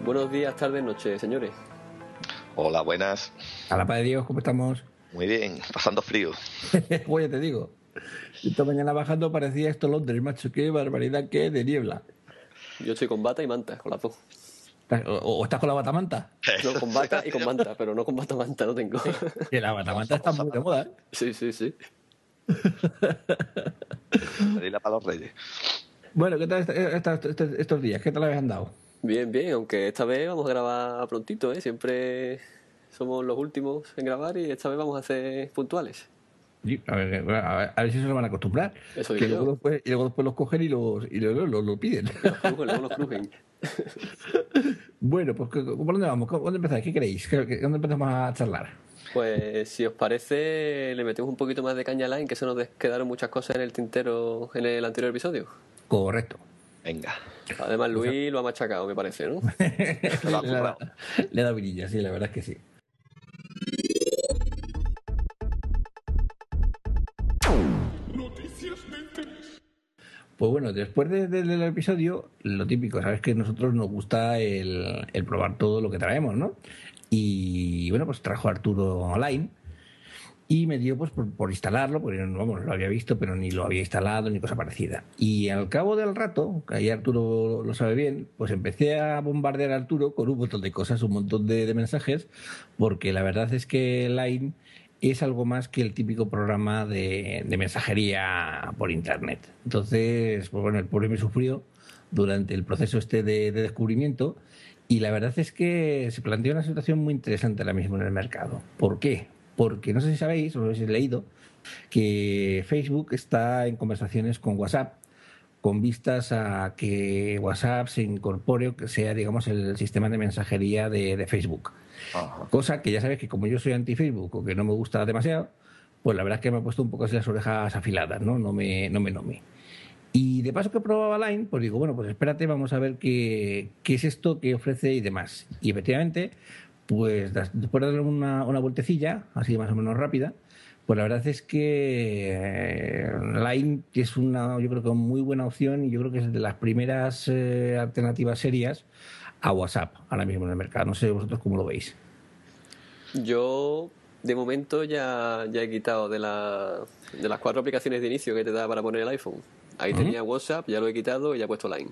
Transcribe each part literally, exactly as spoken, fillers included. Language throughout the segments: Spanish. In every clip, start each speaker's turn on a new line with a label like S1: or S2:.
S1: Buenos días, tardes, noches, señores.
S2: Hola, buenas.
S3: A la paz de Dios, ¿cómo estamos?
S2: Muy bien, pasando frío.
S3: Pues ya te digo. Esta mañana bajando parecía esto Londres, macho. Qué barbaridad, qué de niebla.
S1: Yo estoy con bata y manta, con las dos.
S3: ¿O, o estás con la batamanta?
S1: No, con bata y con manta, pero no con batamanta, no tengo.
S3: Que la batamanta está muy de moda, ¿eh?
S1: Sí, sí, sí.
S2: Dile para los reyes.
S3: Bueno, ¿qué tal esta, esta, esta, estos días? ¿Qué tal habéis andado?
S1: Bien, bien, aunque esta vez vamos a grabar prontito, ¿eh? Siempre somos los últimos en grabar y esta vez vamos a ser puntuales.
S3: Sí, a, ver, a, ver, a ver si se lo van a acostumbrar.
S1: Eso
S3: que
S1: digo
S3: luego
S1: yo.
S3: después, y luego después los cogen y los, y luego los, los piden.
S1: Los crujen, luego los crujen.
S3: Bueno, pues ¿por dónde vamos? ¿Dónde empezáis? ¿Qué queréis? ¿Dónde empezamos a charlar?
S1: Pues si os parece, le metemos un poquito más de caña a Line, que se nos quedaron muchas cosas en el tintero en el anterior episodio.
S3: Correcto.
S2: Venga.
S1: Además, Luis lo ha machacado, me parece, ¿no?
S3: le, ha, le ha dado virilla, sí, la verdad es que sí.
S4: Noticias de interés.
S3: Pues bueno, después de, de, del episodio, lo típico, sabes que a nosotros nos gusta el, el probar todo lo que traemos, ¿no? Y bueno, pues trajo Arturo online y me dio pues por, por instalarlo, porque vamos, lo había visto, pero ni lo había instalado ni cosa parecida. Y al cabo del rato, que ahí Arturo lo sabe bien, pues empecé a bombardear a Arturo con un montón de cosas, un montón de, de mensajes, porque la verdad es que Line es algo más que el típico programa de, de mensajería por internet. Entonces, pues bueno, el pobre me sufrió durante el proceso este de, de descubrimiento y la verdad es que se plantea una situación muy interesante ahora mismo en el mercado. ¿Por qué? Porque no sé si sabéis, o lo habéis leído, que Facebook está en conversaciones con WhatsApp con vistas a que WhatsApp se incorpore o que sea, digamos, el sistema de mensajería de, de Facebook. Ajá. Cosa que ya sabes que como yo soy anti-Facebook o que no me gusta demasiado, pues la verdad es que me ha puesto un poco así las orejas afiladas, ¿no? No me, no me nomé. Y de paso que probaba Line, pues digo, bueno, pues espérate, vamos a ver qué, qué es esto, qué ofrece y demás. Y efectivamente, pues después de darle una, una vueltecilla, así más o menos rápida, pues la verdad es que Line es una, yo creo que muy buena opción y yo creo que es de las primeras eh, alternativas serias a WhatsApp ahora mismo en el mercado. No sé vosotros cómo lo veis.
S1: Yo, de momento, ya, ya he quitado de, la, de las cuatro aplicaciones de inicio que te da para poner el iPhone. Ahí uh-huh. tenía WhatsApp, ya lo he quitado y ya he puesto Line.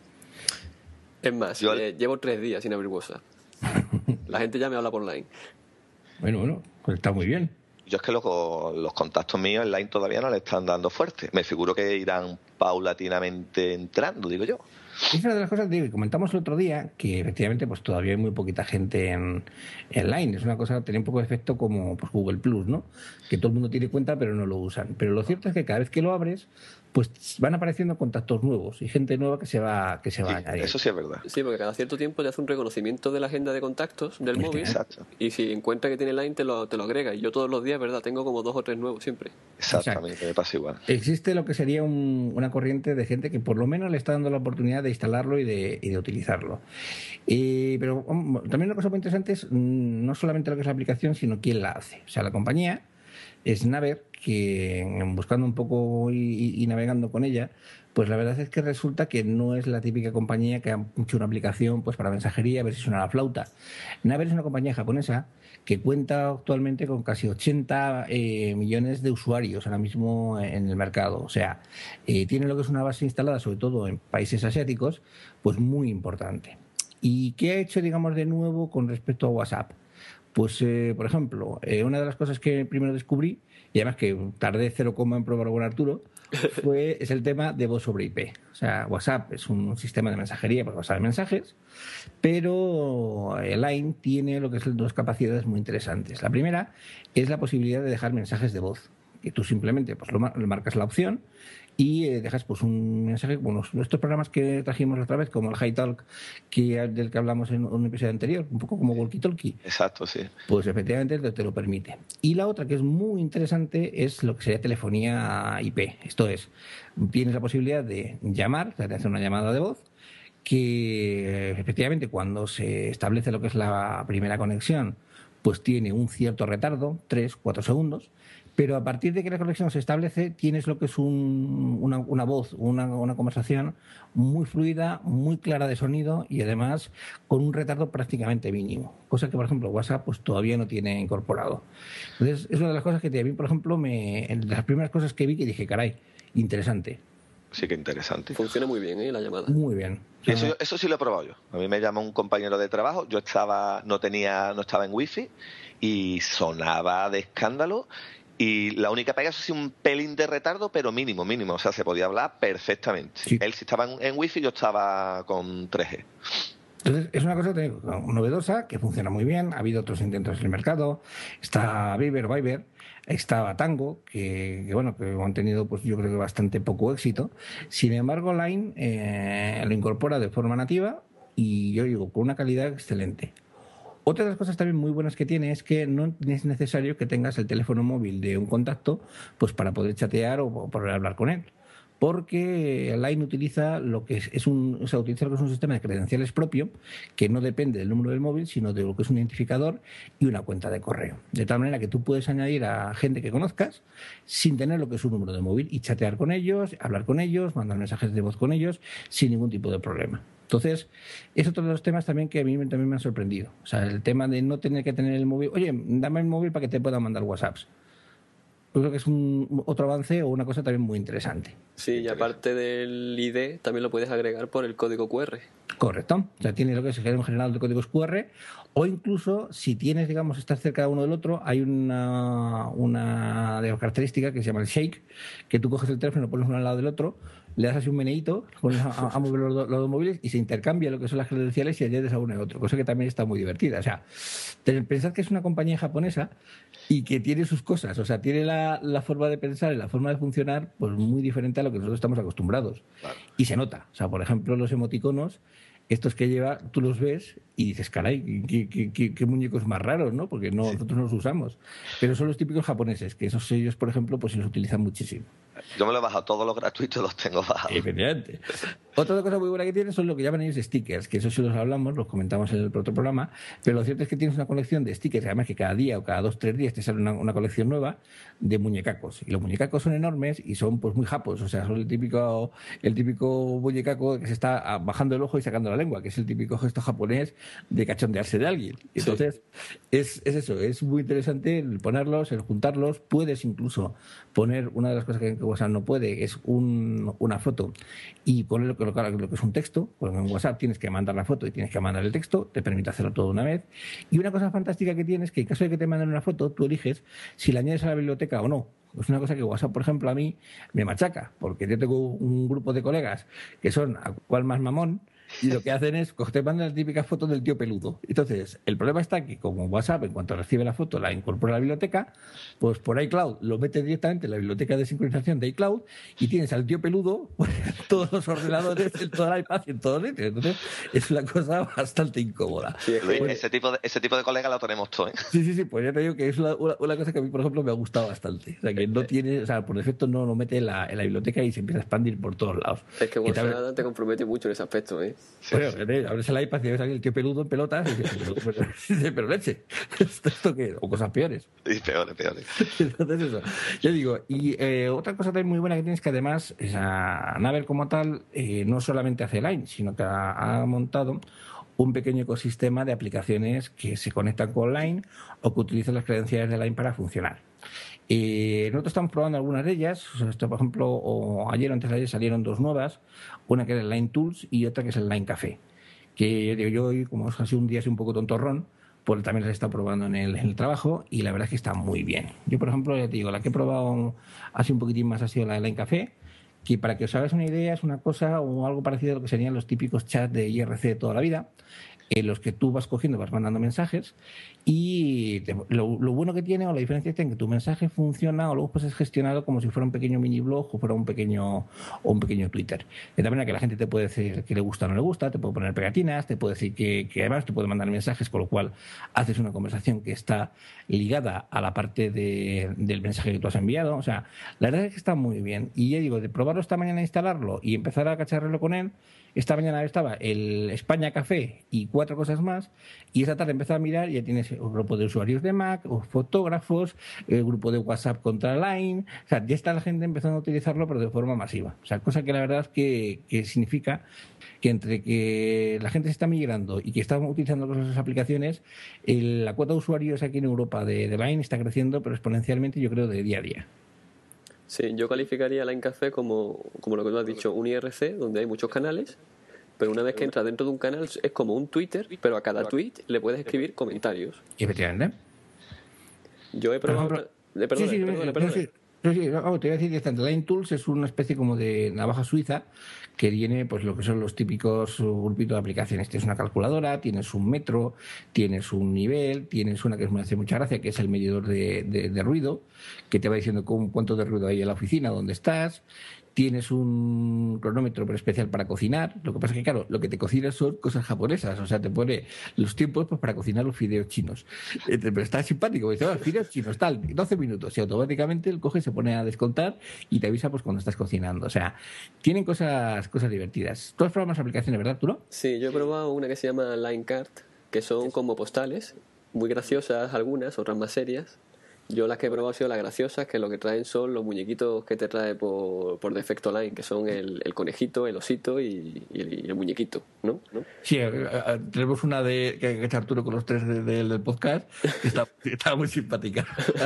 S1: Es más, Yo... eh, llevo tres días sin abrir WhatsApp. La gente ya me habla por Line.
S3: Bueno, bueno, pues está muy bien.
S2: Yo es que los, los contactos míos en Line todavía no le están dando fuerte. Me figuro que irán paulatinamente entrando, digo yo.
S3: Esa es una de las cosas que comentamos el otro día, que efectivamente pues todavía hay muy poquita gente en, en Line. Es una cosa que tiene un poco de efecto como pues, Google Plus, ¿no? Que todo el mundo tiene cuenta pero no lo usan. Pero lo cierto es que cada vez que lo abres, pues van apareciendo contactos nuevos y gente nueva que se va que se va
S2: sí,
S3: a añadir.
S2: Eso sí es verdad.
S1: Sí, porque cada cierto tiempo te hace un reconocimiento de la agenda de contactos del
S3: Hostia,
S1: móvil.
S2: Exacto.
S1: Y si encuentra que tiene Line te lo, te lo agrega. Y yo todos los días, ¿verdad? Tengo como dos o tres nuevos siempre.
S2: Exactamente, o sea, me pasa igual.
S3: Existe lo que sería un, una corriente de gente que por lo menos le está dando la oportunidad de instalarlo y de, y de utilizarlo. Eh, pero um, también una cosa muy interesante es mm, no solamente lo que es la aplicación, sino quién la hace. O sea, la compañía es Naver, que buscando un poco y, y navegando con ella, pues la verdad es que resulta que no es la típica compañía que ha hecho una aplicación pues para mensajería, a ver si suena la flauta. Naver es una compañía japonesa que cuenta actualmente con casi ochenta eh, millones de usuarios ahora mismo en el mercado. O sea, eh, tiene lo que es una base instalada, sobre todo en países asiáticos, pues muy importante. ¿Y qué ha hecho, digamos, de nuevo con respecto a WhatsApp? Pues, eh, por ejemplo, eh, una de las cosas que primero descubrí, y además que tardé cero coma en probarlo con Arturo, fue, es el tema de voz sobre I P. O sea, WhatsApp es un sistema de mensajería para pasar mensajes, pero Line tiene lo que son dos capacidades muy interesantes. La primera es la posibilidad de dejar mensajes de voz, que tú simplemente pues, lo, lo marcas la opción y eh, dejas pues un mensaje, bueno, estos programas que trajimos la otra vez, como el HiTalk, que, del que hablamos en un episodio anterior, un poco como Walkie Talkie.
S2: Exacto, sí.
S3: Pues efectivamente te, te lo permite. Y la otra, que es muy interesante, es lo que sería telefonía I P. Esto es, tienes la posibilidad de llamar, de hacer una llamada de voz, que efectivamente cuando se establece lo que es la primera conexión, pues tiene un cierto retardo, tres, cuatro segundos, Pero a partir de que la conexión se establece, tienes lo que es un, una, una voz, una, una conversación muy fluida, muy clara de sonido y además con un retardo prácticamente mínimo. Cosa que, por ejemplo, WhatsApp pues todavía no tiene incorporado. Entonces, es una de las cosas que a mí, por ejemplo, me, de las primeras cosas que vi que dije, caray, interesante.
S2: Sí, que interesante.
S1: Funciona muy bien, ¿eh? La llamada.
S3: Muy bien.
S2: Eso, eso sí lo he probado yo. A mí me llamó un compañero de trabajo, yo estaba, no tenía, no estaba en wifi y sonaba de escándalo. Y la única pega es así un pelín de retardo, pero mínimo, mínimo. O sea, se podía hablar perfectamente. Sí. Él sí estaba en, en wifi, yo estaba con tres G.
S3: Entonces, es una cosa novedosa, que funciona muy bien. Ha habido otros intentos en el mercado. Está Viber, Viber, está Tango, que, que bueno, que han tenido, pues yo creo que bastante poco éxito. Sin embargo, Line eh, lo incorpora de forma nativa y yo digo, con una calidad excelente. Otra de las cosas también muy buenas que tiene es que no es necesario que tengas el teléfono móvil de un contacto pues para poder chatear o poder hablar con él. Porque Line utiliza lo que es, es un, o sea, utiliza lo que es un sistema de credenciales propio que no depende del número del móvil, sino de lo que es un identificador y una cuenta de correo. De tal manera que tú puedes añadir a gente que conozcas sin tener lo que es un número de móvil y chatear con ellos, hablar con ellos, mandar mensajes de voz con ellos sin ningún tipo de problema. Entonces, es otro de los temas también que a mí también me han sorprendido. O sea, el tema de no tener que tener el móvil. Oye, dame el móvil para que te pueda mandar WhatsApps. Yo creo que es un otro avance o una cosa también muy interesante.
S1: Sí, y aparte del I D, también lo puedes agregar por el código cu erre.
S3: Correcto. O sea, tienes lo que es el generador de códigos cu erre o incluso si tienes, digamos, estás cerca de uno del otro, hay una, una de las características que se llama el shake, que tú coges el teléfono, lo pones uno al lado del otro, le das así un meneíto, pones a, a mover los, los dos móviles y se intercambia lo que son las credenciales y añades a uno y otro, cosa que también está muy divertida. O sea, pensad que es una compañía japonesa y que tiene sus cosas, o sea, tiene la, la forma de pensar y la forma de funcionar pues muy diferente a lo que nosotros estamos acostumbrados. Claro. Y se nota. O sea, por ejemplo, los emoticonos, estos que lleva, tú los ves y dices, caray, qué, qué, qué, qué muñecos más raros, ¿no? Porque no, sí. nosotros no los usamos. Pero son los típicos japoneses, que esos ellos, por ejemplo, pues los utilizan muchísimo.
S2: Yo me lo he bajado, todos los gratuitos los tengo bajados.
S3: Efectivamente. Otra cosa muy buena que tiene son lo que llaman ellos stickers, que eso sí los hablamos, los comentamos en el otro programa, pero lo cierto es que tienes una colección de stickers, además que cada día o cada dos, tres días te sale una, una colección nueva de muñecacos. Y los muñecacos son enormes y son pues muy japos, o sea, son el típico, el típico muñecaco que se está bajando el ojo y sacando la lengua, que es el típico gesto japonés de cachondearse de alguien. Entonces, sí. es, es eso, es muy interesante el ponerlos, el juntarlos, puedes incluso poner, una de las cosas que WhatsApp no puede, es un, una foto y poner lo, lo, lo que es un texto, porque en WhatsApp tienes que mandar la foto y tienes que mandar el texto, te permite hacerlo todo una vez. Y una cosa fantástica que tienes es que en caso de que te manden una foto, tú eliges si la añades a la biblioteca o no. Es una cosa que WhatsApp, por ejemplo, a mí me machaca, porque yo tengo un grupo de colegas que son a cual más mamón, y lo que hacen es, te mandan la típica foto del tío peludo. Entonces, el problema está que como WhatsApp, en cuanto recibe la foto, la incorpora a la biblioteca, pues por iCloud lo mete directamente en la biblioteca de sincronización de iCloud y tienes al tío peludo pues, en todos los ordenadores, en todo el iPad y en todos los sitios. Entonces, es una cosa bastante incómoda.
S2: Sí, Luis, pues, ese tipo de, ese tipo de colegas lo tenemos todos. ¿eh?
S3: Sí, sí, sí, pues ya te digo que es una, una, una cosa que a mí, por ejemplo, me ha gustado bastante. O sea, que no tiene, o sea, por defecto no lo mete en la, en la biblioteca y se empieza a expandir por todos lados.
S1: Es que WhatsApp
S3: también
S1: te compromete mucho en ese aspecto, ¿eh?
S3: Sí, bueno, sí. Abres el iPad y ves aquí el tío peludo en pelotas y dices, pero, pero, pero, pero leche, ¿esto, esto qué? O cosas peores.
S2: Sí, peores, peores.
S3: Entonces eso, yo digo, y eh, otra cosa también muy buena que tienes que además, es a Naver como tal, eh, no solamente hace Line, sino que ha, ha montado un pequeño ecosistema de aplicaciones que se conectan con Line o que utilizan las credenciales de Line para funcionar. Eh, nosotros estamos probando algunas de ellas. O sea, esto, por ejemplo, o ayer o antes de ayer salieron dos nuevas, una que es el Line Tools y otra que es el Line Café. Que digo, yo hoy, como ha sido un día así un poco tontorrón, pues también las he estado probando en el, en el trabajo y la verdad es que está muy bien. Yo, por ejemplo, ya te digo, la que he probado así un poquitín más ha sido la de Line Café, que para que os hagáis una idea es una cosa o algo parecido a lo que serían los típicos chats de I R C de toda la vida, en los que tú vas cogiendo, vas mandando mensajes y te, lo, lo bueno que tiene o la diferencia está en que tu mensaje funciona o luego pues es gestionado como si fuera un pequeño mini blog o fuera un pequeño o un pequeño Twitter. De tal manera que la gente te puede decir que le gusta o no le gusta, te puede poner pegatinas, te puede decir que, que además te puede mandar mensajes, con lo cual haces una conversación que está ligada a la parte de, del mensaje que tú has enviado. O sea, la verdad es que está muy bien. Y ya digo, de probarlo esta mañana, instalarlo y empezar a cacharrarlo con él, esta mañana estaba el España Café y cuatro cuatro cosas más, y esa tarde empezó a mirar y ya tienes un grupo de usuarios de Mac, o fotógrafos, el grupo de WhatsApp contra Line, o sea, ya está la gente empezando a utilizarlo, pero de forma masiva. O sea, cosa que la verdad es que, que significa que entre que la gente se está migrando y que está utilizando esas aplicaciones, el, la cuota de usuarios aquí en Europa de, de Line está creciendo, pero exponencialmente, yo creo, de día a día.
S1: Sí, yo calificaría Line Café como, como lo que tú has dicho, un I R C, donde hay muchos canales, pero una vez que entras dentro de un canal es como un Twitter, pero a cada tweet le puedes escribir comentarios.
S3: Efectivamente.
S1: Yo he probado...
S3: Por ejemplo,
S1: eh, perdona,
S3: sí, sí,
S1: perdona, perdona.
S3: sí, sí, sí, vamos, te voy a decir que Line Tools es una especie como de navaja suiza que tiene pues lo que son los típicos grupitos de aplicaciones. Tienes una calculadora, tienes un metro, tienes un nivel, tienes una que me hace mucha gracia, que es el medidor de, de, de ruido, que te va diciendo cómo, cuánto de ruido hay en la oficina, dónde estás. Tienes un cronómetro pero especial para cocinar. Lo que pasa es que, claro, lo que te cocinas son cosas japonesas. O sea, te pone los tiempos pues para cocinar los fideos chinos. Pero está simpático. Dice, oh, fideos chinos, tal, doce minutos. Y automáticamente el coge, se pone a descontar y te avisa pues cuando estás cocinando. O sea, tienen cosas, cosas divertidas. Tú has probado más aplicaciones, ¿verdad, Arturo?
S1: Sí, yo he probado una que se llama Line Card, que son como postales, muy graciosas algunas, otras más serias. Yo las que he probado han sido las graciosas, que lo que traen son los muñequitos que te trae por, por defecto Line, que son el, el conejito, el osito y, y, el, y el muñequito, ¿no? ¿no?
S3: Sí, eh, eh, tenemos una de que, que es Arturo con los tres de, de, del podcast, que está, está muy simpática.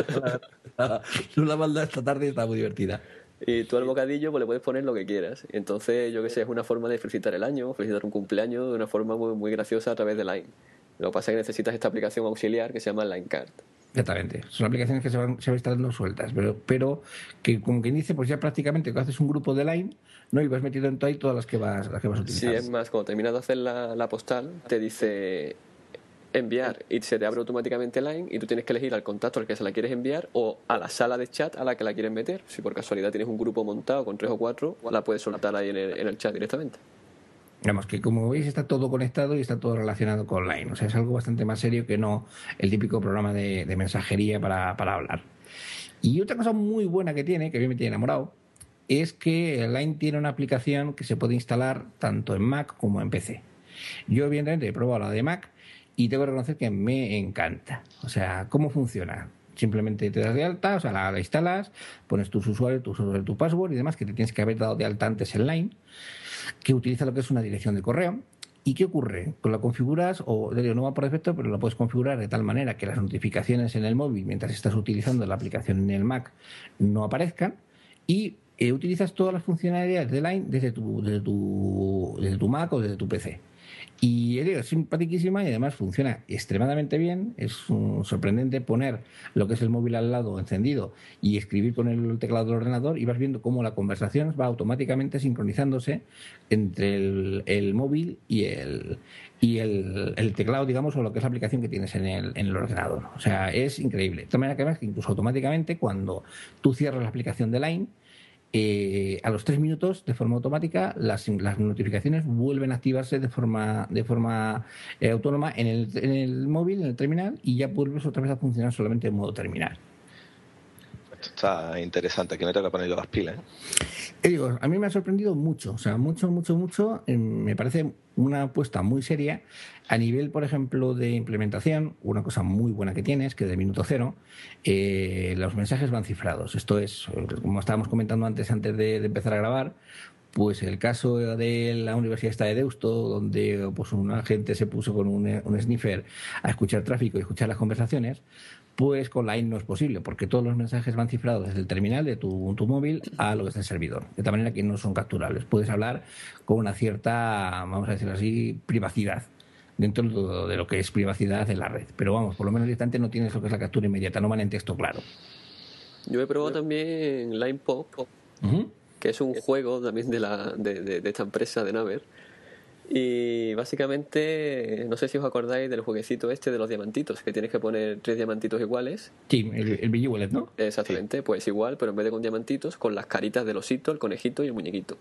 S3: La maldad esta tarde está muy divertida.
S1: Y tú al bocadillo pues le puedes poner lo que quieras. Entonces, yo que sé, es una forma de felicitar el año, felicitar un cumpleaños de una forma muy, muy graciosa a través de Line. Lo que pasa es que necesitas esta aplicación auxiliar que se llama Line Card.
S3: Exactamente. Son aplicaciones que se van, se van instalando sueltas, pero, pero que como quien dice, pues ya prácticamente cuando haces un grupo de Line, ¿no? Y vas metiendo en todo ahí todas las que vas, las que vas a utilizar.
S1: Sí, es más, cuando terminas de hacer la, la postal, te dice enviar y se te abre automáticamente Line y tú tienes que elegir al contacto al que se la quieres enviar o a la sala de chat a la que la quieres meter. Si por casualidad tienes un grupo montado con tres o cuatro, la puedes soltar ahí en el, en el chat directamente.
S3: Digamos que, como veis, está todo conectado y está todo relacionado con Line. O sea, es algo bastante más serio que no el típico programa de, de mensajería para, para hablar. Y otra cosa muy buena que tiene, que a mí me tiene enamorado, es que Line tiene una aplicación que se puede instalar tanto en Mac como en P C. Yo, evidentemente, he probado la de Mac y tengo que reconocer que me encanta. O sea, ¿cómo funciona? Simplemente te das de alta, o sea, la, la instalas, pones tus usuarios, tus usuarios, tu password y demás, que te tienes que haber dado de alta antes en Line, que utiliza lo que es una dirección de correo. ¿Y qué ocurre? Pues la configuras, o no va por defecto, pero lo puedes configurar de tal manera que las notificaciones en el móvil, mientras estás utilizando la aplicación en el Mac, no aparezcan, y eh, utilizas todas las funcionalidades de Line desde tu, desde tu, desde tu Mac o desde tu P C. Y es simpaticísima y además funciona extremadamente bien. Es un, sorprendente poner lo que es el móvil al lado encendido y escribir con el teclado del ordenador y vas viendo cómo la conversación va automáticamente sincronizándose entre el, el móvil y el y el, el teclado, digamos, o lo que es la aplicación que tienes en el, en el ordenador. O sea, es increíble. De tal manera que además que incluso automáticamente cuando tú cierras la aplicación de Line, Eh, a los tres minutos, de forma automática, las, las notificaciones vuelven a activarse de forma de forma eh, autónoma en el, en el móvil, en el terminal, y ya vuelves otra vez a funcionar solamente en modo terminal.
S2: Esto está interesante, que me toca poner yo las pilas, ¿eh?
S3: Y digo, a mí me ha sorprendido mucho, o sea, mucho, mucho, mucho. Eh, me parece una apuesta muy seria a nivel, por ejemplo, de implementación. Una cosa muy buena que tiene es que de minuto cero eh, los mensajes van cifrados. Esto es, como estábamos comentando antes, antes de, de empezar a grabar, pues el caso de la Universidad esta de Deusto, donde pues un agente se puso con un, un sniffer a escuchar tráfico y escuchar las conversaciones, pues con Line no es posible, porque todos los mensajes van cifrados desde el terminal de tu, tu móvil a lo que es el servidor, de tal manera que no son capturables. Puedes hablar con una cierta, vamos a decirlo así, privacidad, dentro de lo que es privacidad en la red. Pero vamos, por lo menos directamente no tienes lo que es la captura inmediata, no van en texto claro.
S1: Yo he probado también Line Pop, uh-huh. que es un juego también de, la, de, de, de esta empresa de Naver. Y básicamente, no sé si os acordáis del jueguecito este de los diamantitos, que tienes que poner tres diamantitos iguales.
S3: Sí, el, el Billy Wallet, ¿no?
S1: Exactamente, sí. Pues igual, pero en vez de con diamantitos, con las caritas del osito, el conejito y el muñequito.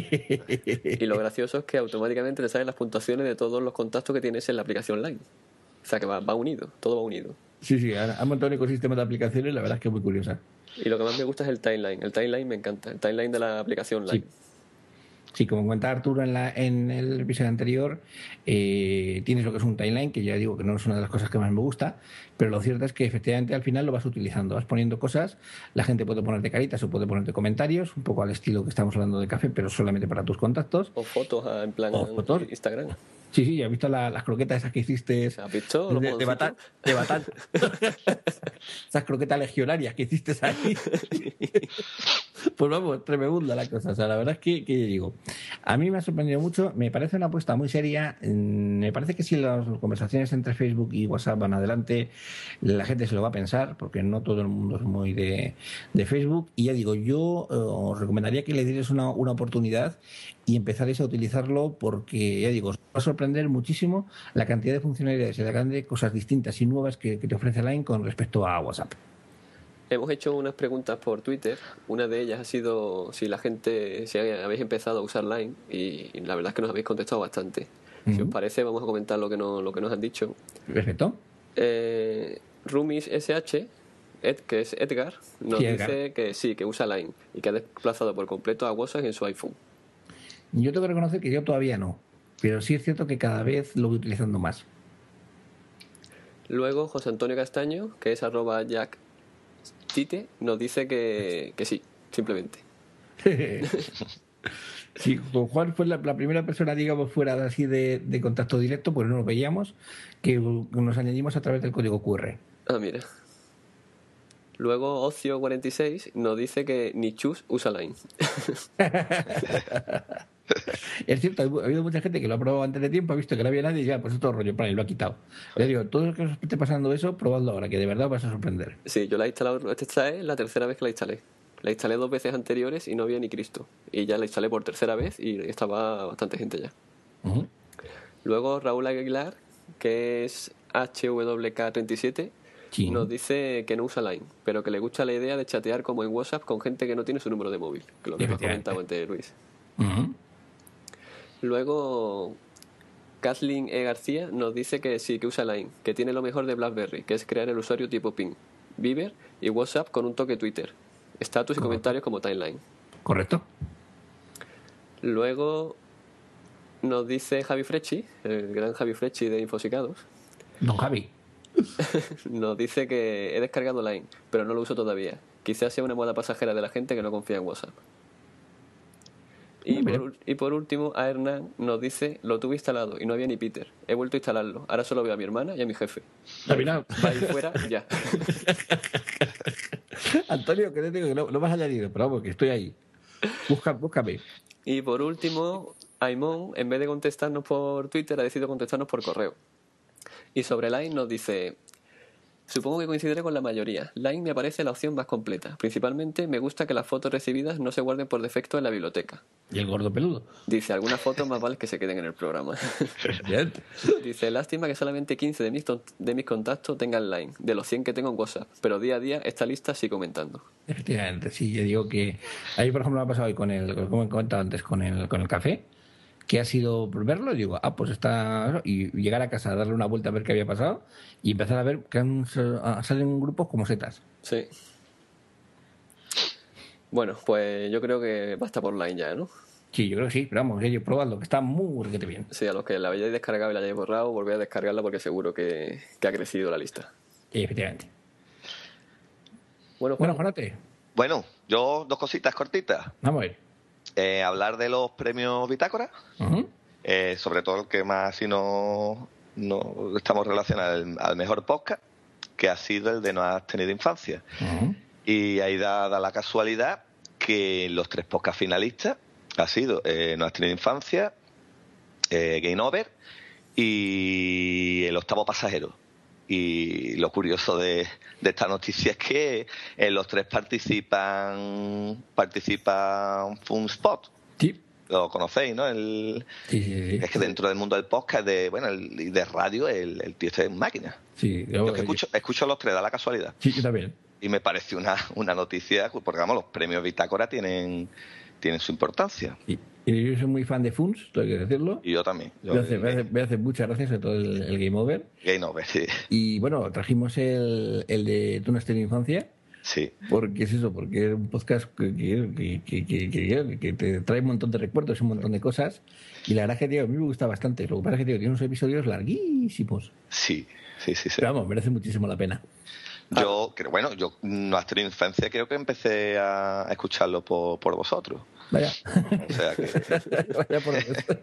S1: Y lo gracioso es que automáticamente te salen las puntuaciones de todos los contactos que tienes en la aplicación Line. O sea que va, va unido, todo va unido.
S3: Sí, sí, han montado un ecosistema de aplicaciones, la verdad es que es muy curiosa.
S1: Y lo que más me gusta es el timeline. El timeline me encanta, el timeline de la aplicación Line. Sí.
S3: Sí, como cuenta Arturo en, la, en el episodio anterior, eh, tienes lo que es un timeline, que ya digo que no es una de las cosas que más me gusta, pero lo cierto es que efectivamente al final lo vas utilizando, vas poniendo cosas, la gente puede ponerte caritas o puede ponerte comentarios, un poco al estilo que estamos hablando de café, pero solamente para tus contactos.
S1: O fotos ah, en plan
S3: O fotos.
S1: Instagram.
S3: Sí, sí, ¿has visto la- las croquetas esas que hiciste?
S1: ¿Has visto?
S3: De,
S1: Los
S3: de, de batán. De batán. Esas croquetas legionarias que hiciste ahí. Pues vamos, tremenda la cosa. O sea, la verdad es que, que digo, a mí me ha sorprendido mucho, me parece una apuesta muy seria. Me parece que si las conversaciones entre Facebook y WhatsApp van adelante, la gente se lo va a pensar, porque no todo el mundo es muy de, de Facebook. Y ya digo, yo eh, os recomendaría que le dierais una, una oportunidad y empezaréis a utilizarlo, porque ya digo, os va a sorprender muchísimo la cantidad de funcionalidades y la cantidad de cosas distintas y nuevas que, que te ofrece Line con respecto a WhatsApp.
S1: Hemos hecho unas preguntas por Twitter. Una de ellas ha sido si la gente, si habéis empezado a usar Line, y la verdad es que nos habéis contestado bastante. Uh-huh. Si os parece, vamos a comentar lo que nos, lo que nos han dicho.
S3: Perfecto.
S1: Eh, Rumis S H, Ed, que es Edgar, nos sí, Edgar. dice que sí, que usa Line y que ha desplazado por completo a WhatsApp en su iPhone.
S3: Yo tengo que reconocer que yo todavía no, pero sí es cierto que cada vez lo voy utilizando más.
S1: Luego, José Antonio Castaño, que es arroba Jack Tite, nos dice que, que sí, simplemente.
S3: Sí, con Juan fue la, la primera persona, digamos, fuera de, así de, de contacto directo, pues no nos veíamos, que nos añadimos a través del código cu erre.
S1: Ah, mira. Luego, Ocio cuarenta y seis nos dice que ni Chus usa Line.
S3: Es cierto, ha habido mucha gente que lo ha probado antes de tiempo, ha visto que no había nadie y ya, pues es todo rollo, para y lo ha quitado. Le digo, todo lo que os esté pasando eso, probadlo ahora, que de verdad os vas a sorprender.
S1: Sí, yo la he instalado, esta es la tercera vez que la instalé. La instalé dos veces anteriores y no había ni Cristo. Y ya la instalé por tercera vez y estaba bastante gente ya. Uh-huh. Luego Raúl Aguilar, que es H W K treinta y siete, sí. Nos dice que no usa Line, pero que le gusta la idea de chatear como en WhatsApp con gente que no tiene su número de móvil, que lo que hemos comentado antes, Luis. Uh-huh. Luego Kathleen E. García nos dice que sí, que usa Line, que tiene lo mejor de BlackBerry, que es crear el usuario tipo ping, Viber y WhatsApp con un toque Twitter, status y Correcto. Comentarios como timeline.
S3: Correcto.
S1: Luego nos dice Javi Frecci, el gran Javi Frecci de Infosicados.
S3: Don Javi.
S1: Nos dice que he descargado Line, pero no lo uso todavía. Quizás sea una moda pasajera de la gente que no confía en WhatsApp. Y por, y por último, a Hernán nos dice, lo tuve instalado y no había ni Peter. He vuelto a instalarlo. Ahora solo veo a mi hermana y a mi jefe.
S3: Al final.
S1: Va ahí fuera, ya.
S3: Antonio, que te digo que no, no me has añadido, pero vamos, que estoy ahí. Busca, búscame.
S1: Y por último, Aimon, en vez de contestarnos por Twitter, ha decidido contestarnos por correo. Y sobre Line nos dice... Supongo que coincidiré con la mayoría. Line me parece la opción más completa. Principalmente me gusta que las fotos recibidas no se guarden por defecto en la biblioteca.
S3: ¿Y el gordo peludo?
S1: Dice, algunas fotos más vale que se queden en el programa.
S3: Bien.
S1: Dice, lástima que solamente quince de mis, de mis contactos tengan Line, de los cien que tengo en WhatsApp. Pero día a día esta lista sigue aumentando.
S3: Efectivamente, sí. Yo digo que... Ahí, por ejemplo, me ha pasado hoy con el... Como he comentado antes, con el, con el café, que ha sido verlo y digo, ah, pues está... Y llegar a casa, darle una vuelta a ver qué había pasado y empezar a ver que han, salen grupos como setas.
S1: Sí. Bueno, pues yo creo que basta por Line ya, ¿no?
S3: Sí, yo creo que sí, pero vamos, yo probadlo, que está muy requete bien.
S1: Sí, a los que la hayáis descargado y la hayáis borrado, volvéis a descargarla porque seguro que, que ha crecido la lista.
S3: Efectivamente.
S1: Bueno, Juan.
S3: Bueno, Juanote.
S2: Bueno, yo dos cositas cortitas.
S3: Vamos a ver.
S2: Eh, hablar de los premios Bitácora, uh-huh. eh, sobre todo el que más si no, no estamos relacionados al, al mejor podcast, que ha sido el de No has tenido infancia. Uh-huh. Y ahí da, da la casualidad que los tres podcasts finalistas ha sido eh, No has tenido infancia, eh, Game Over y El octavo pasajero. Y lo curioso de, de esta noticia es que en los tres participan participan Funspot.
S3: Sí.
S2: Lo conocéis, ¿no? El,
S3: sí, sí, sí.
S2: Es que dentro del mundo del podcast de, bueno, el, y de radio, el, el tío este es máquina.
S3: Sí,
S2: yo, yo que escucho, yo... escucho los tres, da la casualidad.
S3: Sí, yo también.
S2: Y me parece una, una noticia, porque vamos, los premios Bitácora tienen, tienen su importancia.
S3: Sí. Y yo soy muy fan de Funs, tengo que decirlo.
S2: Y yo también. Yo,
S3: me, hace, me, hace, me hace muchas gracias, sobre todo el, el Game Over.
S2: Game Over, sí.
S3: Y bueno, trajimos el, el de Tú no has tenido infancia,
S2: Sí.
S3: Porque es eso, porque es un podcast que, que, que, que, que, que te trae un montón de recuerdos, un montón de cosas. Y la verdad es que, tío, a mí me gusta bastante. Lo que pasa es que, tío, tiene unos episodios larguísimos.
S2: Sí, sí, sí, sí.
S3: Pero vamos, merece muchísimo la pena.
S2: Yo, creo, bueno, yo, nuestra infancia creo que empecé a escucharlo por, por vosotros.
S3: Vaya.
S2: O sea que...
S3: Vaya por Dios.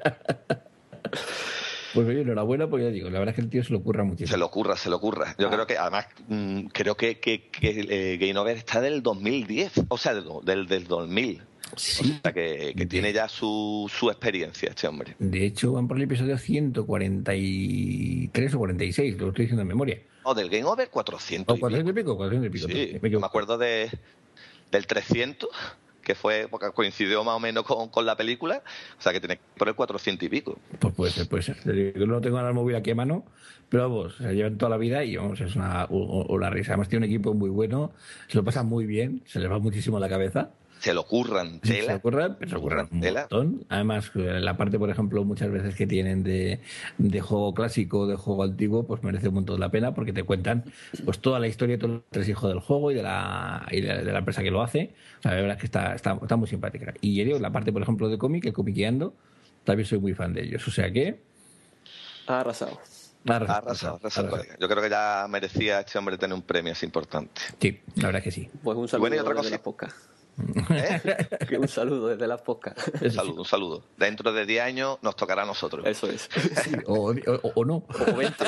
S3: Pues oye, enhorabuena, porque ya digo, la verdad es que el tío se lo ocurra muchísimo.
S2: Se lo ocurra, se lo ocurra. Yo
S1: Ah.
S2: creo que, además, mmm, creo que, que, que eh, Game Over está del dos mil diez, o sea, del, del, del dos mil.
S3: Sí.
S2: O sea, que, que tiene ya su, su experiencia este hombre.
S3: De hecho, van por el episodio ciento cuarenta y tres o cuarenta y seis, lo estoy diciendo en memoria.
S2: O del Game Over, cuatrocientos.
S3: ¿O cuatrocientos y pico? cuatrocientos y pico.
S2: Sí,
S3: me
S2: yo me acuerdo de, del trescientos, que fue porque coincidió más o menos con, con la película, o sea que tiene que por el cuatrocientos y pico.
S3: Pues puede ser, puede ser. Yo no tengo ahora el móvil aquí a mano, pero vamos, se llevan toda la vida y vamos, es una, una risa. Además tiene un equipo muy bueno, se lo pasa muy bien, se les va muchísimo la cabeza.
S2: Se lo curran,
S3: Sí,
S2: tela.
S3: se ocurran, pero se ocurran un
S2: Tela.
S3: montón. Además, la parte, por ejemplo, muchas veces que tienen de, de juego clásico, de juego antiguo, pues merece un montón la pena porque te cuentan pues toda la historia de todos los tres hijos del juego y de la, y de, de la empresa que lo hace. O sea, la verdad es que está, está, está muy simpática. Y yo digo, la parte, por ejemplo, de cómic, el comiqueando, también soy muy fan de ellos. O sea que...
S1: Ha arrasado.
S3: Arrasado,
S2: Arrasado, arrasado.
S3: arrasado.
S2: Yo creo que ya merecía este hombre tener un premio así importante.
S3: Sí, la verdad es que sí.
S1: Pues un saludo
S2: bueno, y otra
S1: desde
S2: cosa.
S1: las podcasts.
S2: ¿Eh?
S1: Que un saludo desde las podcasts.
S2: Un saludo, un saludo. Dentro de diez años nos tocará a nosotros.
S1: Eso es.
S3: Sí, o, o, o no.
S1: O veinte.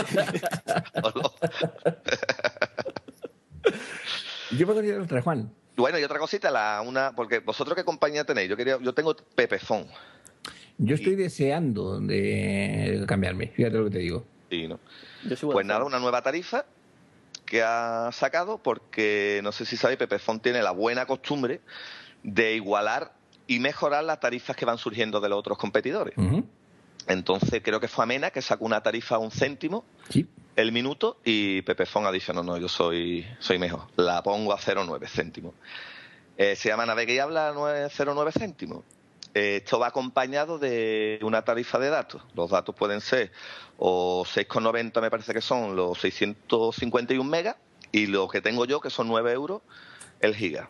S3: Yo me considero otra, Juan.
S2: Bueno, y otra cosita, la, una, porque vosotros qué compañía tenéis. Yo quería, yo tengo Pepefon.
S3: Yo estoy deseando de cambiarme, fíjate lo que te digo.
S2: Sí, ¿no?
S1: Yo soy
S2: Pues
S1: Vodafone.
S2: nada, una nueva tarifa que ha sacado porque, no sé si sabéis, Pepefon tiene la buena costumbre de igualar y mejorar las tarifas que van surgiendo de los otros competidores.
S3: Uh-huh.
S2: Entonces creo que fue Amena que sacó una tarifa a un céntimo
S3: Sí.
S2: el minuto y Pepefon ha dicho, no, no, yo soy, soy mejor, la pongo a cero coma nueve céntimos. Eh, se llama Navegue y Habla cero coma nueve céntimos. Eh, esto va acompañado de una tarifa de datos. Los datos pueden ser o seis coma noventa, me parece que son los seiscientos cincuenta y uno megas, y lo que tengo yo, que son nueve euros el giga.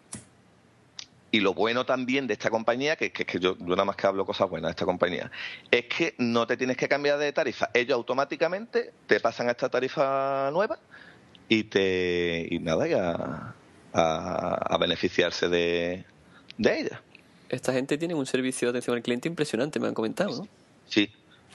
S2: Y lo bueno también de esta compañía, que, que, que yo, yo nada más que hablo cosas buenas de esta compañía, es que no te tienes que cambiar de tarifa. Ellos automáticamente te pasan a esta tarifa nueva y te y nada, y a, a, a beneficiarse de, de ella.
S1: Esta gente tiene un servicio de atención al cliente impresionante, me han comentado, ¿no?
S2: Sí,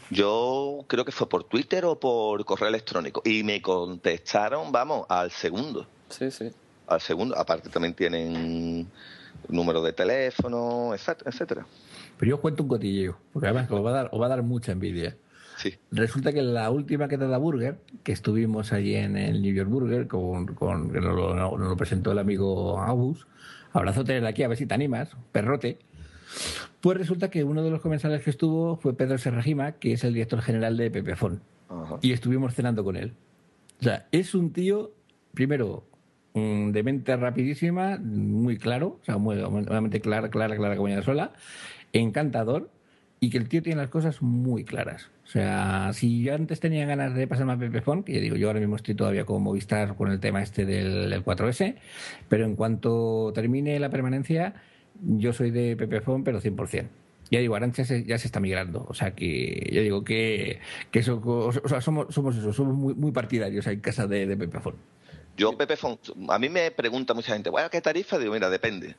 S2: yo creo que fue por Twitter o por correo electrónico y me contestaron, vamos, al segundo.
S1: Sí, sí.
S2: Al segundo. Aparte también tienen número de teléfono, etcétera, etcétera.
S3: Pero yo os cuento un cotilleo, porque además os va a dar, os va a dar mucha envidia.
S2: Sí.
S3: Resulta que la última que te da Burger, que estuvimos allí en el New York Burger, con, con que nos lo, nos lo presentó el amigo August, abrazo tenerla aquí, a ver si te animas, perrote. Pues resulta que uno de los comensales que estuvo fue Pedro Serrajima, que es el director general de Pepefon.
S2: Ajá.
S3: Y estuvimos cenando con él. O sea, es un tío, primero, mm, de mente rapidísima, muy claro, o sea, muy, muy clara, clara, clara como ella sola, encantador, y que el tío tiene las cosas muy claras. O sea, si yo antes tenía ganas de pasarme a Pepefon, que ya digo, yo ahora mismo estoy todavía con Movistar con el tema este del, del cuatro ese, pero en cuanto termine la permanencia, yo soy de Pepefon, pero cien por ciento. Ya digo, Arantxa se, ya se está migrando, o sea que ya digo que, que eso, o sea, somos, somos eso, somos muy, muy partidarios en casa de, de Pepefon.
S2: Yo, Pepefon, a mí me pregunta mucha gente, bueno, ¿qué tarifa? Digo, mira, depende.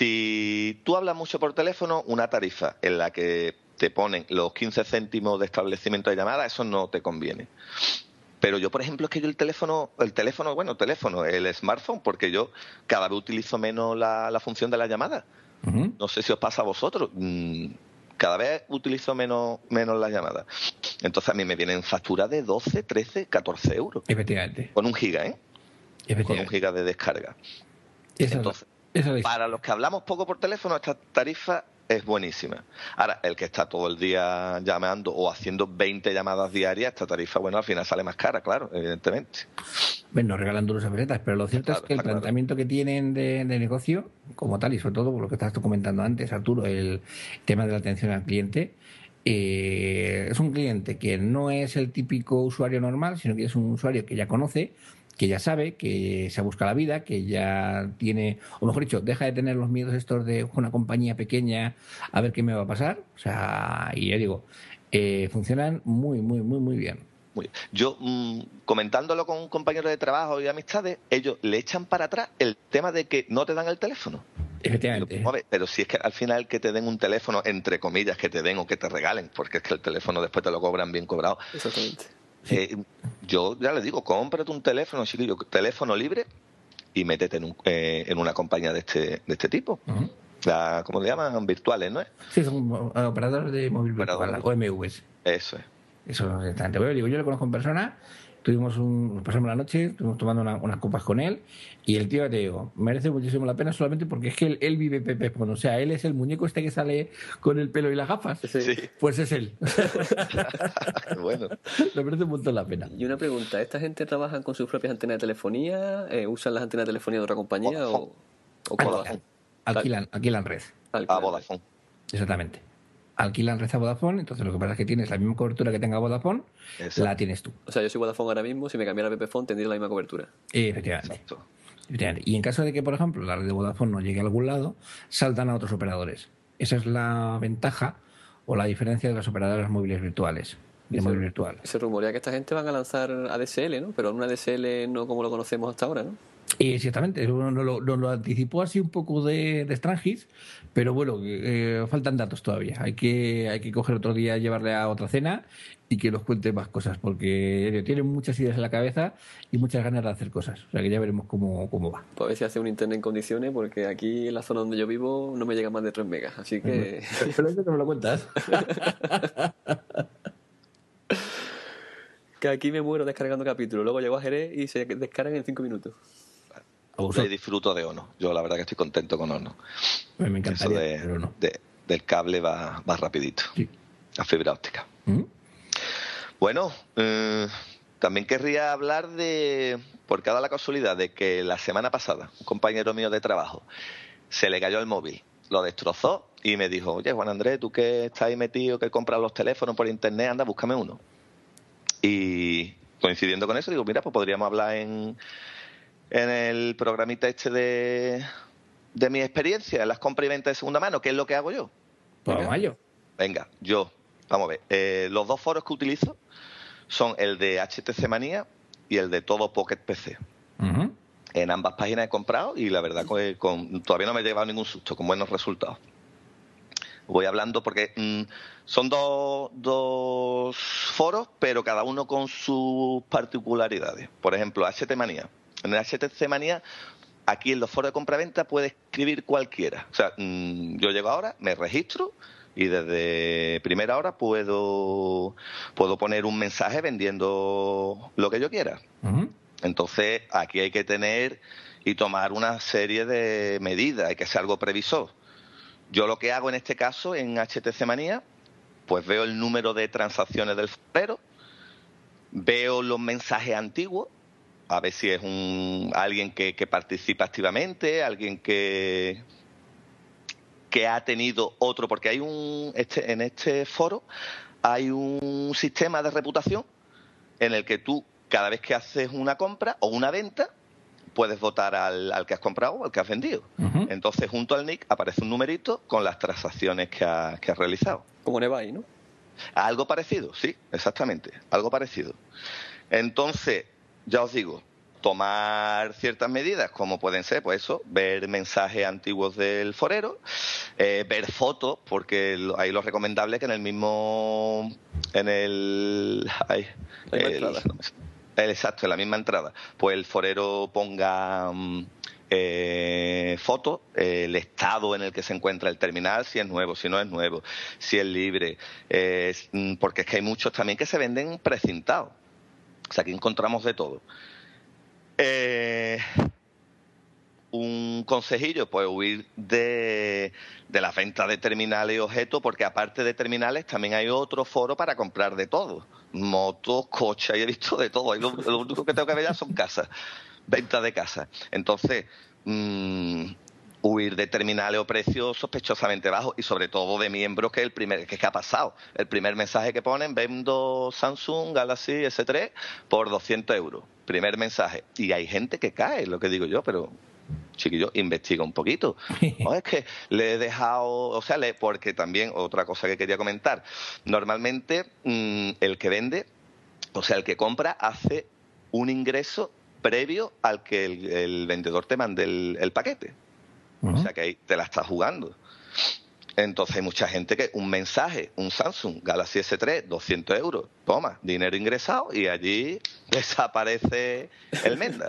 S2: Si tú hablas mucho por teléfono, una tarifa en la que te ponen los quince céntimos de establecimiento de llamada, eso no te conviene. Pero yo, por ejemplo, es que yo el teléfono, el teléfono, bueno, teléfono, el smartphone, porque yo cada vez utilizo menos la, la función de la llamada.
S3: Uh-huh.
S2: No sé si os pasa a vosotros. Cada vez utilizo menos, menos las llamadas. Entonces a mí me vienen facturas de doce, trece, catorce euros.
S3: Efectivamente.
S2: Con un giga, ¿eh? Con un
S3: Efectivamente.
S2: giga de descarga.
S3: Esa,
S2: Entonces,
S3: esa es la
S2: para los que hablamos poco por teléfono, esta tarifa es buenísima. Ahora, el que está todo el día llamando o haciendo veinte llamadas diarias, esta tarifa, bueno, al final sale más cara, claro, evidentemente.
S3: Bueno, regalando los pesetas, pero lo cierto
S2: Claro,
S3: es que el
S2: está claro.
S3: planteamiento que tienen de, de negocio, como tal, y sobre todo por lo que estabas tú comentando antes, Arturo, el tema de la atención al cliente, eh, es un cliente que no es el típico usuario normal, sino que es un usuario que ya conoce, que ya sabe, que se busca la vida, que ya tiene, o mejor dicho, deja de tener los miedos estos de una compañía pequeña, a ver qué me va a pasar. O sea, y ya digo, eh, funcionan muy, muy, muy, muy bien.
S2: Muy bien. Yo, mmm, comentándolo con compañeros de trabajo y amistades, ellos le echan para atrás el tema de que no te dan el teléfono.
S3: Efectivamente.
S2: Digo, pero si es que al final que te den un teléfono, entre comillas, que te den o que te regalen, porque es que el teléfono después te lo cobran bien cobrado.
S1: Exactamente.
S3: Sí.
S2: Eh, yo ya les digo, cómprate un teléfono, chiquillo, teléfono libre y métete en, un, eh, en una compañía de este, de este tipo.
S3: Uh-huh.
S2: La, ¿cómo le llaman? Virtuales, ¿no es?
S3: Sí, son operadores de móvil virtual, las O M Vs.
S2: Eso es.
S3: Eso es exactamente. Bueno, digo, yo lo conozco en persona, tuvimos un, pasamos la noche, estuvimos tomando una, unas copas con él, y el tío, te digo, merece muchísimo la pena solamente porque es que él, él vive Pepe Pon, o sea, él es el muñeco este que sale con el pelo y las gafas,
S1: Sí.
S3: pues es él.
S2: Bueno.
S3: Le merece un montón la pena.
S1: Y una pregunta, ¿esta gente trabajan con sus propias antenas de telefonía? Eh, ¿Usan las antenas de telefonía de otra compañía?
S2: Vodafone.
S1: ¿O, o
S3: Alquilan, alquilan, alquilan red.
S2: A Vodafone.
S3: Exactamente. Alquilan red a Vodafone, entonces lo que pasa es que tienes la misma cobertura que tenga Vodafone,
S2: Exacto.
S3: la tienes tú.
S1: O sea, yo soy Vodafone ahora mismo, si me cambiara a Pepephone tendría la misma cobertura.
S3: Efectivamente.
S2: Exacto.
S3: Efectivamente. Y en caso de que, por ejemplo, la red de Vodafone no llegue a algún lado, saltan a otros operadores. Esa es la ventaja o la diferencia de las operadoras móviles virtuales. De móvil virtual.
S1: Se rumorea que esta gente van a lanzar A D S L, ¿no? Pero una A D S L no como lo conocemos hasta ahora, ¿no?
S3: Y exactamente, nos lo, nos lo anticipó así un poco de, de Strangis, pero bueno, eh, faltan datos todavía. Hay que, hay que coger otro día, llevarle a otra cena y que nos cuente más cosas, porque tienen muchas ideas en la cabeza y muchas ganas de hacer cosas. O sea que ya veremos cómo, cómo va.
S1: Pues a ver si hace un internet en condiciones, porque aquí en la zona donde yo vivo no me llega más de tres megas, así que...
S3: Pero eso no me lo cuentas.
S1: que aquí me muero descargando capítulos. Luego llego a Jerez y se descargan en cinco minutos.
S2: Le disfruto de Ono. Yo la verdad que estoy contento con Ono.
S3: Pues me encantaría,
S2: Eso de,
S3: pero no.
S2: de, del cable va, va rapidito.
S3: Sí.
S2: La fibra óptica.
S3: ¿Mm?
S2: Bueno, eh, también querría hablar de, porque ha dado la casualidad de que la semana pasada un compañero mío de trabajo se le cayó el móvil, lo destrozó y me dijo, oye, Juan Andrés, tú que estás ahí metido, que compras los teléfonos por internet, anda, búscame uno. Y coincidiendo con eso, digo, mira, pues podríamos hablar en, en el programita este de, de mi experiencia en las compras y ventas de segunda mano, que es lo que hago yo.
S3: Pues vamos a ello.
S2: Venga, yo, vamos a ver, eh, los dos foros que utilizo son el de H T C Manía y el de Todo Pocket P C.
S3: Uh-huh.
S2: En ambas páginas he comprado y la verdad que con, todavía no me he llevado ningún susto, con buenos resultados. Voy hablando porque mmm, son dos, dos foros, pero cada uno con sus particularidades. Por ejemplo, H T C Manía. En el H T C Manía, aquí en los foros de compra-venta puede escribir cualquiera. O sea, mmm, yo llego ahora, me registro y desde primera hora puedo, puedo poner un mensaje vendiendo lo que yo quiera.
S3: Uh-huh.
S2: Entonces, aquí hay que tener y tomar una serie de medidas, hay que ser algo previsor. Yo lo que hago en este caso, en H T C Manía, pues veo el número de transacciones del forero, veo los mensajes antiguos, a ver si es un alguien que, que participa activamente, alguien que, que ha tenido otro, porque hay un este, en este foro hay un sistema de reputación en el que tú, cada vez que haces una compra o una venta, puedes votar al, al que has comprado o al que has vendido. Uh-huh. Entonces, junto al nick aparece un numerito con las transacciones que, ha, que has realizado.
S1: Como en eBay, ¿no?
S2: Algo parecido, sí, exactamente, algo parecido. Entonces, ya os digo, tomar ciertas medidas, como pueden ser, pues eso, ver mensajes antiguos del forero, eh, ver fotos, porque ahí lo recomendable es que en el mismo... en el... Ay, el, el, exacto, en la misma entrada, pues el forero ponga eh, fotos, eh, el estado en el que se encuentra el terminal, si es nuevo, si no es nuevo, si es libre, eh, porque es que hay muchos también que se venden precintados. O sea, aquí encontramos de todo. Eh, un consejillo, pues huir de, de las ventas de terminales y objetos, porque aparte de terminales también hay otro foro para comprar de todo. Motos, coches, he visto de todo. Lo, lo único que tengo que ver ya son casas, ventas de casas. Entonces, mmm, huir de terminales o precios sospechosamente bajos y sobre todo de miembros que el primer que, que ha pasado. El primer mensaje que ponen, vendo Samsung Galaxy ese tres por doscientos euros. primer mensaje. Y hay gente que cae, es lo que digo yo, pero chiquillo, investiga un poquito. No, es que le he dejado, o sea, le, porque también otra cosa que quería comentar. Normalmente mmm, el que vende, o sea, el que compra hace un ingreso previo al que el, el vendedor te mande el, el paquete. Uh-huh. O sea que ahí te la estás jugando. Entonces hay mucha gente que un mensaje, un Samsung Galaxy ese tres, doscientos euros, toma, dinero ingresado y allí desaparece el Menda.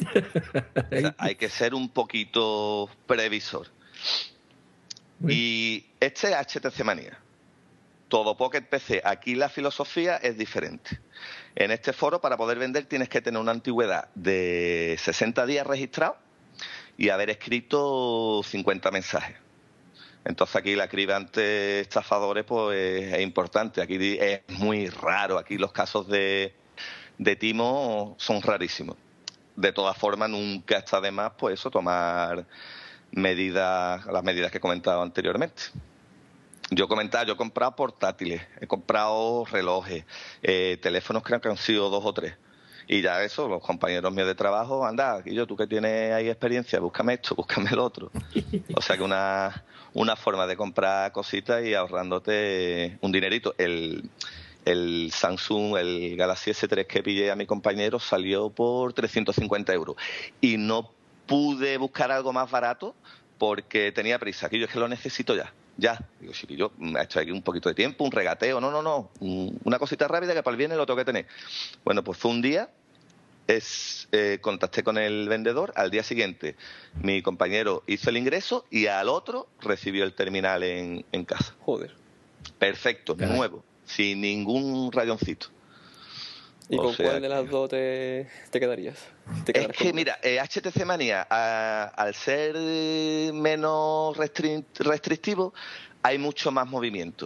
S2: O sea, hay que ser un poquito previsor. Bueno. Y este es H T C Manía. Todo Pocket P C. Aquí la filosofía es diferente. En este foro, para poder vender, tienes que tener una antigüedad de sesenta días registrado y haber escrito cincuenta mensajes. Entonces aquí la criba ante estafadores pues es importante. Aquí es muy raro. Aquí los casos de, de timo son rarísimos. De todas formas, nunca está de más pues eso, tomar medidas, las medidas que he comentado anteriormente. Yo comentaba, yo he comprado portátiles, he comprado relojes, eh, teléfonos creo que han sido dos o tres. Y ya eso, los compañeros míos de trabajo, anda, y yo, tú que tienes ahí experiencia, búscame esto, búscame el otro. O sea que una, una forma de comprar cositas y ahorrándote un dinerito. El, el Samsung, el Galaxy ese tres que pillé a mi compañero salió por trescientos cincuenta euros. Y no pude buscar algo más barato porque tenía prisa. Aquí yo es que lo necesito ya. Ya, digo, chiquillo, ha hecho aquí un poquito de tiempo, un regateo, no, no, no, una cosita rápida que para el viernes lo tengo que tener. Bueno, pues fue un día, es, eh, contacté con el vendedor, al día siguiente mi compañero hizo el ingreso y al otro recibió el terminal en, en casa.
S1: Joder.
S2: Perfecto,
S1: Caray.
S2: Nuevo, sin ningún rayoncito.
S1: ¿Y o con sea, cuál de las dos te, te quedarías? ¿Te
S2: es que, mira, eh, H T C Manía, a, al ser menos restri- restrictivo, hay mucho más movimiento.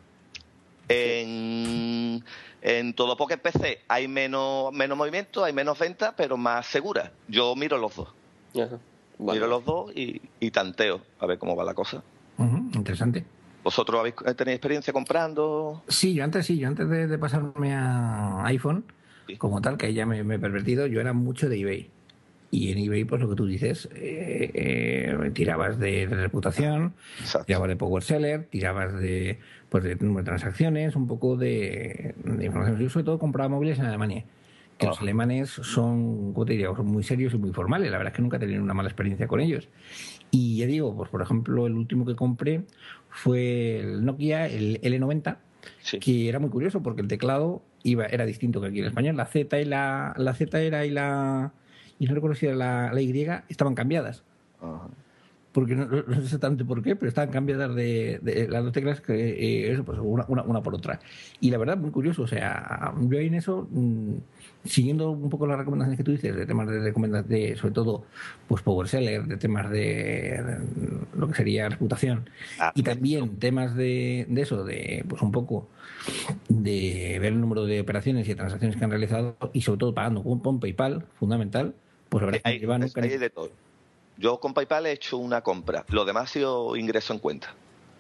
S2: En, en todo Pocket P C hay menos, menos movimiento, hay menos venta, pero más segura. Yo miro los dos.
S1: Ajá. Vale.
S2: Miro los dos y, y tanteo a ver cómo va la cosa.
S3: Uh-huh, interesante.
S2: ¿Vosotros habéis tenéis experiencia comprando?
S3: Sí, yo antes sí, yo antes de, de pasarme a iPhone, sí. como tal, que ya me, me he pervertido, yo era mucho de eBay. Y en eBay, pues lo que tú dices, eh, eh, tirabas de, de reputación, Exacto. tirabas de power seller, tirabas de, pues de número de transacciones, un poco de, de información. Yo sobre todo compraba móviles en Alemania. Que oh. Los alemanes son, ¿cómo te diría? Son muy serios y muy formales. La verdad es que nunca he tenido una mala experiencia con ellos. Y ya digo, pues por ejemplo, el último que compré fue el Nokia, el ele noventa, sí. que era muy curioso porque el teclado iba era distinto que aquí en español. La Z y la, la Z era y la... y no recuerdo si era la, la Y, estaban cambiadas. Uh-huh. Porque no, no sé exactamente por qué, pero estaban cambiadas de, de las dos teclas, que eh, eso, pues una, una, una por otra. Y la verdad, muy curioso. O sea, yo ahí en eso, mmm, siguiendo un poco las recomendaciones que tú dices, de temas de recomendaciones, sobre todo, pues Power Seller, de temas de, de lo que sería reputación, ah, y también eso. temas de, de eso, de pues un poco de ver el número de operaciones y de transacciones que han realizado, y sobre todo pagando con, con PayPal, fundamental, pues la verdad
S2: hay,
S3: que llevan
S2: hay, hay de todo. Yo con PayPal he hecho una compra. Lo demás ha sido ingreso en cuenta.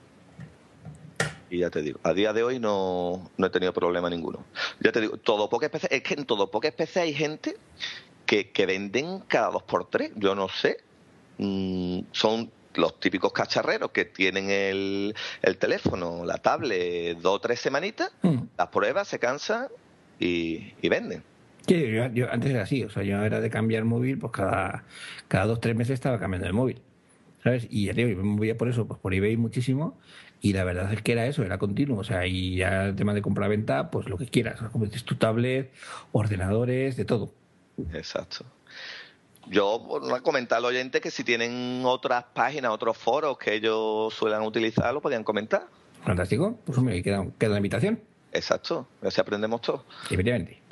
S2: Y ya te digo, a día de hoy no, no he tenido problema ninguno. Ya te digo, todo Pocket P C, es que en todo Pocket P C hay gente que, que venden cada dos por tres. Yo no sé. Mm, son los típicos cacharreros que tienen el, el teléfono, la tablet, dos o tres semanitas, mm. las pruebas, se cansan y, y venden.
S3: Sí, yo, yo antes era así, o sea, yo era de cambiar móvil, pues cada, cada dos, tres meses estaba cambiando de móvil, ¿sabes? Y ya digo, yo me movía por eso, pues por eBay muchísimo, y la verdad es que era eso, era continuo, o sea, y ya el tema de compra-venta, pues lo que quieras, como dices, tu tablet, ordenadores, de todo.
S2: Exacto. Yo voy a comentar al oyente que si tienen otras páginas, otros foros que ellos suelen utilizar, lo podían comentar.
S3: Fantástico, pues hombre, ahí queda, queda la invitación.
S2: Exacto, así aprendemos todo.
S3: Efectivamente.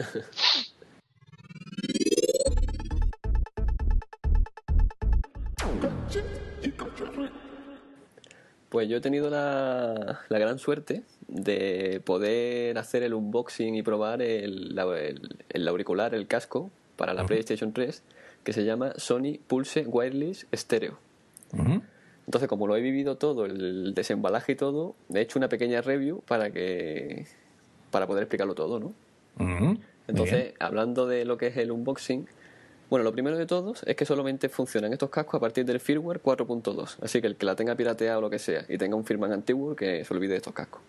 S1: Pues yo he tenido la, la gran suerte de poder hacer el unboxing y probar el, el, el auricular, el casco para la uh-huh. PlayStation tres, que se llama Sony Pulse Wireless Stereo. Uh-huh. Entonces, como lo he vivido todo, el desembalaje y todo, he hecho una pequeña review para que para poder explicarlo todo, ¿no?
S3: Uh-huh.
S1: Entonces, hablando de lo que es el unboxing, bueno, lo primero de todos es que solamente funcionan estos cascos a partir del firmware cuatro punto dos. Así que el que la tenga pirateada o lo que sea y tenga un firmware antiguo, que se olvide de estos cascos.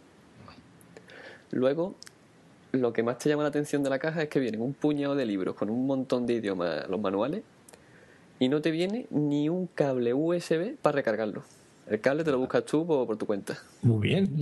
S1: Luego, lo que más te llama la atención de la caja es que vienen un puñado de libros con un montón de idiomas, los manuales, y no te viene ni un cable U S B para recargarlo. El cable te lo buscas tú por, por tu cuenta.
S3: Muy bien.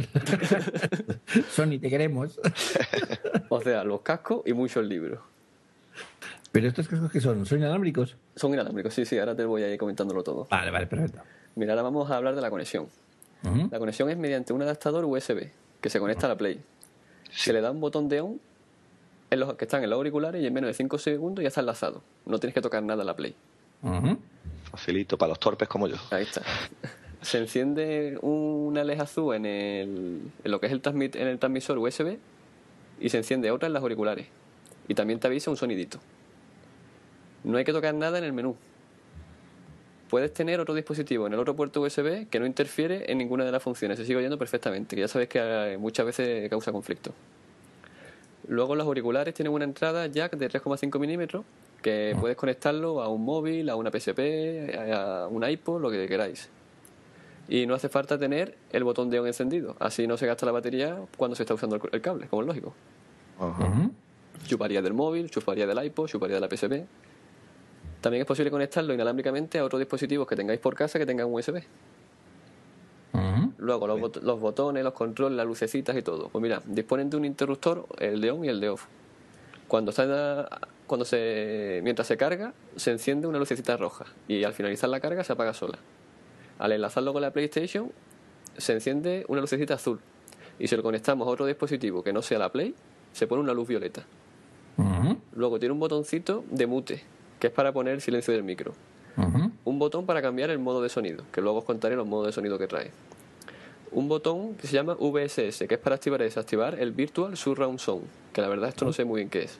S3: Sony, te queremos.
S1: O sea, los cascos y muchos libros.
S3: ¿Pero estos cascos qué son? ¿Son inalámbricos?
S1: Son inalámbricos, sí, sí, ahora te voy a ir comentándolo todo.
S3: Vale, vale, perfecto.
S1: Mira, ahora vamos a hablar de la conexión.
S3: Uh-huh.
S1: La conexión es mediante un adaptador U S B que se conecta a la Play. Se le da un botón de on en los que están en los auriculares y en menos de cinco segundos ya está enlazado. No tienes que tocar nada en la Play.
S3: Uh-huh.
S2: Facilito para los torpes como yo.
S1: Ahí está. Se enciende una L E D azul en, el, en lo que es el, transmit, en el transmisor U S B y se enciende otra en los auriculares. Y también te avisa un sonidito. No hay que tocar nada en el menú. Puedes tener otro dispositivo en el otro puerto U S B que no interfiere en ninguna de las funciones. Se sigue oyendo perfectamente, que ya sabes que muchas veces causa conflicto. Luego los auriculares tienen una entrada jack de tres coma cinco milímetros que puedes conectarlo a un móvil, a una P S P, a un iPod, lo que queráis. Y no hace falta tener el botón de on encendido. Así no se gasta la batería cuando se está usando el cable, como es lógico.
S3: Uh-huh.
S1: Chuparía del móvil, chuparía del iPod, chuparía de la P S P. También es posible conectarlo inalámbricamente a otros dispositivos que tengáis por casa que tengan U S B.
S3: Uh-huh.
S1: Luego los, bot- los botones, los controles, las lucecitas y todo. Pues mira, disponen de un interruptor, el de on y el de off. Cuando está, cuando se, mientras se carga, se enciende una lucecita roja y al finalizar la carga se apaga sola. Al enlazarlo con la PlayStation, se enciende una lucecita azul. Y si lo conectamos a otro dispositivo que no sea la Play, se pone una luz violeta.
S3: Uh-huh.
S1: Luego tiene un botoncito de mute, que es para poner el silencio del micro.
S3: Uh-huh.
S1: Un botón para cambiar el modo de sonido, que luego os contaré los modos de sonido que trae. Un botón que se llama V S S, que es para activar y desactivar el Virtual Surround Sound, que la verdad esto no sé muy bien qué es.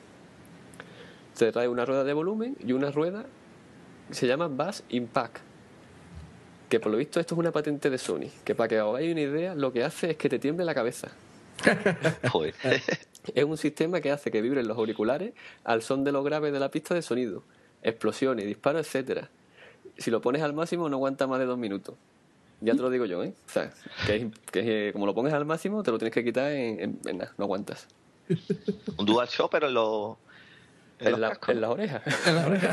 S1: Te trae una rueda de volumen y una rueda que se llama Bass Impact, que por lo visto esto es una patente de Sony, que para que os hagáis una idea, lo que hace es que te tiemble la cabeza.
S2: Joder.
S1: Es un sistema que hace que vibren los auriculares al son de los graves de la pista de sonido, explosiones, disparos, etcétera. Si lo pones al máximo no aguanta más de dos minutos. Ya te lo digo yo, ¿eh? O sea, que, es, que es, como lo pones al máximo te lo tienes que quitar en, en, en nada, no aguantas.
S2: Un dual shock, pero en los, en
S1: En,
S2: los
S1: la,
S2: cascos.
S1: en las orejas.
S3: En la oreja.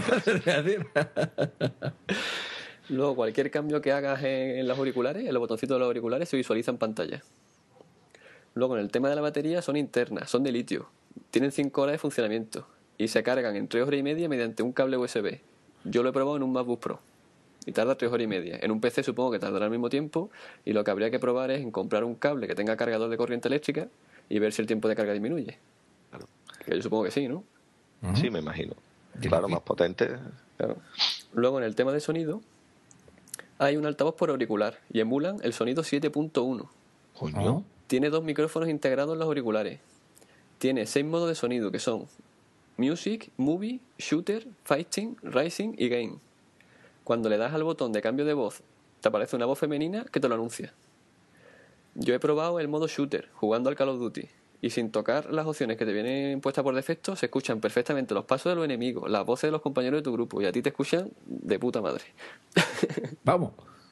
S1: Luego, cualquier cambio que hagas en, en los auriculares, en los botoncitos de los auriculares, se visualiza en pantalla. Luego, en el tema de la batería, son internas, son de litio. Tienen cinco horas de funcionamiento y se cargan en tres horas y media mediante un cable U S B. Yo lo he probado en un MacBook Pro y tarda tres horas y media. En un P C supongo que tardará al mismo tiempo y lo que habría que probar es en comprar un cable que tenga cargador de corriente eléctrica y ver si el tiempo de carga disminuye.
S2: Claro.
S1: Que yo supongo que sí, ¿no?
S3: Uh-huh.
S2: Sí, me imagino.
S3: Sí,
S2: Claro,
S3: sí.
S2: más potente.
S1: Claro. Luego, en el tema de sonido, hay un altavoz por auricular y emulan el sonido siete punto uno.
S2: Coño.
S3: Uh-huh.
S1: Tiene dos micrófonos integrados en los auriculares. Tiene seis modos de sonido que son Music, Movie, Shooter, Fighting, Rising y Game. Cuando le das al botón de cambio de voz, te aparece una voz femenina que te lo anuncia. Yo he probado el modo Shooter, jugando al Call of Duty, y sin tocar las opciones que te vienen puestas por defecto, se escuchan perfectamente los pasos de los enemigos, las voces de los compañeros de tu grupo, y a ti te escuchan de puta madre.
S3: Vamos.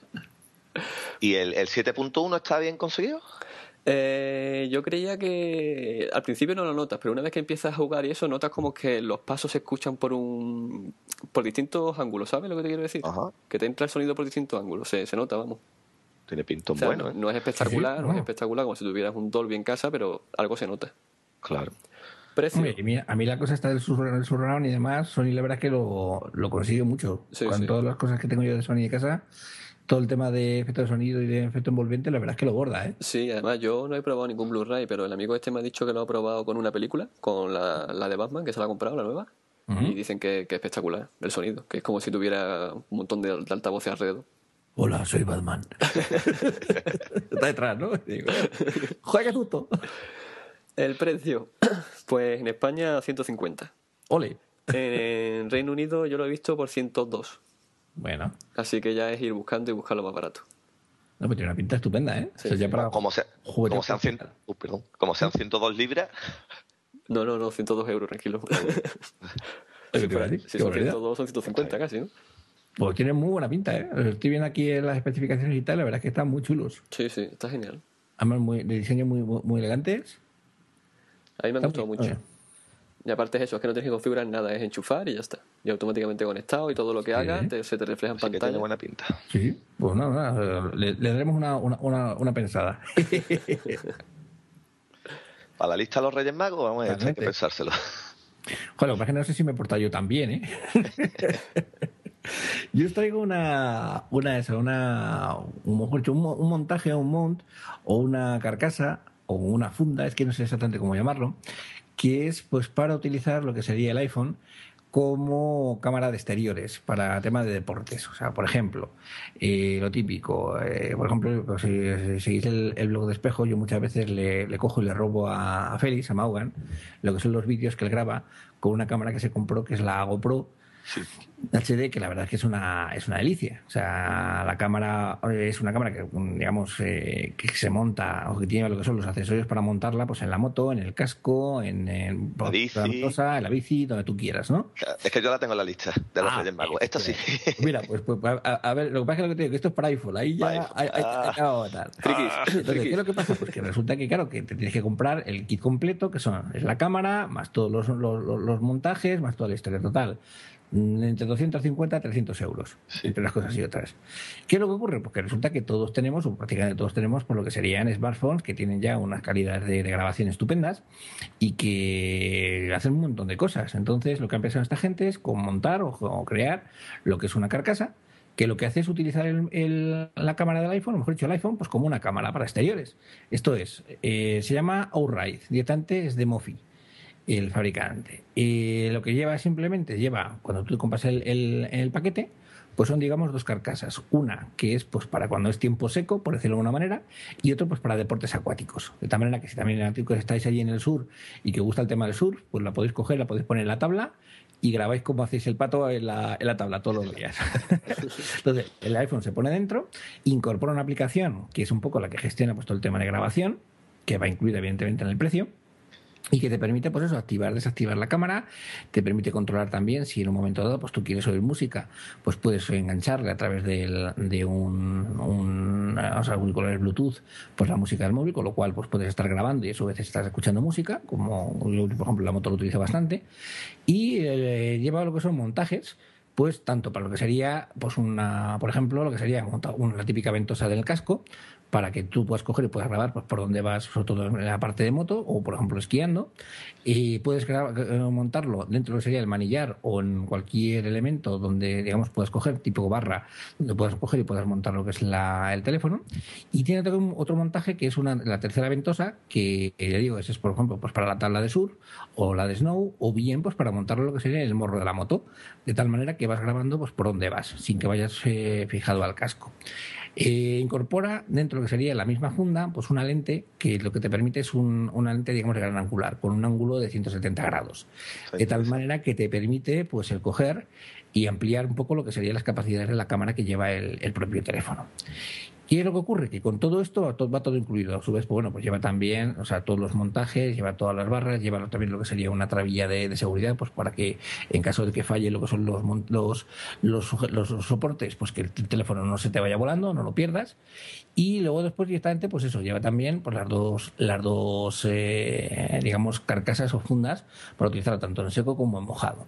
S2: ¿Y el, el siete punto uno está bien conseguido?
S1: Eh, yo creía que al principio no lo notas, pero una vez que empiezas a jugar y eso, notas como que los pasos se escuchan por un por distintos ángulos, ¿sabes lo que te quiero decir?
S2: Ajá.
S1: Que te entra el sonido por distintos ángulos, se, se nota, vamos.
S2: Tiene pintón
S1: O sea,
S2: bueno,
S1: no,
S2: ¿eh?
S1: no es espectacular,
S3: Sí, sí,
S1: no es
S3: no.
S1: espectacular como si tuvieras un Dolby en casa, pero algo se nota.
S2: Claro.
S1: Precio.
S3: Hombre, y mira, a mí la cosa está del surround, del surround y demás, Sony la verdad es que lo, lo consigue mucho.
S1: Sí,
S3: Con
S1: sí.
S3: todas las cosas que tengo yo de Sony de casa, todo el tema de efecto de sonido y de efecto envolvente, la verdad es que lo borda, ¿eh?
S1: Sí, además yo no he probado ningún Blu-ray, pero el amigo este me ha dicho que lo ha probado con una película, con la, la de Batman, que se la ha comprado, la nueva,
S3: Ujú.
S1: y dicen que, que es espectacular el sonido, que es como si tuviera un montón de, de altavoces alrededor.
S3: Hola, soy Batman. Está detrás, ¿no? Digo, ¡joder, qué susto!
S1: El precio, pues en España ciento cincuenta.
S3: Ole.
S1: En Reino Unido yo lo he visto por ciento dos.
S3: Bueno,
S1: Así que ya es ir buscando y buscarlo más barato.
S3: no, pero tiene una pinta estupenda, ¿eh?
S1: Sí,
S3: O sea, ya
S1: sí.
S3: para
S2: Como, sea,
S3: juguetes
S2: como, sean cien,
S3: profesionales.
S2: uh, perdón, como sean ciento dos libras,
S1: No, no, no, ciento dos euros, tranquilo.
S3: ¿Qué te iba a decir?
S1: Si
S3: Qué
S1: son
S3: barbaridad.
S1: ciento dos, son ciento cincuenta casi, ¿no?
S3: Pues tiene muy buena pinta, ¿eh? Estoy viendo aquí en las especificaciones y tal, la verdad es que están muy chulos.
S1: Sí, sí, está genial.
S3: Además, muy, de diseño muy, muy, muy elegantes.
S1: A mí me han
S3: Está
S1: gustado
S3: muy-
S1: mucho.
S3: oye,
S1: Y aparte es eso, es que no tienes que configurar nada, es enchufar y ya está. Y automáticamente conectado y todo lo que
S3: Sí.
S1: haga te- se te refleja en
S2: Así que tiene
S1: pantalla.
S2: buena pinta.
S3: Sí, pues nada, nada, le, le daremos una, una, una, una pensada.
S2: Para la lista de los Reyes Magos, vamos, esto hay que
S3: Totalmente.
S2: pensárselo.
S3: Joder, lo que pasa es que no sé si me he portado yo tan bien, ¿eh? Yo os traigo una, una, eso, una, un, mejor dicho, un, mo- un montaje o un mount o una carcasa o una funda, es que no sé exactamente cómo llamarlo, que es pues para utilizar lo que sería el iPhone como cámara de exteriores para temas de deportes. O sea, por ejemplo, eh, lo típico, eh, por ejemplo, pues, si, si seguís el, el blog de Espejo, yo muchas veces le, le cojo y le robo a, a Félix, a Maugan, lo que son los vídeos que él graba con una cámara que se compró, que es la GoPro
S2: Sí.
S3: H D, que la verdad es que es una, es una delicia. O sea, la cámara eh, es una cámara que, digamos, eh, que se monta o que tiene lo que son los accesorios para montarla pues en la moto, en el casco, en, en
S2: La bici.
S3: la motosa, en la bici, donde tú quieras, ¿no?
S2: Es que yo la tengo en la lista de los
S3: Ah,
S2: Reyes Magos. Esto sí.
S3: Pues mira, pues, pues a, a ver, lo que pasa es que lo que te digo, que esto es para iPhone, ahí ya
S2: Para iPhone.
S3: hay, hay,
S2: Ah.
S3: hay que agotar.
S1: Frikis,
S3: Entonces, ¿qué es
S1: frikis.
S3: lo que pasa? Pues que resulta que, claro, que te tienes que comprar el kit completo, que son es la cámara, más todos los, los, los- los montajes, más toda la historia total. Mm, Entre doscientos cincuenta a trescientos euros, entre unas cosas y otras. ¿Qué es lo que ocurre? Porque resulta que todos tenemos, o prácticamente todos tenemos, por lo que serían smartphones que tienen ya unas calidades de, de grabación estupendas y que hacen un montón de cosas. Entonces, lo que ha empezado esta gente es con montar o, o crear lo que es una carcasa, que lo que hace es utilizar el- el- la cámara del iPhone, o mejor dicho, el iPhone, pues como una cámara para exteriores. Esto es, eh, se llama Outright, directamente es de Mofi, el fabricante. Y lo que lleva simplemente, lleva, cuando tú compras el, el- el paquete, pues son, digamos, dos carcasas. Una que es pues para cuando es tiempo seco, por decirlo de alguna manera, y otro pues para deportes acuáticos. De tal manera que si también estáis allí en el sur y que os gusta el tema del surf, pues la podéis coger, la podéis poner en la tabla y grabáis cómo hacéis el pato en la, en la tabla todos los días. Entonces, el iPhone se pone dentro, incorpora una aplicación que es un poco la que gestiona pues todo el tema de grabación, que va incluida evidentemente en el precio, y que te permite, pues eso, activar, desactivar la cámara, te permite controlar también si en un momento dado pues tú quieres oír música, pues puedes engancharle a través del, de un, un o sea, auriculares Bluetooth, pues la música del móvil, con lo cual pues puedes estar grabando y eso a veces estás escuchando música, como yo, por ejemplo, la moto lo utilizo bastante, y eh, lleva lo que son montajes, pues tanto para lo que sería, pues una, por ejemplo, lo que sería montar una típica ventosa del casco, para que tú puedas coger y puedas grabar pues, por donde vas, sobre todo en la parte de moto, o por ejemplo esquiando, y puedes grabar, eh, montarlo dentro de lo que sería el manillar o en cualquier elemento donde, digamos, puedas coger, tipo barra, donde puedas coger y puedas montar lo que es la, el teléfono. Y tiene otro, otro montaje que es una, la tercera ventosa, que eh, ya digo, ese es, por ejemplo, pues para la tabla de surf o la de snow, o bien pues para montarlo lo que sería el morro de la moto, de tal manera que vas grabando pues por donde vas, sin que vayas eh, fijado al casco. Eh, incorpora dentro de lo que sería la misma funda pues una lente que lo que te permite es un, una lente, digamos, de gran angular, con un ángulo de ciento setenta grados, de tal manera que te permite pues el coger y ampliar un poco lo que serían las capacidades de la cámara que lleva el, el propio teléfono. ¿Qué es lo que ocurre? Que con todo esto va todo, va todo incluido. A su vez, pues bueno, pues lleva también, o sea, todos los montajes, lleva todas las barras, lleva también lo que sería una trabilla de, de seguridad, pues para que en caso de que falle lo que son los, los, los, los, los soportes, pues que el teléfono no se te vaya volando, no lo pierdas. Y luego después directamente, pues eso, lleva también pues las dos, las dos eh, digamos, carcasas o fundas para utilizarlo tanto en seco como en mojado.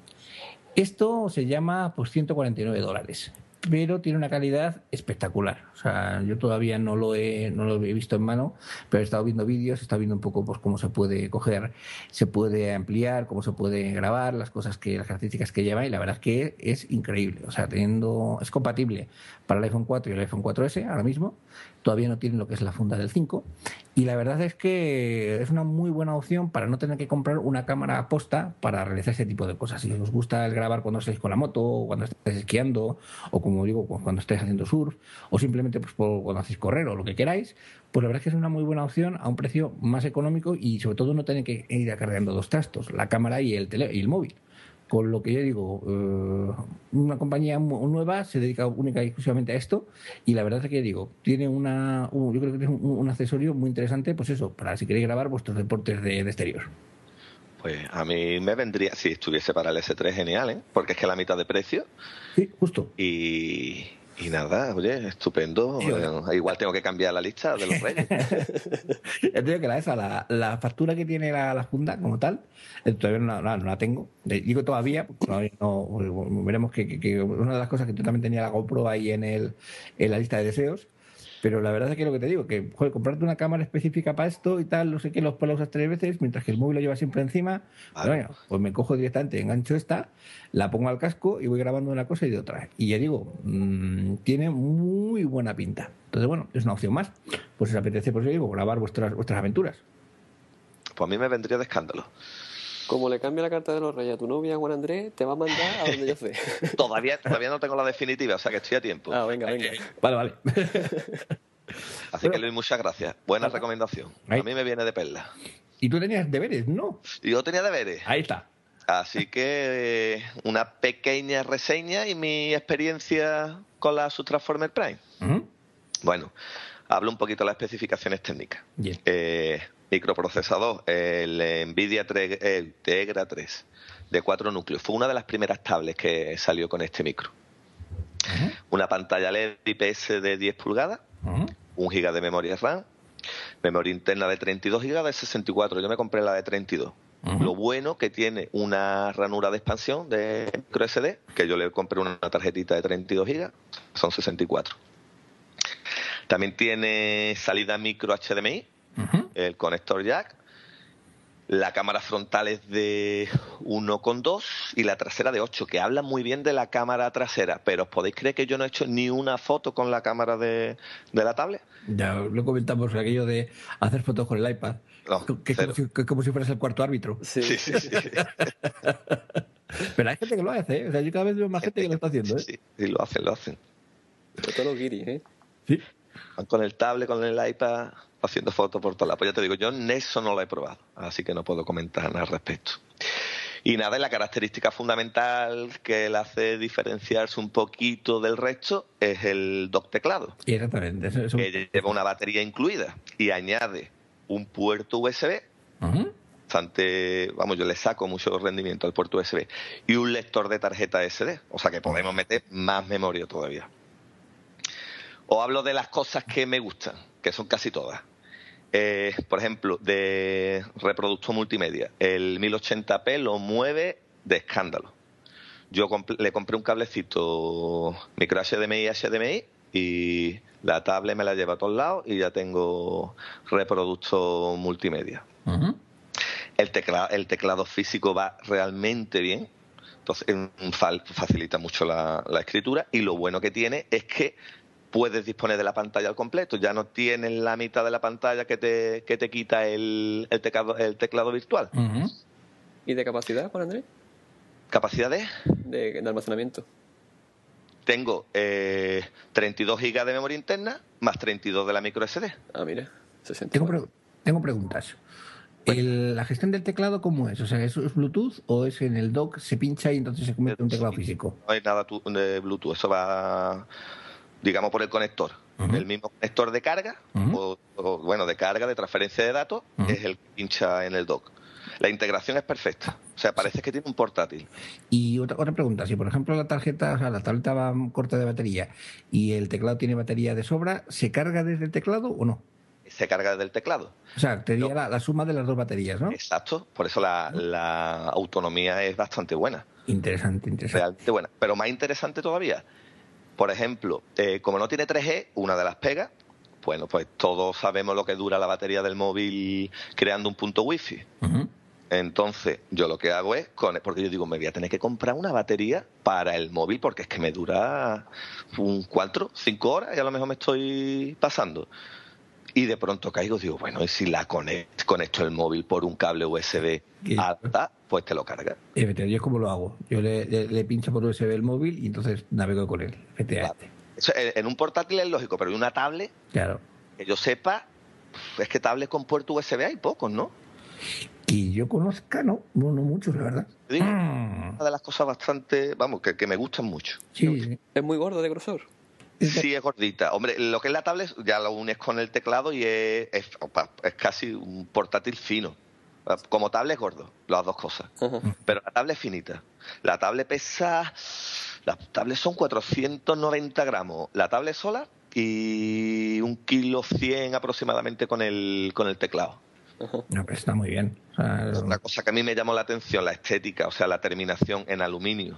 S3: Esto se llama pues ciento cuarenta y nueve dólares, pero tiene una calidad espectacular. O sea, yo todavía no lo he, no lo he visto en mano, pero he estado viendo vídeos, he estado viendo un poco pues cómo se puede coger, se puede ampliar, cómo se puede grabar, las cosas que, las características que lleva, y la verdad es que es increíble. O sea, teniendo, es compatible para el iPhone cuatro y el iPhone cuatro ese ahora mismo. Todavía no tienen lo que es la funda del cinco, y la verdad es que es una muy buena opción para no tener que comprar una cámara aposta para realizar este tipo de cosas. Si os gusta el grabar cuando estáis con la moto, o cuando estáis esquiando, o como digo, cuando estáis haciendo surf, o simplemente pues por cuando hacéis correr o lo que queráis, pues la verdad es que es una muy buena opción a un precio más económico, y sobre todo no tener que ir acarreando dos trastos, la cámara y el, tele, y el móvil. Con lo que yo digo, eh, una compañía nueva se dedica única y exclusivamente a esto, y la verdad es que digo, tiene una, un, yo creo que es un, un accesorio muy interesante, pues eso, para si queréis grabar vuestros deportes de, de exterior.
S2: Pues a mí me vendría, si estuviese para el ese tres, genial, ¿eh? Porque es que la mitad de precio.
S3: Sí, justo.
S2: Y, y nada, oye, estupendo.
S3: Sí,
S2: Eh, igual tengo que cambiar la lista de los reyes.
S3: Ya te digo que la esa, la, la factura que tiene la, la funda como tal, eh, todavía no, no- no la tengo. De- Digo todavía, porque todavía no, veremos que, que- que una de las cosas que tú también tenía la GoPro ahí en el en la lista de deseos. Pero la verdad es que lo que te digo, que joder, comprarte una cámara específica para esto y tal, no sé qué, los la usas tres veces, mientras que el móvil lo lleva siempre encima, pues,
S2: Vale.
S3: bueno, pues me cojo directamente, engancho esta, la pongo al casco y voy grabando una cosa y de otra. Y ya digo, mmm, tiene muy buena pinta. Entonces, bueno, es una opción más. Pues si os apetece, pues yo digo, grabar vuestras, vuestras aventuras.
S2: Pues a mí me vendría de escándalo.
S1: Como le cambia la carta de los reyes a tu novia, Juan Andrés, te va a mandar a donde yo sé.
S2: Todavía, todavía no tengo la definitiva, o sea que estoy a tiempo.
S1: Ah, venga, venga.
S3: Vale, vale.
S2: Así
S3: Bueno.
S2: que Luis, muchas gracias. Buena
S3: Nada.
S2: recomendación.
S3: Ahí.
S2: A mí me viene de perla.
S3: Y tú tenías deberes, ¿no?
S2: Y yo tenía deberes.
S3: Ahí está.
S2: Así que eh, una pequeña reseña y mi experiencia con la Subtransformer Prime.
S3: Ujú.
S2: Bueno, hablo un poquito de las especificaciones técnicas.
S3: Bien.
S2: Eh, microprocesador, el Nvidia tre- el Tegra tres de cuatro núcleos. Fue una de las primeras tablets que salió con este micro.
S3: Ujú.
S2: Una pantalla L E D I P S de diez pulgadas,
S3: Ujú.
S2: un giga de memoria RAM, memoria interna de treinta y dos gigas de sesenta y cuatro. Yo me compré la de treinta y dos.
S3: Ujú.
S2: Lo bueno que tiene una ranura de expansión de micro S D, que yo le compré una tarjetita de treinta y dos gigas, son sesenta y cuatro. También tiene salida micro H D M I,
S3: Ujú.
S2: el conector jack. La cámara frontal es de uno coma dos y la trasera de ocho, que habla muy bien de la cámara trasera, pero ¿os podéis creer que yo no he hecho ni una foto con la cámara de, de la tablet?
S3: Ya lo comentamos, aquello de hacer fotos con el iPad.
S2: No,
S3: que, es como
S2: cero.
S3: si, que es como si fueras el cuarto árbitro.
S1: Sí.
S2: Sí, sí, sí.
S3: Pero hay gente que lo hace, ¿eh? O sea, yo cada vez veo más gente que lo está haciendo, ¿eh?
S2: Sí, sí, lo hacen, lo hacen.
S1: Sobre todo los guiris, ¿eh?
S3: Sí.
S2: Van con el tablet, con el iPad, haciendo fotos por todas lados. Pues ya te digo, yo en eso no lo he probado, así que no puedo comentar nada al respecto. Y nada, y la característica fundamental que le hace diferenciarse un poquito del resto es el dock teclado,
S3: Exactamente. Eso, eso...
S2: que lleva una batería incluida y añade un puerto U S B,
S3: Ujú.
S2: bastante, vamos, yo le saco mucho rendimiento al puerto U S B, y un lector de tarjeta S D, o sea que podemos meter más memoria todavía. Os hablo de las cosas que me gustan, que son casi todas. Eh, por ejemplo, de reproductor multimedia, el mil ochenta p lo mueve de escándalo. Yo comp- le compré un cablecito micro H D M I H D M I y la tablet me la lleva a todos lados y ya tengo reproductor multimedia.
S3: Ujú.
S2: El teclado, el teclado físico va realmente bien, entonces eh, fa- facilita mucho la, la escritura, y lo bueno que tiene es que puedes disponer de la pantalla al completo, ya no tienes la mitad de la pantalla que te, que te quita el, el, teclado, el teclado virtual.
S3: Ujú.
S1: ¿Y de capacidad, Juan Andrés?
S2: Capacidad de...
S1: De, de almacenamiento.
S2: Tengo eh, treinta y dos gigas de memoria interna más treinta y dos de la micro S D.
S1: Ah, mira, sesenta.
S3: Tengo, pre- tengo preguntas. El- ¿La gestión del teclado cómo es? O sea, ¿eso es Bluetooth o es en el dock, se pincha y entonces se convierte en un teclado físico?
S2: No hay nada tu- de Bluetooth, eso va, digamos, por el conector.
S3: Ujú.
S2: El mismo conector de carga,
S3: Ujú.
S2: o, o, bueno, de carga, de transferencia de datos,
S3: Ujú.
S2: es el que pincha en el dock. La integración es perfecta, o sea, parece que tiene un portátil.
S3: Y otra, otra pregunta, si por ejemplo la tarjeta, o sea, la tableta va corta de batería y el teclado tiene batería de sobra, ¿se carga desde el teclado o no?
S2: Se carga desde el teclado.
S3: O sea, sería
S2: No.
S3: la, la suma de las dos baterías, ¿no?
S2: Exacto, por eso la, la autonomía es bastante buena,
S3: Interesante, interesante.
S2: realmente buena. Pero más interesante todavía, por ejemplo, eh, como no tiene tres G, una de las pegas, bueno, pues todos sabemos lo que dura la batería del móvil creando un punto wifi.
S3: Ujú.
S2: Entonces, yo lo que hago es, con, porque yo digo, me voy a tener que comprar una batería para el móvil porque es que me dura un cuatro, cinco horas y a lo mejor me estoy pasando. Y de pronto caigo, digo, bueno, y si la conecto, conecto el móvil por un cable U S B
S3: ¿Qué?
S2: alta, pues te lo carga.
S3: Efectivamente, yo es como lo hago. Yo le, le, le pincho por U S B el móvil y entonces navego con él. Efectivamente.
S2: Eso, en en un portátil es lógico, pero en una tablet,
S3: Claro.
S2: que yo sepa, es que tablets con puerto U S B hay pocos, ¿no?
S3: Que yo conozca, no, no, no muchos, la verdad.
S2: Te digo,
S3: Mm.
S2: una de las cosas bastante, vamos, que, que me gustan mucho.
S3: Sí,
S1: Es muy gordo de grosor.
S2: Sí, es gordita. Hombre, lo que es la tablet ya lo unes con el teclado y es, es, opa, es casi un portátil fino. Como tablet es gordo, las dos cosas.
S1: Ajá.
S2: Pero la tablet es finita. La tablet pesa... Las tablets son cuatrocientos noventa gramos. La tablet sola y un kilo cien aproximadamente con el, con el teclado.
S3: No, pero está muy bien. O sea,
S2: Una cosa que a mí me llamó la atención, la estética, o sea, la terminación en aluminio.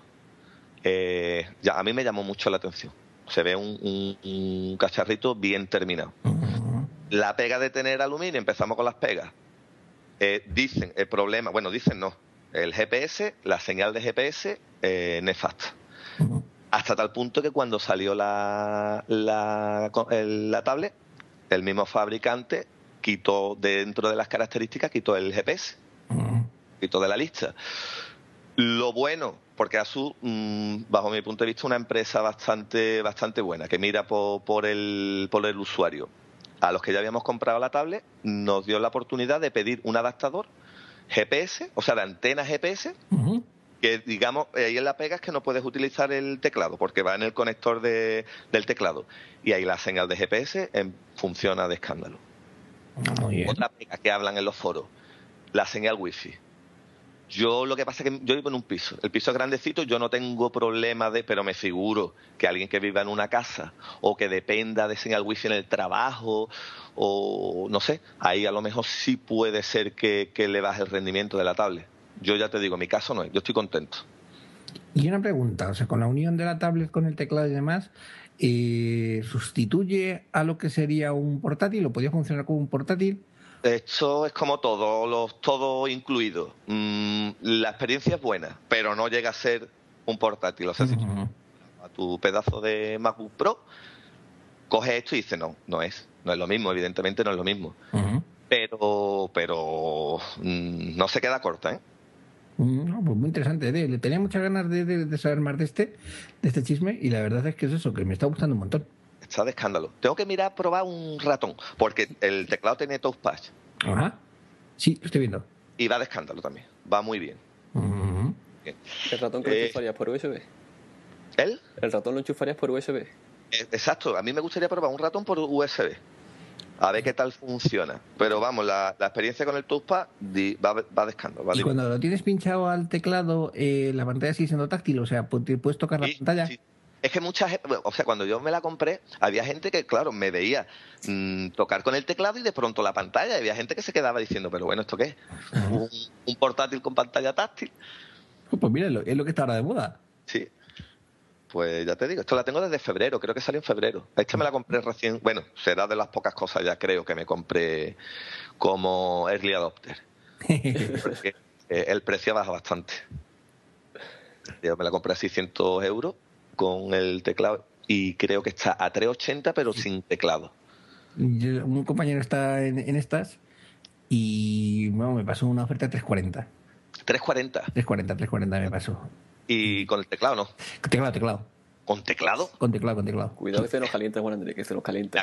S2: Eh, ya, a mí me llamó mucho la atención. Se ve un, un, un cacharrito bien terminado.
S3: uh-huh.
S2: La pega de tener aluminio, empezamos con las pegas. Eh, dicen, el problema, bueno, dicen no. El G P S, la señal de G P S, eh, nefasta.
S3: Uh-huh.
S2: Hasta tal punto que cuando salió la, la, el, la tablet, el mismo fabricante quitó dentro de las características, quitó el G P S,
S3: Uh-huh.
S2: quitó de la lista. Lo bueno, porque Asus, mmm, bajo mi punto de vista, una empresa bastante bastante buena, que mira por, por, el, por el usuario. A los que ya habíamos comprado la tablet, nos dio la oportunidad de pedir un adaptador G P S, o sea, de antena G P S,
S3: Uh-huh.
S2: que digamos, ahí en la pega es que no puedes utilizar el teclado, porque va en el conector de, del teclado. Y ahí la señal de G P S en, funciona de escándalo.
S3: Muy bien.
S2: Otra pega que hablan en los foros, la señal wifi. Yo lo que pasa es que yo vivo en un piso. El piso es grandecito, yo no tengo problema de, pero me figuro que alguien que viva en una casa o que dependa de señal wifi en el trabajo o no sé, ahí a lo mejor sí puede ser que, que le baje el rendimiento de la tablet. Yo ya te digo, en mi caso no es, yo estoy contento.
S3: Y una pregunta, o sea, con la unión de la tablet con el teclado y demás, eh, ¿sustituye a lo que sería un portátil o podría funcionar como un portátil?
S2: Esto es como todo, los, todo incluido. Mm, la experiencia es buena, pero no llega a ser un portátil. O sea, si tú
S3: Uh-huh.
S2: a tu pedazo de MacBook Pro, coges esto y dices, no, no es. No es lo mismo, evidentemente no es lo mismo.
S3: Uh-huh.
S2: Pero, pero mm, no se queda corta, ¿eh?
S3: No, pues muy interesante. ¿eh? Le tenía muchas ganas de, de, de saber más de este, de este chisme y la verdad es que es eso, que me está gustando un montón.
S2: Está de escándalo. Tengo que mirar, probar un ratón, porque el teclado tiene touchpad
S3: Ajá. Sí, lo estoy viendo.
S2: y va de escándalo también. Va muy bien.
S3: Uh-huh.
S2: Bien.
S1: ¿El ratón que lo
S2: Eh,
S1: enchufarías por U S B?
S2: ¿Él?
S1: ¿El ratón lo enchufarías por U S B?
S2: Eh, Exacto. A mí me gustaría probar un ratón por U S B. A ver qué tal funciona. Pero vamos, la, la experiencia con el touchpad di- va, va de escándalo. Va
S3: Y
S2: de-
S3: cuando lo tienes pinchado al teclado, eh, la pantalla sigue siendo táctil, o sea, pu- te puedes tocar la
S2: Sí,
S3: pantalla.
S2: sí. Es que mucha gente, o sea, cuando yo me la compré, había gente que, claro, me veía mmm, tocar con el teclado y de pronto la pantalla. Y había gente que se quedaba diciendo, pero bueno, ¿esto qué es? ¿Un, un portátil con pantalla táctil?
S3: Pues mira, es lo, es lo que está ahora de moda.
S2: Sí. Pues ya te digo, esto la tengo desde febrero, creo que salió en febrero. Esta me la compré recién, bueno, será de las pocas cosas ya creo que me compré como early adopter. Porque eh, el precio baja bastante. Yo me la compré a seiscientos euros con el teclado y creo que está a trescientos ochenta pero sin teclado.
S3: Yo- un compañero está en, en estas y bueno, me pasó una oferta de trescientos cuarenta.
S2: trescientos cuarenta
S3: trescientos cuarenta, trescientos cuarenta me pasó.
S2: y con el teclado no.
S3: Teclado, teclado.
S2: ¿Con teclado?
S3: Con teclado, con teclado.
S1: Cuidado que se nos calienta, Juan Andrés, que se nos calienta.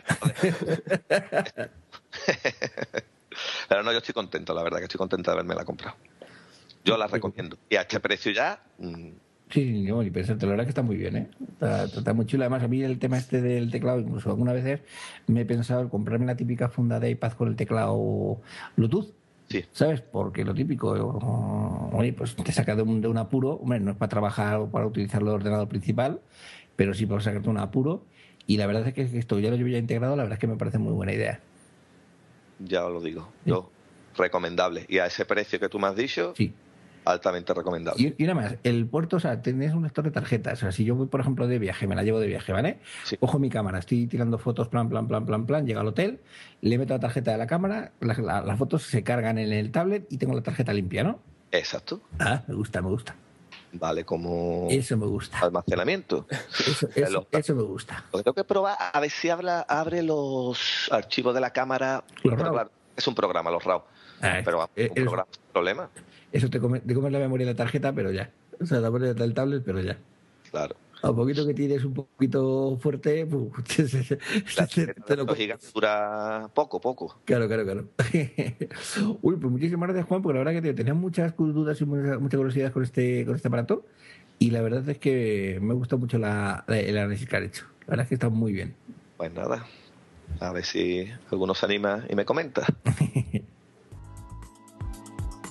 S2: Pero no, yo estoy contento, la verdad que estoy contento de haberme la comprado. Yo la recomiendo. Y a este precio ya... mmm,
S3: Sí, no, y pensarte, la verdad que está muy bien, ¿eh? Está, está muy chulo. Además, a mí el tema este del teclado, incluso algunas veces me he pensado en comprarme la típica funda de iPad con el teclado Bluetooth.
S2: sí.
S3: ¿Sabes? Porque lo típico, oh, oye, pues te saca de un, de un apuro. Hombre, no es para trabajar o para utilizarlo de ordenador principal, pero sí para sacarte un apuro. Y la verdad es que esto ya lo llevo ya integrado, la verdad es que me parece muy buena idea.
S2: Ya os lo digo. Yo, recomendable. Y a ese precio que tú me has dicho,
S3: Sí.
S2: altamente recomendable.
S3: Y, y nada más, el puerto, o sea, tenés un lector de tarjetas. O sea, si yo voy, por ejemplo, de viaje, me la llevo de viaje, ¿vale?
S2: Sí.
S3: Cojo mi cámara, estoy tirando fotos, plan, plan, plan, plan, plan, llego al hotel, le meto la tarjeta de la cámara, la- la- las fotos se cargan en el tablet y tengo la tarjeta limpia, ¿no?
S2: Exacto.
S3: Ah, me gusta, me gusta.
S2: Vale, como
S3: Eso me gusta.
S2: almacenamiento.
S3: Eso, eso,
S2: Los-
S3: eso me gusta.
S2: Lo que tengo que probar a ver si habla, abre los archivos de la cámara.
S3: Los
S2: Pero
S3: RAW.
S2: claro, es un programa, los RAW.
S3: Ah,
S2: Pero vamos,
S3: eh,
S2: un
S3: eso-
S2: programa, sin problema.
S3: Eso te come, te comes la memoria de la tarjeta, pero ya. O sea, la memoria del tablet, pero ya.
S2: Claro.
S3: A un poquito que tires un poquito fuerte, pues, te, te-
S2: La
S3: te-
S2: tarjeta
S3: te
S2: de
S3: lo
S2: dos
S3: comes.
S2: gigas dura poco, poco.
S3: Claro, claro, claro. Uy, pues muchísimas gracias, Juan, porque la verdad que te- tenía muchas dudas y muchas, muchas curiosidades con este, con este aparato. Y la verdad es que me gusta mucho la, la- el análisis que has hecho. La verdad es que está muy bien.
S2: Pues nada. A ver si alguno se anima y me comenta.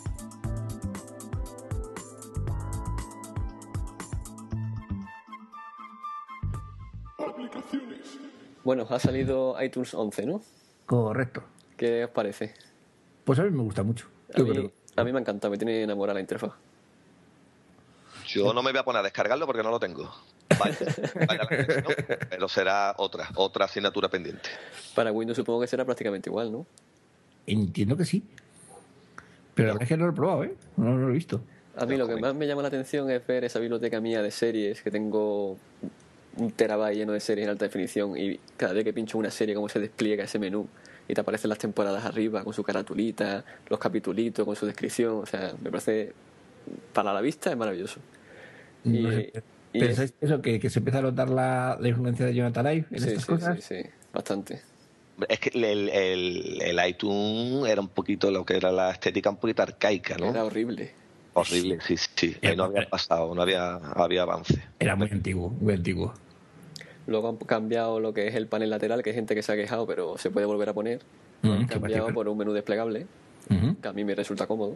S1: Bueno, ha salido iTunes once, ¿no?
S3: Correcto.
S1: ¿Qué os parece?
S3: Pues a mí me gusta mucho.
S1: A mí, a mí me ha encantado, me tiene enamorada la interfaz.
S2: Yo no me voy a poner a descargarlo porque no lo tengo. Vaya, vaya la conexión, pero será otra, otra asignatura pendiente.
S1: Para Windows supongo que será prácticamente igual, ¿no?
S3: Entiendo que sí. Pero la verdad es que no lo he probado, ¿eh? No, no lo he visto.
S1: A mí lo que más me llama la atención es ver esa biblioteca mía de series, que tengo un terabyte lleno de series en alta definición, y cada vez que pincho una serie cómo se despliega ese menú y te aparecen las temporadas arriba con su caratulita, los capitulitos con su descripción. O sea, me parece, para la vista es maravilloso.
S3: No
S1: Y,
S3: sé.
S1: y
S3: ¿Pensáis
S1: es-
S3: eso, que, que se empieza a notar la, la influencia de Jonathan Ive en
S1: sí,
S3: estas
S1: sí,
S3: cosas?
S1: sí, sí, bastante.
S2: Es que el, el, el iTunes era un poquito lo que era la estética un poquito arcaica, ¿no?
S1: Era horrible.
S2: Horrible, sí, sí. Ahí no había pasado, no había, había avance.
S3: Era muy antiguo, muy antiguo.
S1: Luego han cambiado lo que es el panel lateral, que hay gente que se ha quejado, pero se puede volver a poner.
S3: Mm,
S1: Han
S3: qué
S1: cambiado
S3: fácil.
S1: por un menú desplegable,
S3: Ujú.
S1: que a mí me resulta cómodo.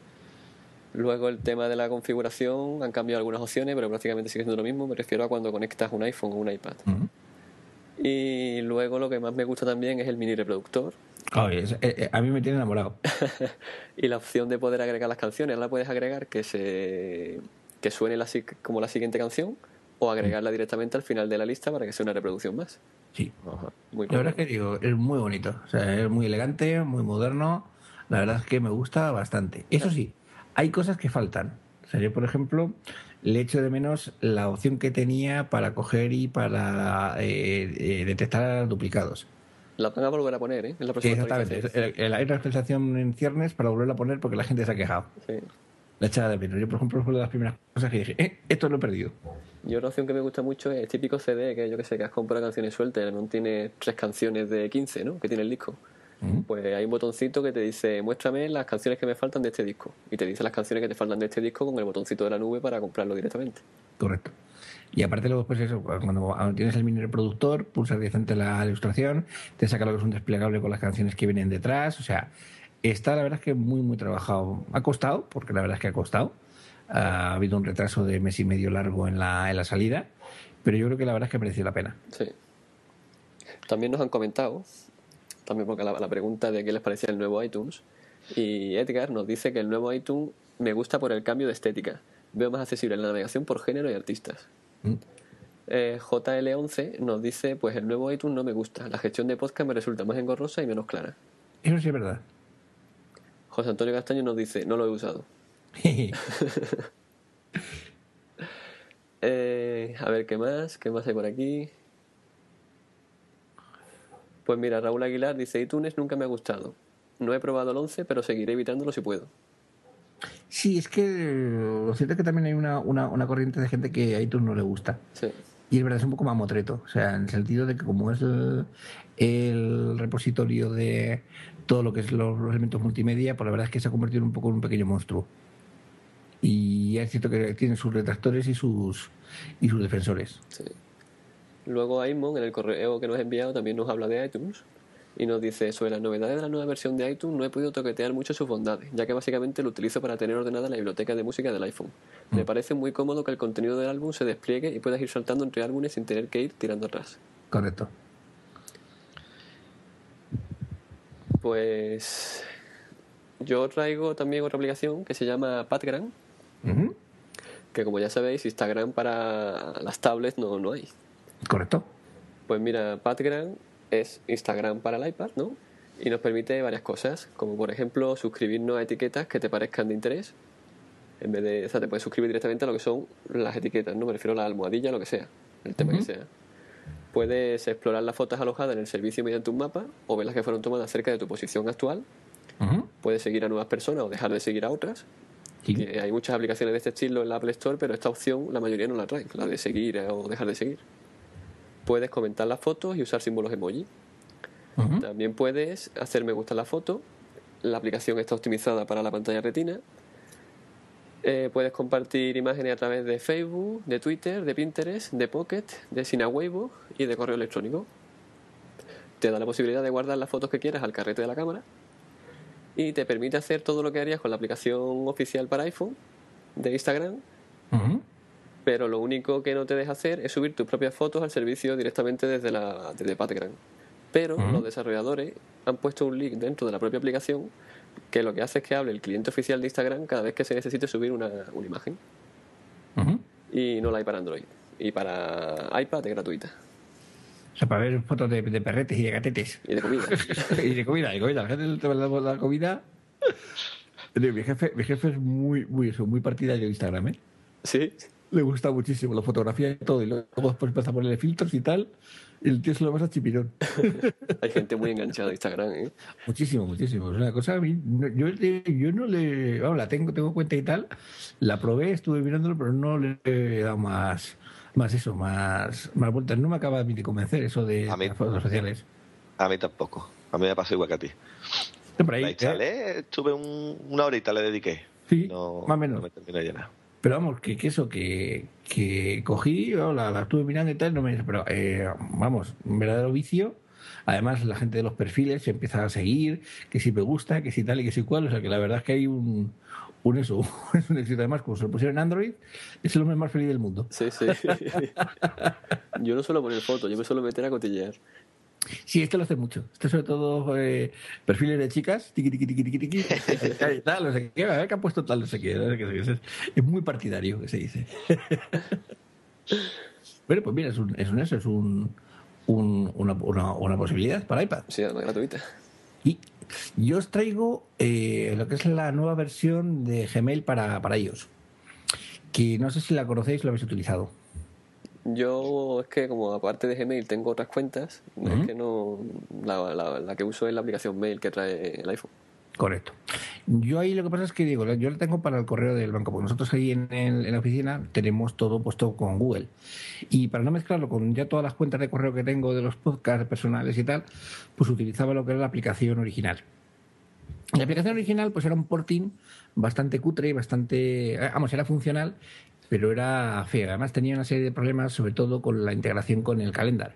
S1: Luego el tema de la configuración, han cambiado algunas opciones, pero prácticamente sigue siendo lo mismo. Me refiero a cuando conectas un iPhone o un iPad.
S3: Ujú.
S1: Y luego lo que más me gusta también es el mini reproductor
S3: Oye, es- eh, eh, a mí me tiene enamorado.
S1: y la opción de poder agregar las canciones. Ahora la puedes agregar que se que suene la, si- como la siguiente canción, o agregarla directamente al final de la lista para que sea una reproducción más.
S3: Sí.
S2: Ajá.
S1: Muy
S3: La verdad
S1: cómodo.
S3: es que digo, es muy bonito. O sea, es muy elegante, muy moderno. La verdad es que me gusta bastante. Eso sí, hay cosas que faltan. O sea, yo, por ejemplo, le echo de menos la opción que tenía para coger y para eh, eh, detectar duplicados.
S1: La van a volver a poner, ¿eh? En la
S3: Sí,
S1: próxima
S3: exactamente.
S1: actualización.
S3: El- el- Hay una actualización en ciernes para volverla a poner porque la gente se ha quejado.
S1: Sí.
S3: La echaba de menos. Yo, por ejemplo, fue una de las primeras cosas que dije, eh, esto lo he perdido.
S1: Y otra opción que me gusta mucho es el típico C D, que yo que sé, que has comprado canciones sueltas y no tiene tres canciones de quince, ¿no? Que tiene el disco.
S3: Ujú.
S1: Pues hay un botoncito que te dice, muéstrame las canciones que me faltan de este disco. Y te dice las canciones que te faltan de este disco con el botoncito de la nube para comprarlo directamente.
S3: Correcto. Y aparte luego, pues eso, cuando tienes el mini reproductor, pulsas directamente la ilustración, te saca lo que es un desplegable con las canciones que vienen detrás. O sea, está la verdad es que muy, muy trabajado. Ha costado, porque la verdad es que ha costado. Ha habido un retraso de mes y medio largo en la, en la salida, pero yo creo que la verdad es que mereció la pena.
S1: Sí. También nos han comentado, también porque la, la pregunta de qué les parecía el nuevo iTunes, y Edgar nos dice que el nuevo iTunes me gusta por el cambio de estética. Veo más accesible la navegación por género y artistas.
S3: ¿Mm?
S1: Eh, J L once nos dice, pues el nuevo iTunes no me gusta. La gestión de podcast me resulta más engorrosa y menos clara.
S3: Eso sí es verdad.
S1: José Antonio Castaño nos dice, no lo he usado. Eh, a ver, ¿qué más? ¿Qué más hay por aquí? Pues mira, Raúl Aguilar dice, iTunes nunca me ha gustado. No he probado el once, pero seguiré evitándolo si puedo.
S3: Sí, es que lo cierto es que también hay una, una, una corriente de gente que a iTunes no le gusta.
S1: Sí,
S3: Y es verdad, es un poco mamotreto. O sea, en el sentido de que como es el, el repositorio de todo lo que es los, los elementos multimedia, pues la verdad es que se ha convertido un poco en un pequeño monstruo. Y es cierto que tiene sus retractores y sus y sus defensores.
S1: sí. Luego Aimon, en el correo que nos ha enviado, también nos habla de iTunes y nos dice, sobre las novedades de la nueva versión de iTunes no he podido toquetear mucho sus bondades, ya que básicamente lo utilizo para tener ordenada la biblioteca de música del iPhone. Me parece muy cómodo que el contenido del álbum se despliegue y puedas ir saltando entre álbumes sin tener que ir tirando atrás.
S3: Correcto.
S1: Pues yo traigo también otra aplicación que se llama Patgram,
S3: Ujú.
S1: que como ya sabéis, Instagram para las tablets no, no hay.
S3: Correcto.
S1: Pues mira, Patgram es Instagram para el iPad, ¿no? Y nos permite varias cosas, como por ejemplo suscribirnos a etiquetas que te parezcan de interés. En vez de, o sea, te puedes suscribir directamente a lo que son las etiquetas, ¿no? Me refiero a la almohadilla, lo que sea, el tema
S3: Ujú.
S1: que sea. Puedes explorar las fotos alojadas en el servicio mediante un mapa o ver las que fueron tomadas cerca de tu posición actual.
S3: Ujú.
S1: Puedes seguir a nuevas personas o dejar de seguir a otras.
S3: Sí.
S1: Que hay muchas aplicaciones de este estilo en la Apple Store, pero esta opción la mayoría no la trae, la de seguir o dejar de seguir. Puedes comentar las fotos y usar símbolos emoji.
S3: Ujú.
S1: También puedes hacer me gusta en la foto. La aplicación está optimizada para la pantalla retina. Eh, puedes compartir imágenes a través de Facebook, de Twitter, de Pinterest, de Pocket, de Sinaweibo y de correo electrónico. Te da la posibilidad de guardar las fotos que quieras al carrete de la cámara y te permite hacer todo lo que harías con la aplicación oficial para iPhone de Instagram,
S3: Ujú.
S1: Pero lo único que no te deja hacer es subir tus propias fotos al servicio directamente desde la desde Patreon. Pero uh-huh. los desarrolladores han puesto un link dentro de la propia aplicación que lo que hace es que hable el cliente oficial de Instagram cada vez que se necesite subir una, una imagen. Uh-huh. Y no la hay para Android. Y para iPad es gratuita.
S3: O sea, para ver fotos de, de perretes y de gatetes.
S1: Y de comida.
S3: y de comida, y comida. La gente la, la comida... Mi jefe, mi jefe es muy, muy, muy partidario de Instagram, ¿eh?
S1: Sí.
S3: Le gusta muchísimo la fotografía y todo. Y luego después empieza a ponerle filtros y tal. Y el tío se lo pasa chipirón.
S1: Hay gente muy enganchada a Instagram, ¿eh?
S3: Muchísimo, muchísimo. Es una cosa a mí... Yo, yo no le... Vamos, la tengo, tengo cuenta y tal. La probé, estuve mirándolo, pero no le he dado más... Más eso, más, más vueltas. No me acaba de convencer eso de
S2: mí,
S3: las fotos sociales.
S2: A mí tampoco. A mí me pasó igual que a ti.
S3: No, por ahí,
S2: la instalé,
S3: ¿eh?
S2: Estuve un, una horita, le dediqué.
S3: Sí,
S2: no,
S3: más o menos.
S2: No me terminé de llenar.
S3: Pero vamos, que, que eso, que, que cogí, oh, la, la estuve mirando y tal, no me... Pero eh, vamos, un verdadero vicio. Además, la gente de los perfiles se empieza a seguir, que si me gusta, que si tal y que si cual. O sea, que la verdad es que hay un... un eso, es un éxito. Además, como se lo pusieron en Android, es el hombre más feliz del mundo.
S1: Sí, sí. Yo no suelo poner fotos, yo me suelo meter a cotillear.
S3: Sí, esto lo hace mucho. Esto sobre todo eh, perfiles de chicas, tiqui, tiqui, tiqui, tiqui, tiqui, y tal, no sé qué, a ver que ha puesto tal, no sé qué. No sé qué es, es muy partidario, que se dice. Bueno, pues mira, es un, es un eso, es un, un, una, una, una posibilidad para iPad.
S1: Sí, además gratuita.
S3: Y yo os traigo eh, lo que es la nueva versión de Gmail para, para iOS, que no sé si la conocéis, lo habéis utilizado.
S1: Yo es que como aparte de Gmail tengo otras cuentas, uh-huh. es que no la, la, la que uso es la aplicación Mail que trae el iPhone.
S3: Correcto. Yo ahí lo que pasa es que digo, yo la tengo para el correo del banco, porque nosotros ahí en, el, en la oficina tenemos todo puesto con Google. Y para no mezclarlo con ya todas las cuentas de correo que tengo de los podcasts personales y tal, pues utilizaba lo que era la aplicación original. La aplicación original pues era un porting bastante cutre y bastante... Vamos, era funcional, pero era feo. Además tenía una serie de problemas, sobre todo con la integración con el calendar,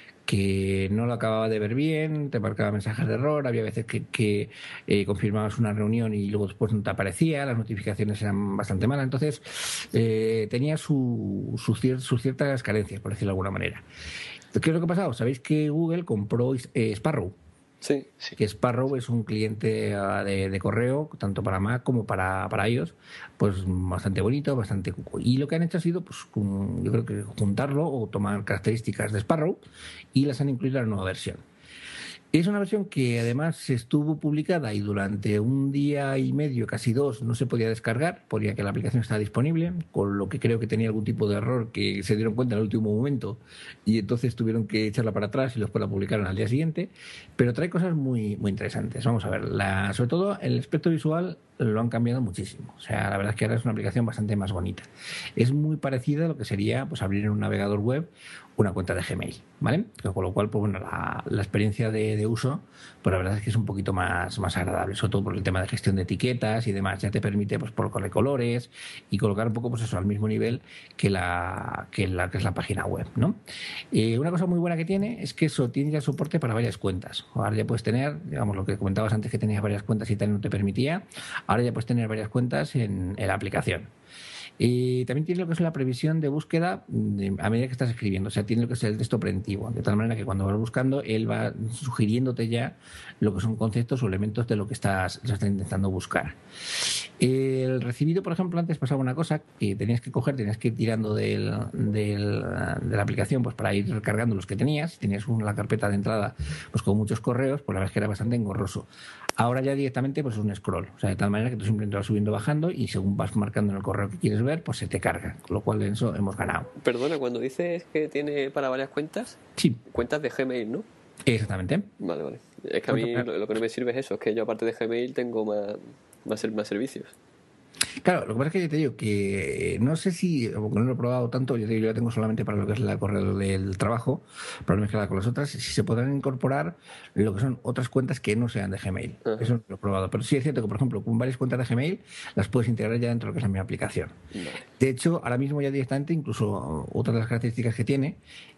S3: que no lo acababa de ver bien, te marcaba mensajes de error, había veces que, que eh, confirmabas una reunión y luego después no te aparecía, las notificaciones eran bastante malas, entonces eh, tenía su, su cier- sus ciertas carencias, por decirlo de alguna manera. ¿Qué es lo que ha pasado? Sabéis que Google compró eh, Sparrow.
S1: Sí, sí.
S3: Que Sparrow es un cliente uh, de, de correo, tanto para Mac como para, para iOS, pues bastante bonito, bastante cuco. Y lo que han hecho ha sido, pues, un, yo creo que juntarlo o tomar características de Sparrow y las han incluido en la nueva versión. Es una versión que además estuvo publicada y durante un día y medio, casi dos, no se podía descargar, porque la aplicación estaba disponible, con lo que creo que tenía algún tipo de error que se dieron cuenta en el último momento y entonces tuvieron que echarla para atrás y después la publicaron al día siguiente, pero trae cosas muy, muy interesantes. Vamos a ver, la, sobre todo el aspecto visual lo han cambiado muchísimo. O sea, la verdad es que ahora es una aplicación bastante más bonita. Es muy parecida a lo que sería pues abrir en un navegador web una cuenta de Gmail, ¿vale? Con lo cual, pues bueno, la, la experiencia de, de uso, pues la verdad es que es un poquito más, más agradable, sobre todo por el tema de gestión de etiquetas y demás. Ya te permite pues colocarle colores y colocar un poco pues eso al mismo nivel que la que la que es la página web, ¿no? Eh, una cosa muy buena que tiene es que eso tiene ya soporte para varias cuentas. Ahora ya puedes tener, digamos, lo que comentabas antes que tenías varias cuentas y tal no te permitía. Ahora ya puedes tener varias cuentas en, en la aplicación. Y también tiene lo que es la previsión de búsqueda de, a medida que estás escribiendo. O sea, tiene lo que es el texto preventivo. De tal manera que cuando vas buscando, él va sugiriéndote ya lo que son conceptos o elementos de lo que estás, estás intentando buscar. El recibido, por ejemplo, antes pasaba una cosa que tenías que coger, tenías que ir tirando del, del, de la aplicación pues para ir recargando los que tenías. Si tenías una carpeta de entrada pues con muchos correos, pues la verdad es que era bastante engorroso. Ahora ya directamente pues es un scroll. O sea, de tal manera que tú simplemente vas subiendo, bajando y según vas marcando en el correo que quieres ver, pues se te carga. Con lo cual de eso hemos ganado.
S1: Perdona, cuando dices que tiene para varias cuentas,
S3: sí.
S1: Cuentas de Gmail, ¿no?
S3: Exactamente.
S1: Vale, vale. Es que a mí lo, lo que no me sirve es eso, es que yo aparte de Gmail tengo más, más, más servicios.
S3: Claro, lo que pasa es que yo te digo que no sé si, porque no lo he probado tanto, yo, te digo, yo la tengo solamente para lo que es el correo del trabajo, para mezclarla con las otras, si se podrán incorporar lo que son otras cuentas que no sean de Gmail. Uh-huh. Eso no lo he probado. Pero sí es cierto que, por ejemplo, con varias cuentas de Gmail las puedes integrar ya dentro de lo que es la misma aplicación. Uh-huh. De hecho, ahora mismo ya directamente, incluso otra de las características que tiene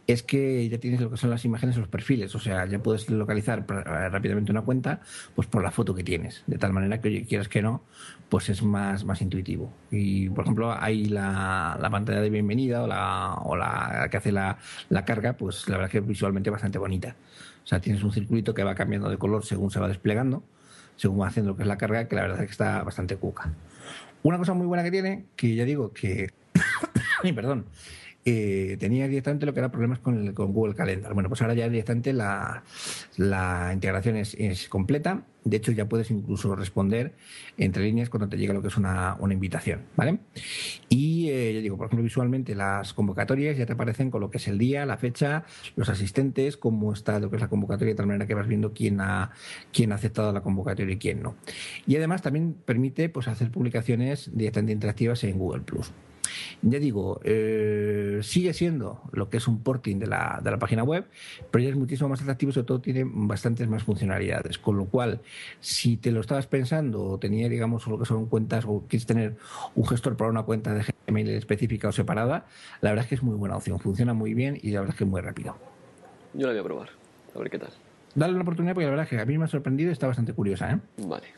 S3: es que ya tienes lo que son las imágenes en los perfiles, o sea, ya puedes localizar rápidamente una cuenta pues por la foto que tienes, de tal manera que, oye, quieras que no, pues es más, más intuitivo. Y, por ejemplo, hay la, la pantalla de bienvenida o la, o la que hace la, la carga, pues la verdad que es visualmente bastante bonita. O sea, tienes un circulito que va cambiando de color según se va desplegando, según va haciendo lo que es la carga, que la verdad es que está bastante cuca. Una cosa muy buena que tiene, que ya digo que... Ay, perdón. Eh, tenía directamente lo que era problemas con, el, con Google Calendar. Bueno, pues ahora ya directamente la, la integración es, es completa. De hecho, ya puedes incluso responder entre líneas cuando te llega lo que es una, una invitación, ¿vale? Y eh, ya digo, por ejemplo, visualmente las convocatorias ya te aparecen con lo que es el día, la fecha, los asistentes, cómo está lo que es la convocatoria, de tal manera que vas viendo quién ha, quién ha aceptado la convocatoria y quién no. Y además también permite pues hacer publicaciones directamente interactivas en Google Plus. Ya digo, eh, sigue siendo lo que es un porting de la, de la página web, pero ya es muchísimo más atractivo y sobre todo tiene bastantes más funcionalidades. Con lo cual, si te lo estabas pensando o tenía, digamos, lo que son cuentas o quieres tener un gestor para una cuenta de Gmail específica o separada, la verdad es que es muy buena opción. Funciona muy bien y la verdad es que es muy rápido.
S1: Yo la voy a probar, a ver qué tal.
S3: Dale una oportunidad porque la verdad es que a mí me ha sorprendido y está bastante curiosa, ¿eh?
S1: Vale.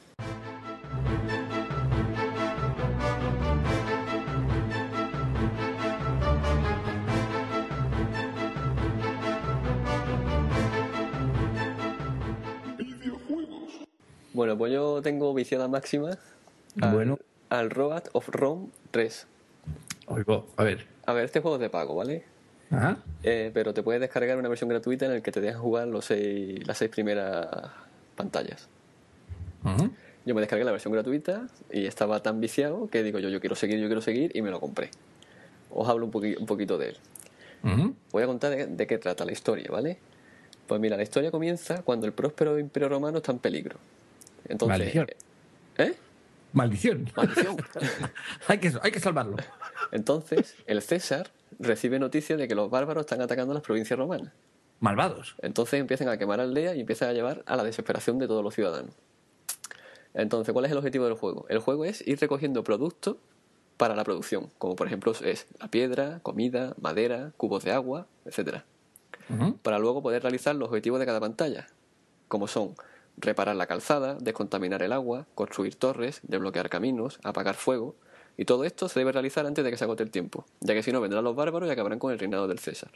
S1: Bueno, pues yo tengo viciada máxima al,
S3: Bueno.
S1: al Road of Rome tres.
S3: Oigo, a ver.
S1: A ver, este juego es de pago, ¿vale?
S3: Ajá.
S1: Eh, pero te puedes descargar una versión gratuita en la que te dejan jugar los seis, las seis primeras pantallas.
S3: Ajá.
S1: Yo me descargué la versión gratuita y estaba tan viciado que digo yo, yo quiero seguir, yo quiero seguir y me lo compré. Os hablo un, poqui, un poquito de él.
S3: Uh-huh.
S1: Voy a contar de, de qué trata la historia, ¿vale? Pues mira, la historia comienza cuando el próspero imperio romano está en peligro. Entonces,
S3: Maldición.
S1: ¿Eh?
S3: Maldición.
S1: Maldición.
S3: hay, que, hay que salvarlo.
S1: Entonces, el César recibe noticia de que los bárbaros están atacando las provincias romanas.
S3: Malvados.
S1: Entonces empiezan a quemar aldeas y empiezan a llevar a la desesperación de todos los ciudadanos. Entonces, ¿cuál es el objetivo del juego? El juego es ir recogiendo productos para la producción, como por ejemplo es la piedra, comida, madera, cubos de agua, etcétera. Uh-huh. Para luego poder realizar los objetivos de cada pantalla, como son reparar la calzada, descontaminar el agua, construir torres, desbloquear caminos, apagar fuego, y todo esto se debe realizar antes de que se agote el tiempo, ya que si no vendrán los bárbaros y acabarán con el reinado del César.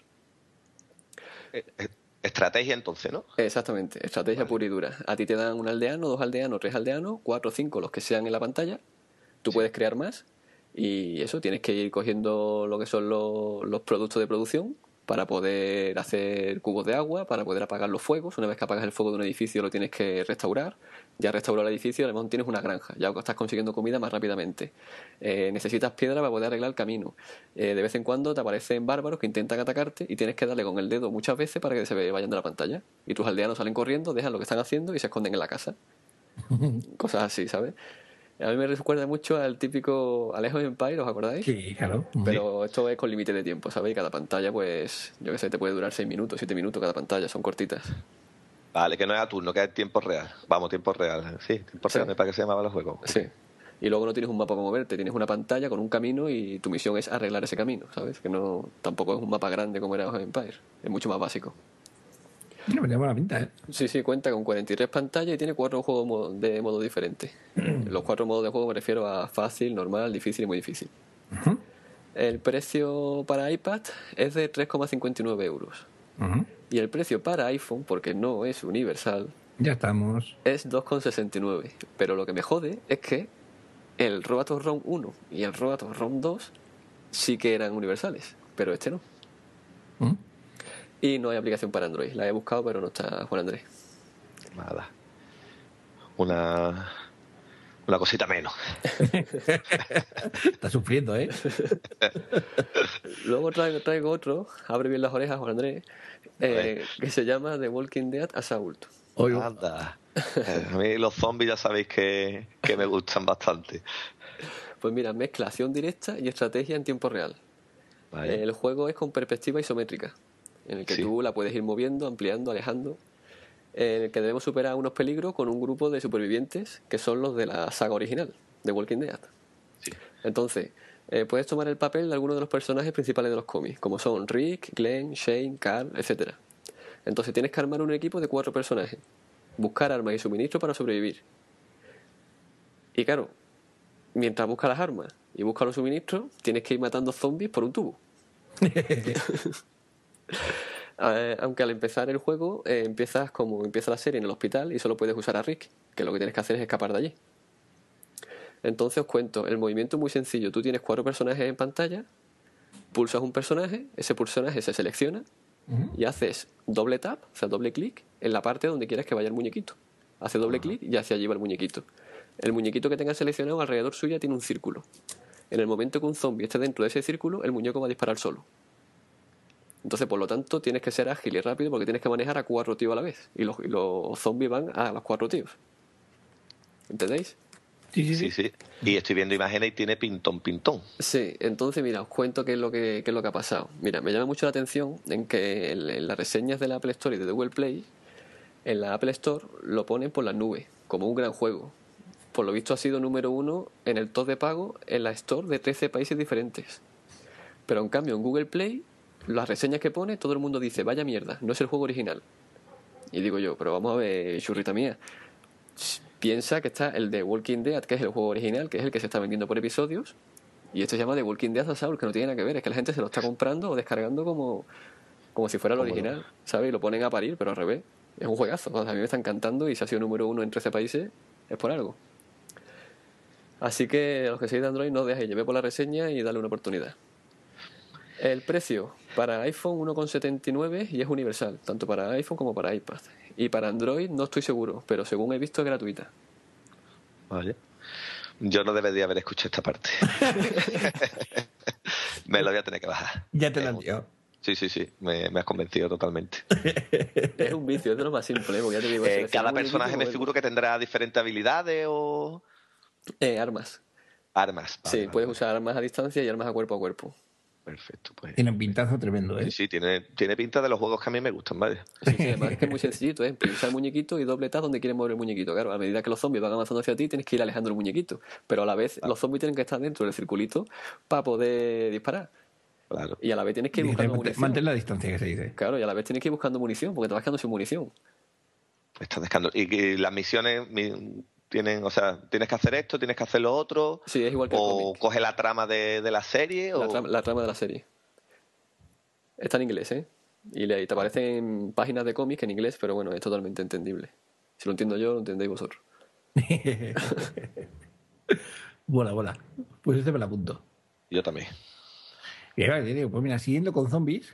S2: Estrategia entonces, ¿no?
S1: Exactamente, estrategia vale. pura y dura. A ti te dan un aldeano, dos aldeanos, tres aldeanos, cuatro o cinco, los que sean en la pantalla. Tú sí. puedes crear más y eso, tienes que ir cogiendo lo que son los, los productos de producción para poder hacer cubos de agua, para poder apagar los fuegos. Una vez que apagas el fuego de un edificio lo tienes que restaurar. Ya restaurado el edificio, además tienes una granja. Ya estás consiguiendo comida más rápidamente. Eh, necesitas piedra para poder arreglar el camino. Eh, de vez en cuando te aparecen bárbaros que intentan atacarte y tienes que darle con el dedo muchas veces para que se vayan de la pantalla. Y tus aldeanos salen corriendo, dejan lo que están haciendo y se esconden en la casa. Cosas así, ¿sabes? A mí me recuerda mucho al típico Age of Empires, ¿os acordáis?
S3: Sí, claro.
S1: Pero sí. Esto es con límite de tiempo, ¿sabes? Y cada pantalla, pues, yo qué sé, te puede durar seis minutos, siete minutos cada pantalla, son cortitas.
S2: Vale, que no es a turno, que es tiempo real. Vamos, tiempo real. Sí, tiempo
S1: sí.
S2: real, me parece que se llamaba el juego.
S1: Sí. Y luego no tienes un mapa para moverte, tienes una pantalla con un camino y tu misión es arreglar ese camino, ¿sabes? Que no tampoco es un mapa grande como era Age of Empires, es mucho más básico.
S3: No, me llama la pinta, ¿eh?
S1: Sí, sí, cuenta con cuarenta y tres pantallas y tiene cuatro juegos de modo diferentes. Los cuatro modos de juego me refiero a fácil, normal, difícil y muy difícil. Uh-huh. El precio para iPad es de tres coma cincuenta y nueve euros. Uh-huh. Y el precio para iPhone, porque no es universal,
S3: ya estamos,
S1: es dos coma sesenta y nueve. Pero lo que me jode es que el Road of Rome uno y el Road of Rome dos sí que eran universales, pero este no. Uh-huh. Y no hay aplicación para Android. La he buscado, pero no está Juan Andrés.
S2: Nada. Una... Una cosita menos.
S3: Está sufriendo, ¿eh?
S1: Luego traigo, traigo otro, abre bien las orejas, Juan Andrés, eh, que se llama The Walking Dead Assault.
S2: Oigo. Anda. A mí los zombies ya sabéis que, que me gustan bastante.
S1: Pues mira, mezcla acción directa y estrategia en tiempo real. Vale. El juego es con perspectiva isométrica, en el que sí. tú la puedes ir moviendo, ampliando, alejando, en el que debemos superar unos peligros con un grupo de supervivientes que son los de la saga original, de Walking Dead. Sí. Entonces, eh, puedes tomar el papel de algunos de los personajes principales de los cómics, como son Rick, Glenn, Shane, Carl, etcétera. Entonces tienes que armar un equipo de cuatro personajes, buscar armas y suministros para sobrevivir. Y claro, mientras buscas las armas y buscas los suministros, tienes que ir matando zombies por un tubo. eh, aunque al empezar el juego eh, empiezas como empieza la serie en el hospital y solo puedes usar a Rick, que lo que tienes que hacer es escapar de allí. Entonces os cuento, el movimiento es muy sencillo. Tú tienes cuatro personajes en pantalla, pulsas un personaje, ese personaje se selecciona y haces doble tap, o sea, doble clic en la parte donde quieras que vaya el muñequito. Hace doble clic y hacia allí va el muñequito. El muñequito que tengas seleccionado alrededor suya tiene un círculo. En el momento que un zombie esté dentro de ese círculo, el muñeco va a disparar solo. Entonces, por lo tanto, tienes que ser ágil y rápido porque tienes que manejar a cuatro tíos a la vez. Y los, y los zombies van a los cuatro tíos. ¿Entendéis?
S3: Sí, sí,
S2: Sí,
S3: sí.
S2: sí. Y estoy viendo imágenes y tiene pintón, pintón.
S1: Sí, entonces mira, os cuento qué es lo que, qué es lo que ha pasado. Mira, me llama mucho la atención en que en, en las reseñas de la Apple Store y de Google Play, en la Apple Store lo ponen por las nubes, como un gran juego. Por lo visto ha sido número uno en el top de pago en la Store de trece países diferentes. Pero en cambio en Google Play, las reseñas que pone, todo el mundo dice, vaya mierda, no es el juego original. Y digo yo, pero vamos a ver, churrita mía, piensa que está el de Walking Dead, que es el juego original, que es el que se está vendiendo por episodios, y este se llama The Walking Dead Assault, que no tiene nada que ver, es que la gente se lo está comprando o descargando como, como si fuera el original, ¿sabes? Y lo ponen a parir, pero al revés. Es un juegazo, o sea, a mí me está encantando y si ha sido número uno en trece países, es por algo. Así que los que seáis de Android no os dejéis, llevé por la reseña y dale una oportunidad. El precio para iPhone uno con setenta y nueve y es universal, tanto para iPhone como para iPad. Y para Android no estoy seguro, pero según he visto es gratuita.
S2: Vale. Yo no debería haber escuchado esta parte. Me lo voy a tener que bajar.
S3: Ya te lo han dicho.
S2: Sí, sí, sí. Me, me has convencido totalmente.
S1: Es un vicio, es de lo más simple, porque ya te digo...
S2: Eh, cada personaje me figuro que tendrá diferentes habilidades o...
S1: Eh, armas.
S2: Armas. Vale,
S1: sí,
S2: vale,
S1: puedes
S2: vale.
S1: usar armas a distancia y armas a cuerpo a cuerpo.
S2: Perfecto, pues.
S3: Tiene un pintazo tremendo, ¿eh?
S2: Sí, sí, tiene, tiene pinta de los juegos que a mí me gustan, ¿vale?
S1: Sí, sí, además es que es muy sencillito, ¿eh? Pulsar el muñequito y doble tap donde quieres mover el muñequito. Claro, a medida que los zombies van avanzando hacia ti, tienes que ir alejando el muñequito. Pero a la vez,
S2: Claro.
S1: los zombies tienen que estar dentro del circulito para poder disparar.
S2: Claro.
S1: Y a la vez tienes que ir buscando
S3: Mantén,
S1: munición.
S3: mantén la distancia, que se dice.
S1: Claro, y a la vez tienes que ir buscando munición, porque te vas quedando sin munición.
S2: Estás dejando. Y, y las misiones mi- tienen, o sea, tienes que hacer esto, tienes que hacer lo otro.
S1: Sí, es igual que el
S2: O
S1: cómic.
S2: coge la trama de, de la serie.
S1: La
S2: o...
S1: trama, la trama de la serie. Está en inglés, ¿eh? Y, le, y te aparecen páginas de cómics en inglés, pero bueno, es totalmente entendible. Si lo entiendo yo, lo entendéis vosotros.
S3: Bola, bola. Pues este me la apunto.
S2: Yo también.
S3: Y ahora te digo, pues mira, siguiendo con zombies,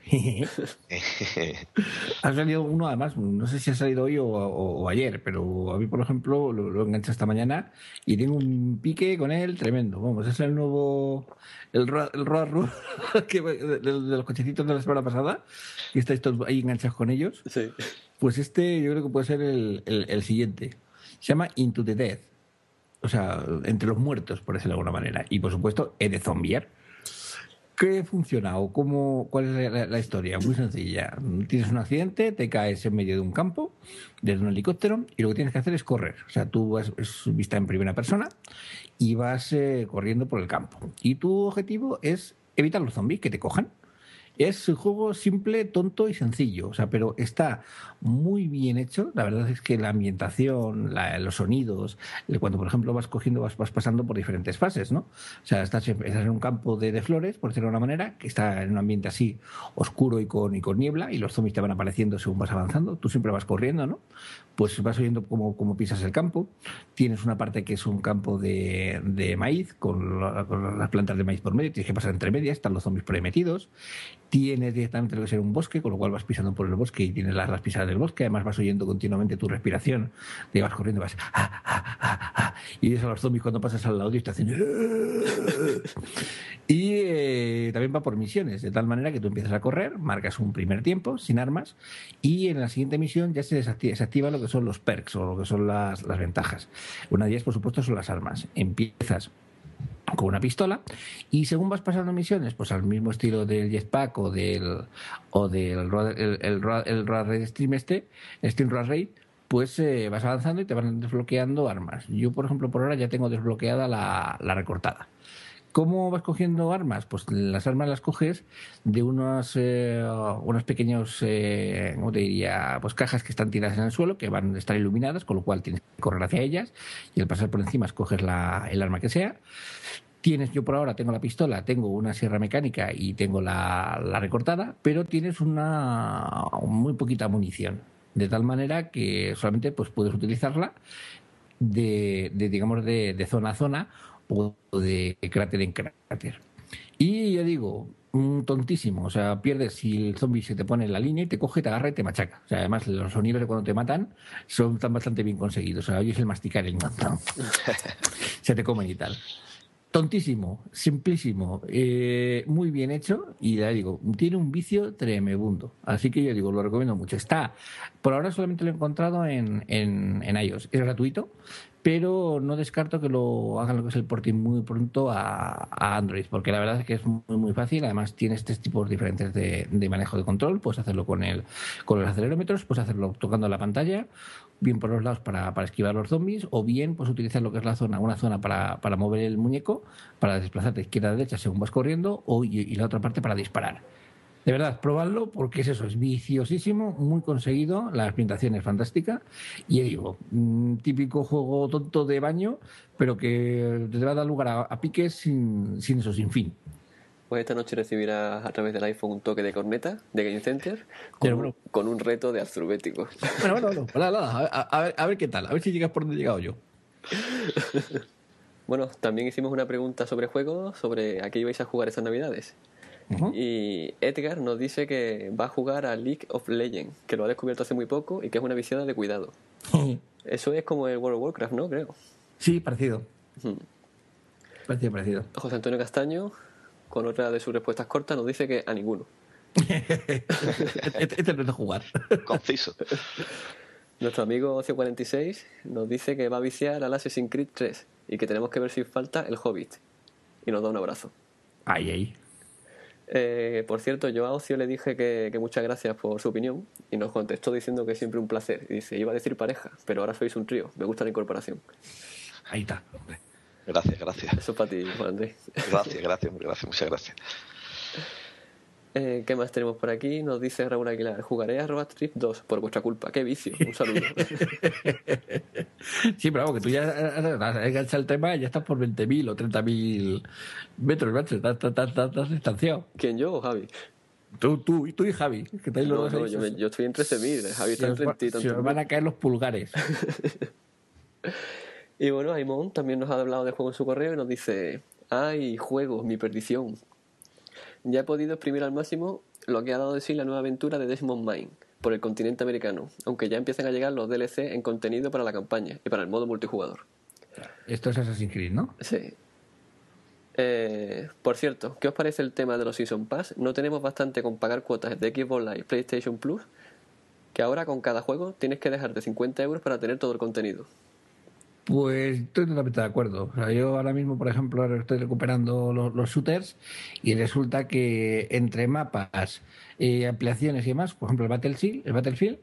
S3: ha salido uno, además, no sé si ha salido hoy o, o- o ayer, pero a mí, por ejemplo, lo, lo enganché esta mañana y tengo un pique con él tremendo. Vamos, es el nuevo, el Road el Road Rule que- de, de los cochecitos de la semana pasada, que estáis todos ahí enganchados con ellos.
S1: Sí.
S3: Pues este yo creo que puede ser el, el- el siguiente. Se llama Into the Dead. O sea, entre los muertos, por decirlo de alguna manera. Y por supuesto, es de zombier. ¿Qué funciona o cómo, cuál es la, la historia? Muy sencilla. Tienes un accidente, te caes en medio de un campo, desde un helicóptero, y lo que tienes que hacer es correr. O sea, tú vas, es vista en primera persona y vas eh, corriendo por el campo. Y tu objetivo es evitar los zombies que te cojan. Es un juego simple, tonto y sencillo, o sea, pero está muy bien hecho. La verdad es que la ambientación, la- los sonidos, cuando por ejemplo vas cogiendo, vas, vas pasando por diferentes fases, ¿no? O sea, estás, estás en un campo de, de flores, por decirlo de alguna manera, que está en un ambiente así oscuro y con, y con niebla, y los zombies te van apareciendo según vas avanzando. Tú siempre vas corriendo, ¿no? Pues vas oyendo cómo, cómo pisas el campo. Tienes una parte que es un campo de, de maíz, con, la- con las plantas de maíz por medio, tienes que pasar entre medias, están los zombies por ahí metidos. Tienes directamente lo que ser un bosque, con lo cual vas pisando por el bosque y tienes las, las pisadas del bosque. Además vas oyendo continuamente tu respiración. Te vas corriendo, vas... ah, ah, ah, ah, y ves a los zombies cuando pasas al lado y te hacen... Y eh, también va por misiones, de tal manera que tú empiezas a correr, marcas un primer tiempo sin armas y en la siguiente misión ya se desactiva, se activa lo que son los perks o lo que son las, las ventajas. Una de ellas, por supuesto, son las armas. Empiezas con una pistola y según vas pasando misiones, pues al mismo estilo del Jetpack o del o del Road- el, el, Road- el Road Raid Stream este, el Stream Road Raid, pues eh, vas avanzando y te van desbloqueando armas. Yo, por ejemplo, por ahora ya tengo desbloqueada la, la recortada, ¿Cómo vas cogiendo armas? Pues las armas las coges de unos, eh, unos pequeños, eh, ¿cómo te diría? Pues cajas que están tiradas en el suelo, que van a estar iluminadas, con lo cual tienes que correr hacia ellas y al pasar por encima escoges la, el arma que sea. Tienes, yo por ahora tengo la pistola, tengo una sierra mecánica y tengo la, la recortada, pero tienes una muy poquita munición, de tal manera que solamente pues puedes utilizarla de, de digamos, de, de zona a zona o de cráter en cráter. Y ya digo, un tontísimo, o sea, pierdes si el zombie se te pone en la línea y te coge, te agarra y te machaca. O sea, además los sonidos de cuando te matan son tan bastante bien conseguidos. O sea, oyes el masticar, el se te comen y tal. Tontísimo, simplísimo, eh, muy bien hecho y ya digo, tiene un vicio tremebundo. Así que yo digo, lo recomiendo mucho. Está, por ahora solamente lo he encontrado en, en, en iOS. Es gratuito, pero no descarto que lo hagan lo que es el porting muy pronto a, a Android, porque la verdad es que es muy, muy fácil. Además tienes tres tipos diferentes de, de manejo de control. Puedes hacerlo con el con los acelerómetros, puedes hacerlo tocando la pantalla, bien por los lados para, para esquivar los zombies, o bien pues utilizar lo que es la zona, una zona para, para mover el muñeco, para desplazarte izquierda a derecha según vas corriendo, o, y, y la otra parte para disparar. De verdad, probadlo porque es eso, es viciosísimo, muy conseguido, la ambientación es fantástica y digo, típico juego tonto de baño, pero que te va a dar lugar a, a piques sin, sin eso, sin fin.
S1: Pues esta noche recibirás a través del iPhone un toque de corneta de Game Center con,
S3: Pero bueno,
S1: un, con un reto de Astrubético.
S3: Bueno, bueno, bueno, nada, nada, a, a, ver, a ver qué tal, a ver si llegas por donde he llegado yo.
S1: Bueno, también hicimos una pregunta sobre juegos, sobre a qué ibais a jugar estas navidades. Uh-huh. Y Edgar nos dice que va a jugar a League of Legends, que lo ha descubierto hace muy poco y que es una viciada de cuidado. Eso es como el World of Warcraft, ¿no? Creo.
S3: Sí, parecido.
S1: Uh-huh.
S3: Parecido, parecido.
S1: José Antonio Castaño, con otra de sus respuestas cortas, nos dice que a ninguno.
S3: este, este no es de jugar.
S2: Conciso.
S1: Nuestro amigo Ocio cuarenta y seis nos dice que va a viciar al Assassin's Creed tres y que tenemos que ver si falta el Hobbit. Y nos da un abrazo.
S3: Ay, ay.
S1: Eh, por cierto, yo a Ocio le dije que, que muchas gracias por su opinión y nos contestó diciendo que siempre un placer. Y dice, iba a decir pareja, pero ahora sois un trío. Me gusta la incorporación.
S3: Ahí está.
S2: Gracias, gracias.
S1: Eso es para ti, Juan Andrés.
S2: Gracias, gracias, gracias, muchas gracias.
S1: Eh, ¿Qué más tenemos por aquí? Nos dice Raúl Aguilar, jugaré a Road Trip dos por vuestra culpa. ¡Qué vicio! Un saludo.
S3: Sí, pero vamos, que tú ya has enganchado el tema y ya estás por veinte mil o treinta mil metros, macho. Estás distanciado.
S1: ¿Quién, yo o Javi?
S3: Tú, tú, y tú y Javi. Que
S1: no, los no, yo, me, yo estoy en trece mil, Javi está en treinta y tantos.
S3: Se nos van a caer los pulgares.
S1: Y bueno, Aimon también nos ha hablado de juego en su correo y nos dice, ¡ay, juegos, mi perdición! Ya he podido exprimir al máximo lo que ha dado de sí la nueva aventura de Desmond Mine por el continente americano, aunque ya empiezan a llegar los D L C en contenido para la campaña y para el modo multijugador.
S3: Esto es Assassin's Creed, ¿no?
S1: Sí. Eh, por cierto, ¿qué os parece el tema de los Season Pass? ¿No tenemos bastante con pagar cuotas de Xbox Live, PlayStation Plus? Que ahora con cada juego tienes que dejarte cincuenta euros para tener todo el contenido.
S3: Pues estoy totalmente de acuerdo. O sea, yo ahora mismo, por ejemplo, estoy recuperando los, los shooters y resulta que entre mapas, eh, ampliaciones y demás, por ejemplo, el Battlefield, el Battlefield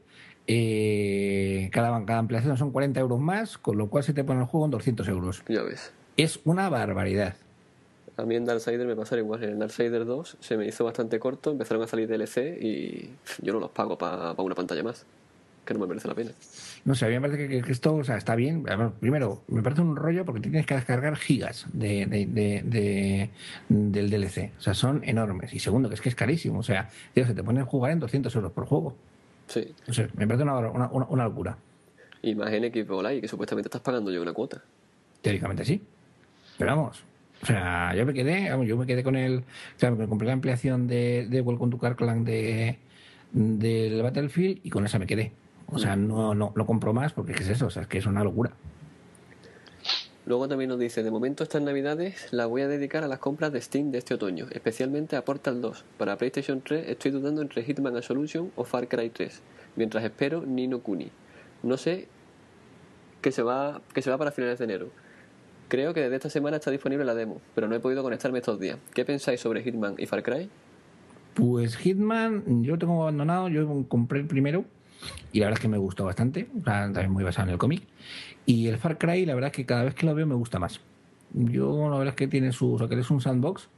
S3: eh, cada, cada ampliación son cuarenta euros más, con lo cual se te pone el juego en doscientos euros.
S1: Ya ves.
S3: Es una barbaridad.
S1: A mí en Darksider me pasó igual. En Darksider dos se me hizo bastante corto, empezaron a salir D L C y yo no los pago para pa una pantalla más, que no me merece la pena.
S3: No sé, a mí me parece que, que esto, o sea, está bien. Primero, me parece un rollo porque tienes que descargar gigas de, de, de, de, del D L C. O sea, son enormes. Y segundo, que es que es carísimo. O sea, tío, se te pone a jugar en doscientos euros por juego.
S1: Sí.
S3: O sea, me parece una, una, una, una locura.
S1: Y más en Xbox Live, que supuestamente estás pagando yo una cuota.
S3: Teóricamente sí. Pero vamos, o sea, yo me quedé, vamos, yo me quedé con el... O sea, me compré la ampliación de, de Welcome to Carclan de, del Battlefield y con esa me quedé. O sea, no, no, no compro más porque ¿qué es eso? O sea, es que es una locura.
S1: Luego también nos dice, de momento estas navidades las voy a dedicar a las compras de Steam de este otoño, especialmente a Portal dos. Para PlayStation tres estoy dudando entre Hitman Absolution o Far Cry tres, mientras espero Ni no Kuni. No sé que se va que se va para finales de enero. Creo que desde esta semana está disponible la demo, pero no he podido conectarme estos días. ¿Qué pensáis sobre Hitman y Far Cry?
S3: Pues Hitman, yo lo tengo abandonado, yo compré el primero y la verdad es que me gustó bastante, o sea, también muy basado en el cómic. Y el Far Cry, la verdad es que cada vez que lo veo me gusta más. Yo la verdad es que tiene su, o sea, que es un sandbox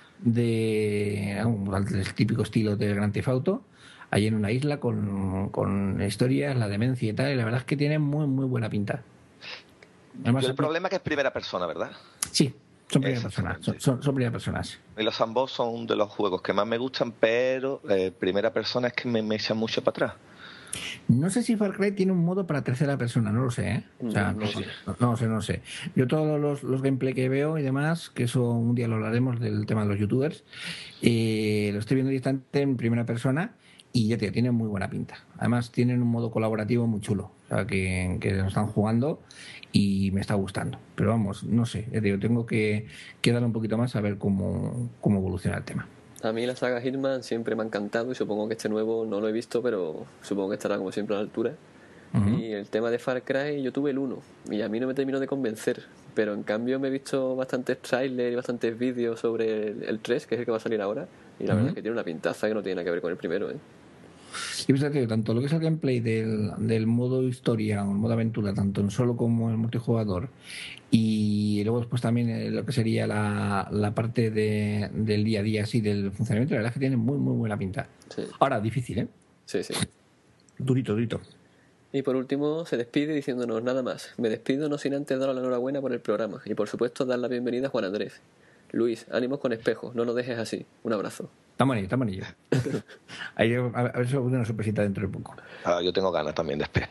S3: de el típico estilo del Grand Theft Auto, ahí en una isla con, con historias, la demencia y tal, y la verdad es que tiene muy muy buena pinta. Además,
S2: Yo el problema es que es primera persona, ¿verdad?
S3: Sí, son primeras personas, son, son, son primeras personas.
S2: Y los sandbox son de los juegos que más me gustan, pero eh, primera persona es que me, me echan mucho para atrás.
S3: No sé si Far Cry tiene un modo para tercera persona, no lo sé, ¿eh? O sea, no, no, sé, no, no sé, no sé. Yo todos los, los gameplay que veo y demás, que eso un día lo hablaremos del tema de los youtubers, eh, lo estoy viendo distante en primera persona y ya te tiene muy buena pinta. Además tienen un modo colaborativo muy chulo, o sea, que, que lo están jugando y me está gustando. Pero vamos, no sé, ya te digo, tengo que, que darle un poquito más a ver cómo, cómo evoluciona el tema.
S1: A mí la saga Hitman siempre me ha encantado y supongo que este nuevo no lo he visto, pero supongo que estará como siempre a la altura. Uh-huh. Y el tema de Far Cry, yo tuve el uno y a mí no me terminó de convencer, pero en cambio me he visto bastantes trailers y bastantes vídeos sobre el, el tres, que es el que va a salir ahora, y la uh-huh. verdad es que tiene una pintaza que no tiene nada que ver con el primero, ¿eh?
S3: Y pues, tío, tanto lo que es el gameplay del, del modo historia o el modo aventura, tanto en solo como en multijugador, y luego después también lo que sería la, la parte de, del día a día, así, del funcionamiento, la verdad es que tiene muy, muy buena pinta.
S1: Sí.
S3: Ahora, difícil, ¿eh?
S1: Sí, sí.
S3: Durito, durito.
S1: Y por último, se despide diciéndonos nada más. Me despido no sin antes dar la enhorabuena por el programa y por supuesto dar la bienvenida a Juan Andrés. Luis, ánimos con Espejo, no nos dejes así. Un abrazo.
S3: Está manillo, está manillo. Ahí, a ver si una sorpresita dentro de poco.
S2: Ah, yo tengo ganas también de Espejo.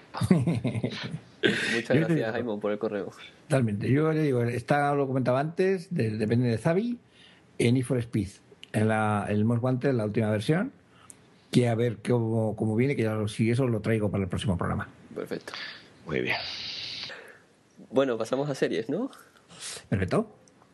S1: Muchas yo gracias, Jaimón, por el correo.
S3: Totalmente. Yo le digo, está, lo comentaba antes, de, depende de Xavi, en Need for Speed, en la, el Most Wanted, la última versión, que a ver cómo, cómo viene, que ya lo, si eso lo traigo para el próximo programa.
S1: Perfecto.
S2: Muy bien.
S1: Bueno, pasamos a series, ¿no?
S3: Perfecto.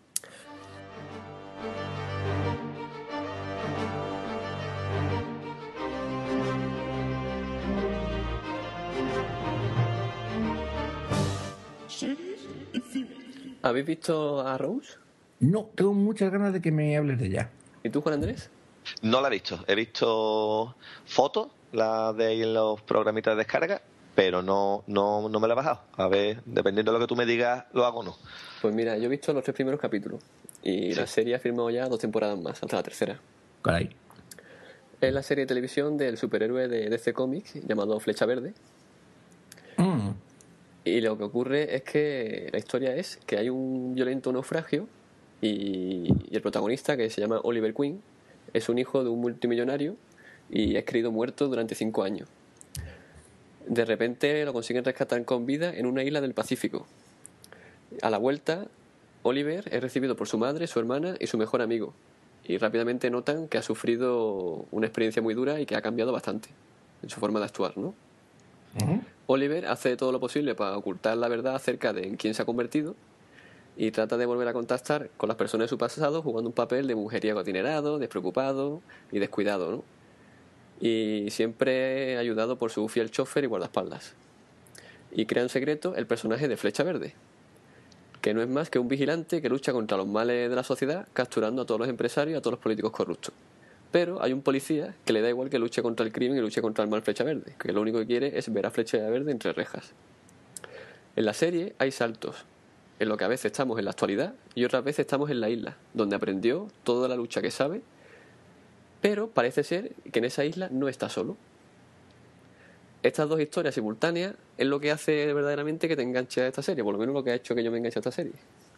S1: ¿Habéis visto a Rose?
S3: No, tengo muchas ganas de que me hables de ella.
S1: ¿Y tú, Juan Andrés?
S2: No la he visto. He visto fotos, la de ahí en los programitas de descarga, pero no, no, no me la he bajado. A ver, dependiendo de lo que tú me digas, lo hago o no.
S1: Pues mira, yo he visto los tres primeros capítulos y sí. La serie ha firmado ya dos temporadas más, hasta la tercera.
S3: Caray.
S1: Es la serie de televisión del superhéroe de D C Comics llamado Flecha Verde.
S3: Mm.
S1: Y lo que ocurre es que la historia es que hay un violento naufragio y, y el protagonista, que se llama Oliver Queen, es un hijo de un multimillonario y es creído muerto durante cinco años. De repente lo consiguen rescatar con vida en una isla del Pacífico. A la vuelta, Oliver es recibido por su madre, su hermana y su mejor amigo. Y rápidamente notan que ha sufrido una experiencia muy dura y que ha cambiado bastante en su forma de actuar, ¿no? Uh-huh. Oliver hace todo lo posible para ocultar la verdad acerca de en quién se ha convertido y trata de volver a contactar con las personas de su pasado jugando un papel de mujeriego adinerado, despreocupado y descuidado, ¿no? Y siempre ayudado por su fiel chofer y guardaespaldas. Y crea en secreto el personaje de Flecha Verde, que no es más que un vigilante que lucha contra los males de la sociedad, capturando a todos los empresarios y a todos los políticos corruptos. Pero hay un policía que le da igual que luche contra el crimen y luche contra el mal Flecha Verde, que lo único que quiere es ver a Flecha Verde entre rejas. En la serie hay saltos, en lo que a veces estamos en la actualidad y otras veces estamos en la isla, donde aprendió toda la lucha que sabe, pero parece ser que en esa isla no está solo. Estas dos historias simultáneas es lo que hace verdaderamente que te enganche a esta serie, por lo menos lo que ha hecho que yo me enganche a esta serie.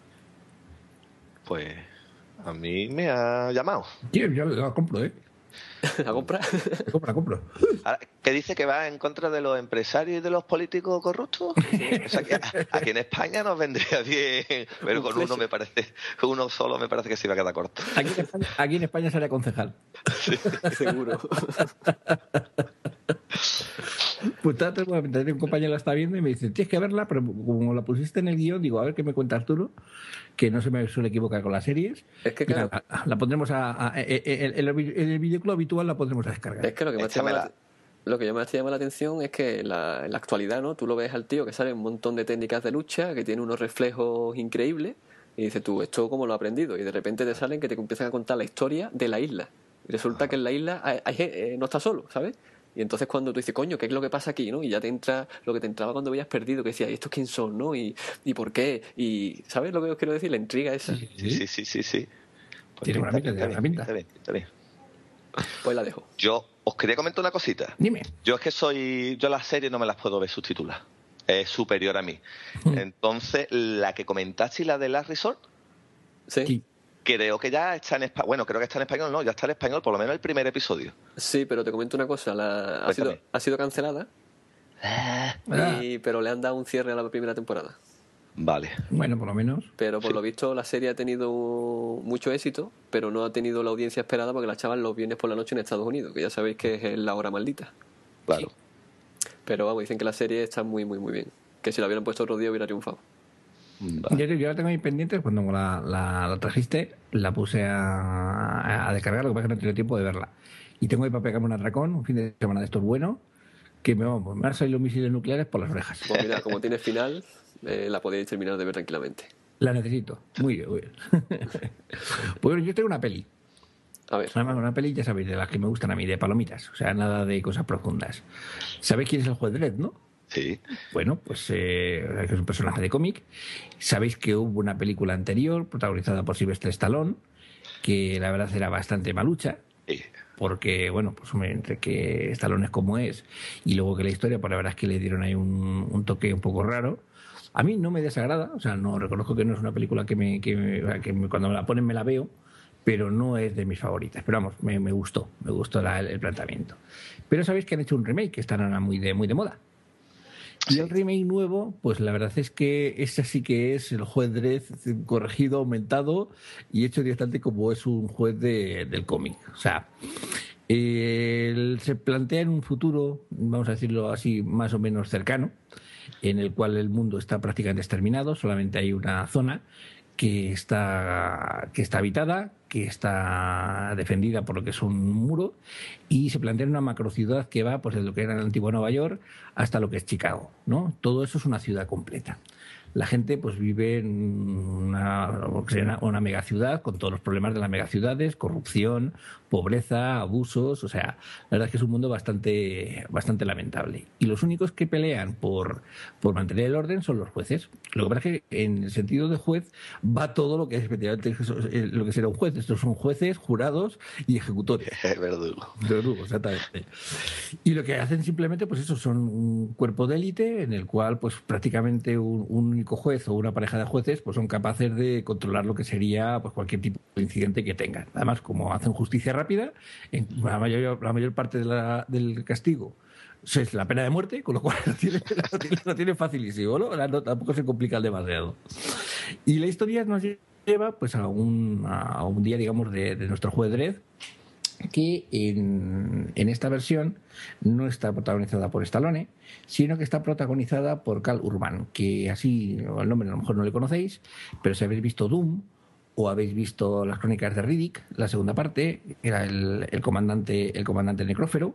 S2: Pues a mí me ha llamado.
S3: Tío, yo la compro, ¿eh?
S1: ¿La compra?
S3: La compro, la compro.
S2: Ahora, ¿qué dice que va en contra de los empresarios y de los políticos corruptos? O sea, que aquí en España nos vendría bien, pero con uno me parece, uno solo me parece que se iba a quedar corto.
S3: Aquí en España, aquí en España sería concejal.
S1: Sí, seguro.
S3: Pues un compañero la está viendo y me dice, tienes que verla, pero como la pusiste en el guión, digo, a ver qué me cuentas tú, que no se me suele equivocar con las series.
S1: Es que claro,
S3: la, la pondremos a, a, a en, el, en el videoclub habitual la pondremos a descargar.
S1: Es que lo que más te llama la, lo que más te llama la atención es que la, en la actualidad, ¿no? Tú lo ves al tío que sabe un montón de técnicas de lucha, que tiene unos reflejos increíbles, y dices tú, ¿esto cómo lo ha aprendido? Y de repente te salen que te empiezan a contar la historia de la isla. Y resulta que en la isla hay, hay, eh, no está solo, ¿sabes? Y entonces cuando tú dices, coño, ¿qué es lo que pasa aquí? ¿No? Y ya te entra lo que te entraba cuando veías perdido, que decías, ¿y estos quién son? ¿No? ¿Y, y por qué? Y ¿sabes lo que os quiero decir? La intriga esa.
S2: Sí, sí, sí, sí. sí. Pues
S3: Tiene buena pinta, tiene buena pinta.
S2: Está bien, está bien.
S1: Pues la dejo.
S2: Yo os quería comentar una cosita.
S3: Dime.
S2: Yo es que soy... Yo las series no me las puedo ver subtituladas. Es superior a mí. Entonces, la que comentaste y la de Last Resort,
S1: Sí.
S3: Sí.
S2: creo que ya está en español. Bueno, creo que está en español, no, ya está en español, por lo menos el primer episodio.
S1: Sí, pero te comento una cosa. La... Ha, sido,
S2: Cuéntame.
S1: ha sido cancelada,
S2: Ah,
S1: y... pero le han dado un cierre a la primera temporada.
S2: vale.
S3: Bueno, por lo menos.
S1: Pero por
S2: Sí.
S1: lo visto la serie ha tenido mucho éxito, pero no ha tenido la audiencia esperada porque la echaban los viernes por la noche en Estados Unidos, que ya sabéis que es la hora maldita.
S2: Claro.
S1: Pero vamos, dicen que la serie está muy, muy, muy bien. Que si la hubieran puesto otro día hubiera triunfado.
S2: Vale.
S3: Yo, yo la tengo ahí pendiente, cuando la, la, la trajiste, la puse a, a descargar, lo que pasa es que no he tenido tiempo de verla. Y tengo ahí para pegarme un atracón, un fin de semana de estos bueno, que me, vamos, me van a salir los misiles nucleares por las orejas.
S1: Pues mira, como tiene final, eh, la podéis terminar de ver tranquilamente.
S3: La necesito. Muy bien, muy bien. Pues bueno, yo tengo una peli.
S1: A ver,
S3: Además, una peli, ya sabéis, de las que me gustan a mí, de palomitas. O sea, nada de cosas profundas. ¿Sabéis quién es el juez Dredd, no?
S2: Sí.
S3: Bueno, pues eh, es un personaje de cómic. Sabéis que hubo una película anterior protagonizada por Sylvester Stallone, que la verdad era bastante malucha,
S2: Sí.
S3: porque, bueno, pues hombre, entre que Stallone es como es y luego que la historia, pues la verdad es que le dieron ahí un, un toque un poco raro. A mí no me desagrada, o sea, no reconozco que no es una película que, me, que, me- que me- cuando me la ponen me la veo, pero no es de mis favoritas. Pero vamos, me, me gustó, me gustó la- el planteamiento. Pero sabéis que han hecho un remake que está ahora muy de, muy de moda. Y
S2: Sí.
S3: el remake nuevo, pues la verdad es que ese sí que es el juez Dredd corregido, aumentado y hecho directamente como es un juez de- del cómic. O sea, él se plantea en un futuro, vamos a decirlo así, más o menos cercano, en el cual el mundo está prácticamente exterminado, solamente hay una zona que está, que está habitada, que está defendida por lo que es un muro, y se plantea una macrociudad que va pues, desde lo que era el antiguo Nueva York hasta lo que es Chicago, ¿no? Todo eso es una ciudad completa. La gente pues vive en una, una, una megaciudad con todos los problemas de las megaciudades, corrupción, pobreza, abusos, o sea, la verdad es que es un mundo bastante, bastante lamentable. Y los únicos que pelean por, por mantener el orden son los jueces. Lo que pasa es que en el sentido de juez va todo lo que es efectivamente lo que será un juez. Estos son jueces, jurados y ejecutores.
S2: Es verdugo.
S3: Verdugo, exactamente. Y lo que hacen simplemente, pues eso, son un cuerpo de élite en el cual, pues prácticamente un, un único juez o una pareja de jueces, pues son capaces de controlar lo que sería pues cualquier tipo de incidente que tengan. Además, como hacen justicia rápida, en la mayor, la mayor parte de la, del castigo es la pena de muerte, con lo cual lo tiene, lo tiene, lo tiene facilísimo, ¿no? No, tampoco se complica demasiado. Y la historia nos lleva pues a un, a un día, digamos, de, de nuestro juez Dredd, que en, en esta versión no está protagonizada por Stallone, sino que está protagonizada por Cal Urban, que así el nombre a lo mejor no le conocéis, pero si habéis visto Doom o habéis visto las crónicas de Riddick, la segunda parte, era el, el comandante el comandante necrófero,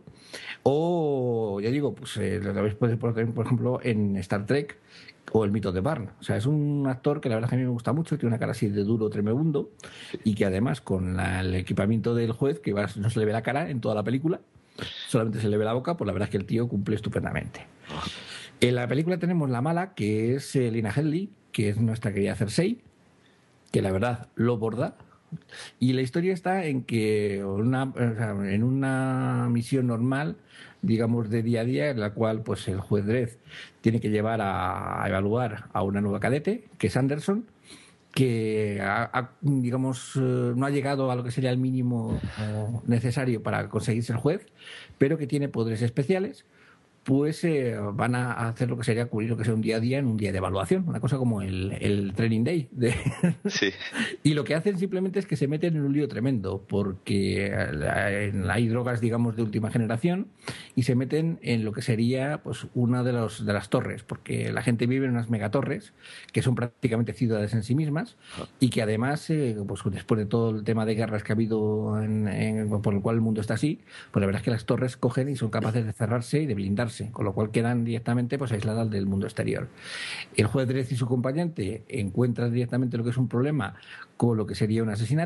S3: o ya digo, pues eh, lo habéis podido ver, por ejemplo, en Star Trek o el mito de Barn. O sea, es un actor que la verdad es que a mí me gusta mucho, tiene una cara así de duro, tremebundo, y que además con la, el equipamiento del juez, que va, no se le ve la cara en toda la película, solamente se le ve la boca, pues la verdad es que el tío cumple estupendamente. En la película tenemos la mala, que es eh, Lina Headey, que es nuestra querida Cersei, que la verdad lo borda. Y la historia está en que una, o sea, en una misión normal, digamos de día a día, en la cual pues el juez Dredd tiene que llevar a, a evaluar a una nueva cadete, que es Anderson, que ha, ha, digamos eh, no ha llegado a lo que sería el mínimo eh, necesario para conseguir ser juez, pero que tiene poderes especiales, pues eh, van a hacer lo que sería cubrir lo que sea un día a día en un día de evaluación, una cosa como el, el training day. De...
S2: Sí.
S3: Y lo que hacen simplemente es que se meten en un lío tremendo, porque hay drogas, digamos, de última generación, y se meten en lo que sería pues una de, los, de las torres, porque la gente vive en unas megatorres, que son prácticamente ciudades en sí mismas, y que además, eh, pues después de todo el tema de guerras que ha habido en, en, por el cual el mundo está así, pues la verdad es que las torres cogen y son capaces de cerrarse y de blindarse, con lo cual quedan directamente pues aisladas del mundo exterior. El juez Dredd y su acompañante encuentran directamente lo que es un problema con lo que sería un asesinato,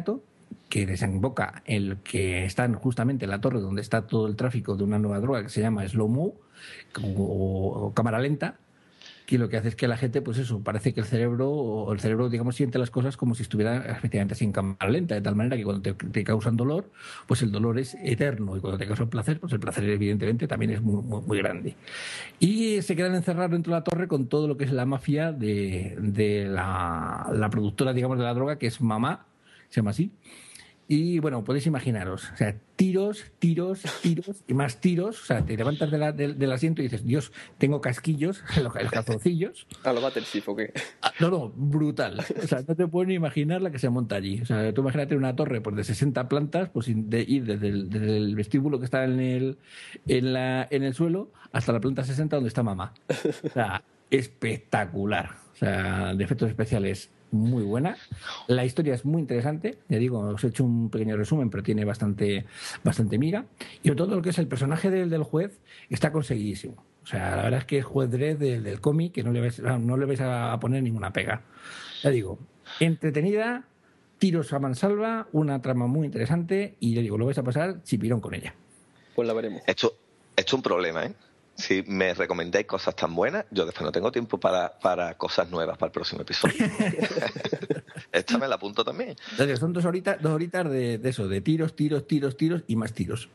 S3: que desemboca el que están justamente en la torre donde está todo el tráfico de una nueva droga que se llama Slow Mo o, o cámara lenta, que lo que hace es que la gente, pues eso, parece que el cerebro, o el cerebro, digamos, siente las cosas como si estuviera efectivamente así en cámara lenta, de tal manera que cuando te, te causan dolor, pues el dolor es eterno, y cuando te causa placer, pues el placer evidentemente también es muy, muy, muy grande. Y se quedan encerrados dentro de la torre con todo lo que es la mafia de, de la, la productora, digamos, de la droga, que es Mamá, se llama así. Y bueno, podéis imaginaros, o sea, tiros, tiros, tiros y más tiros. O sea, te levantas de la, de, del asiento y dices, Dios, tengo casquillos en los, en los calzoncillos.
S1: ¿A lo Battleship o qué?
S3: Ah, no, no, brutal. O sea, no te puedes ni imaginar la que se monta allí. O sea, tú imagínate una torre pues, de sesenta plantas, pues de ir desde el, desde el vestíbulo que está en el, en, la, en el suelo hasta la planta sesenta donde está Mamá. O sea, espectacular. O sea, de efectos especiales muy buena. La historia es muy interesante. Ya digo, os he hecho un pequeño resumen, pero tiene bastante, bastante miga. Y todo lo que es el personaje del, del juez está conseguidísimo. O sea, la verdad es que es juez Dredd del, del cómic, que no le, vais, no le vais a poner ninguna pega. Ya digo, entretenida, tiros a mansalva, una trama muy interesante y ya digo, lo vais a pasar chipirón con ella.
S1: Pues la veremos.
S2: Esto, esto es un problema, ¿eh? Si me recomendáis cosas tan buenas, yo después no tengo tiempo para, para cosas nuevas para el próximo episodio. Esta me la apunto también.
S3: Entonces, son dos horitas, dos horitas de, de eso, de tiros, tiros, tiros, tiros y más tiros.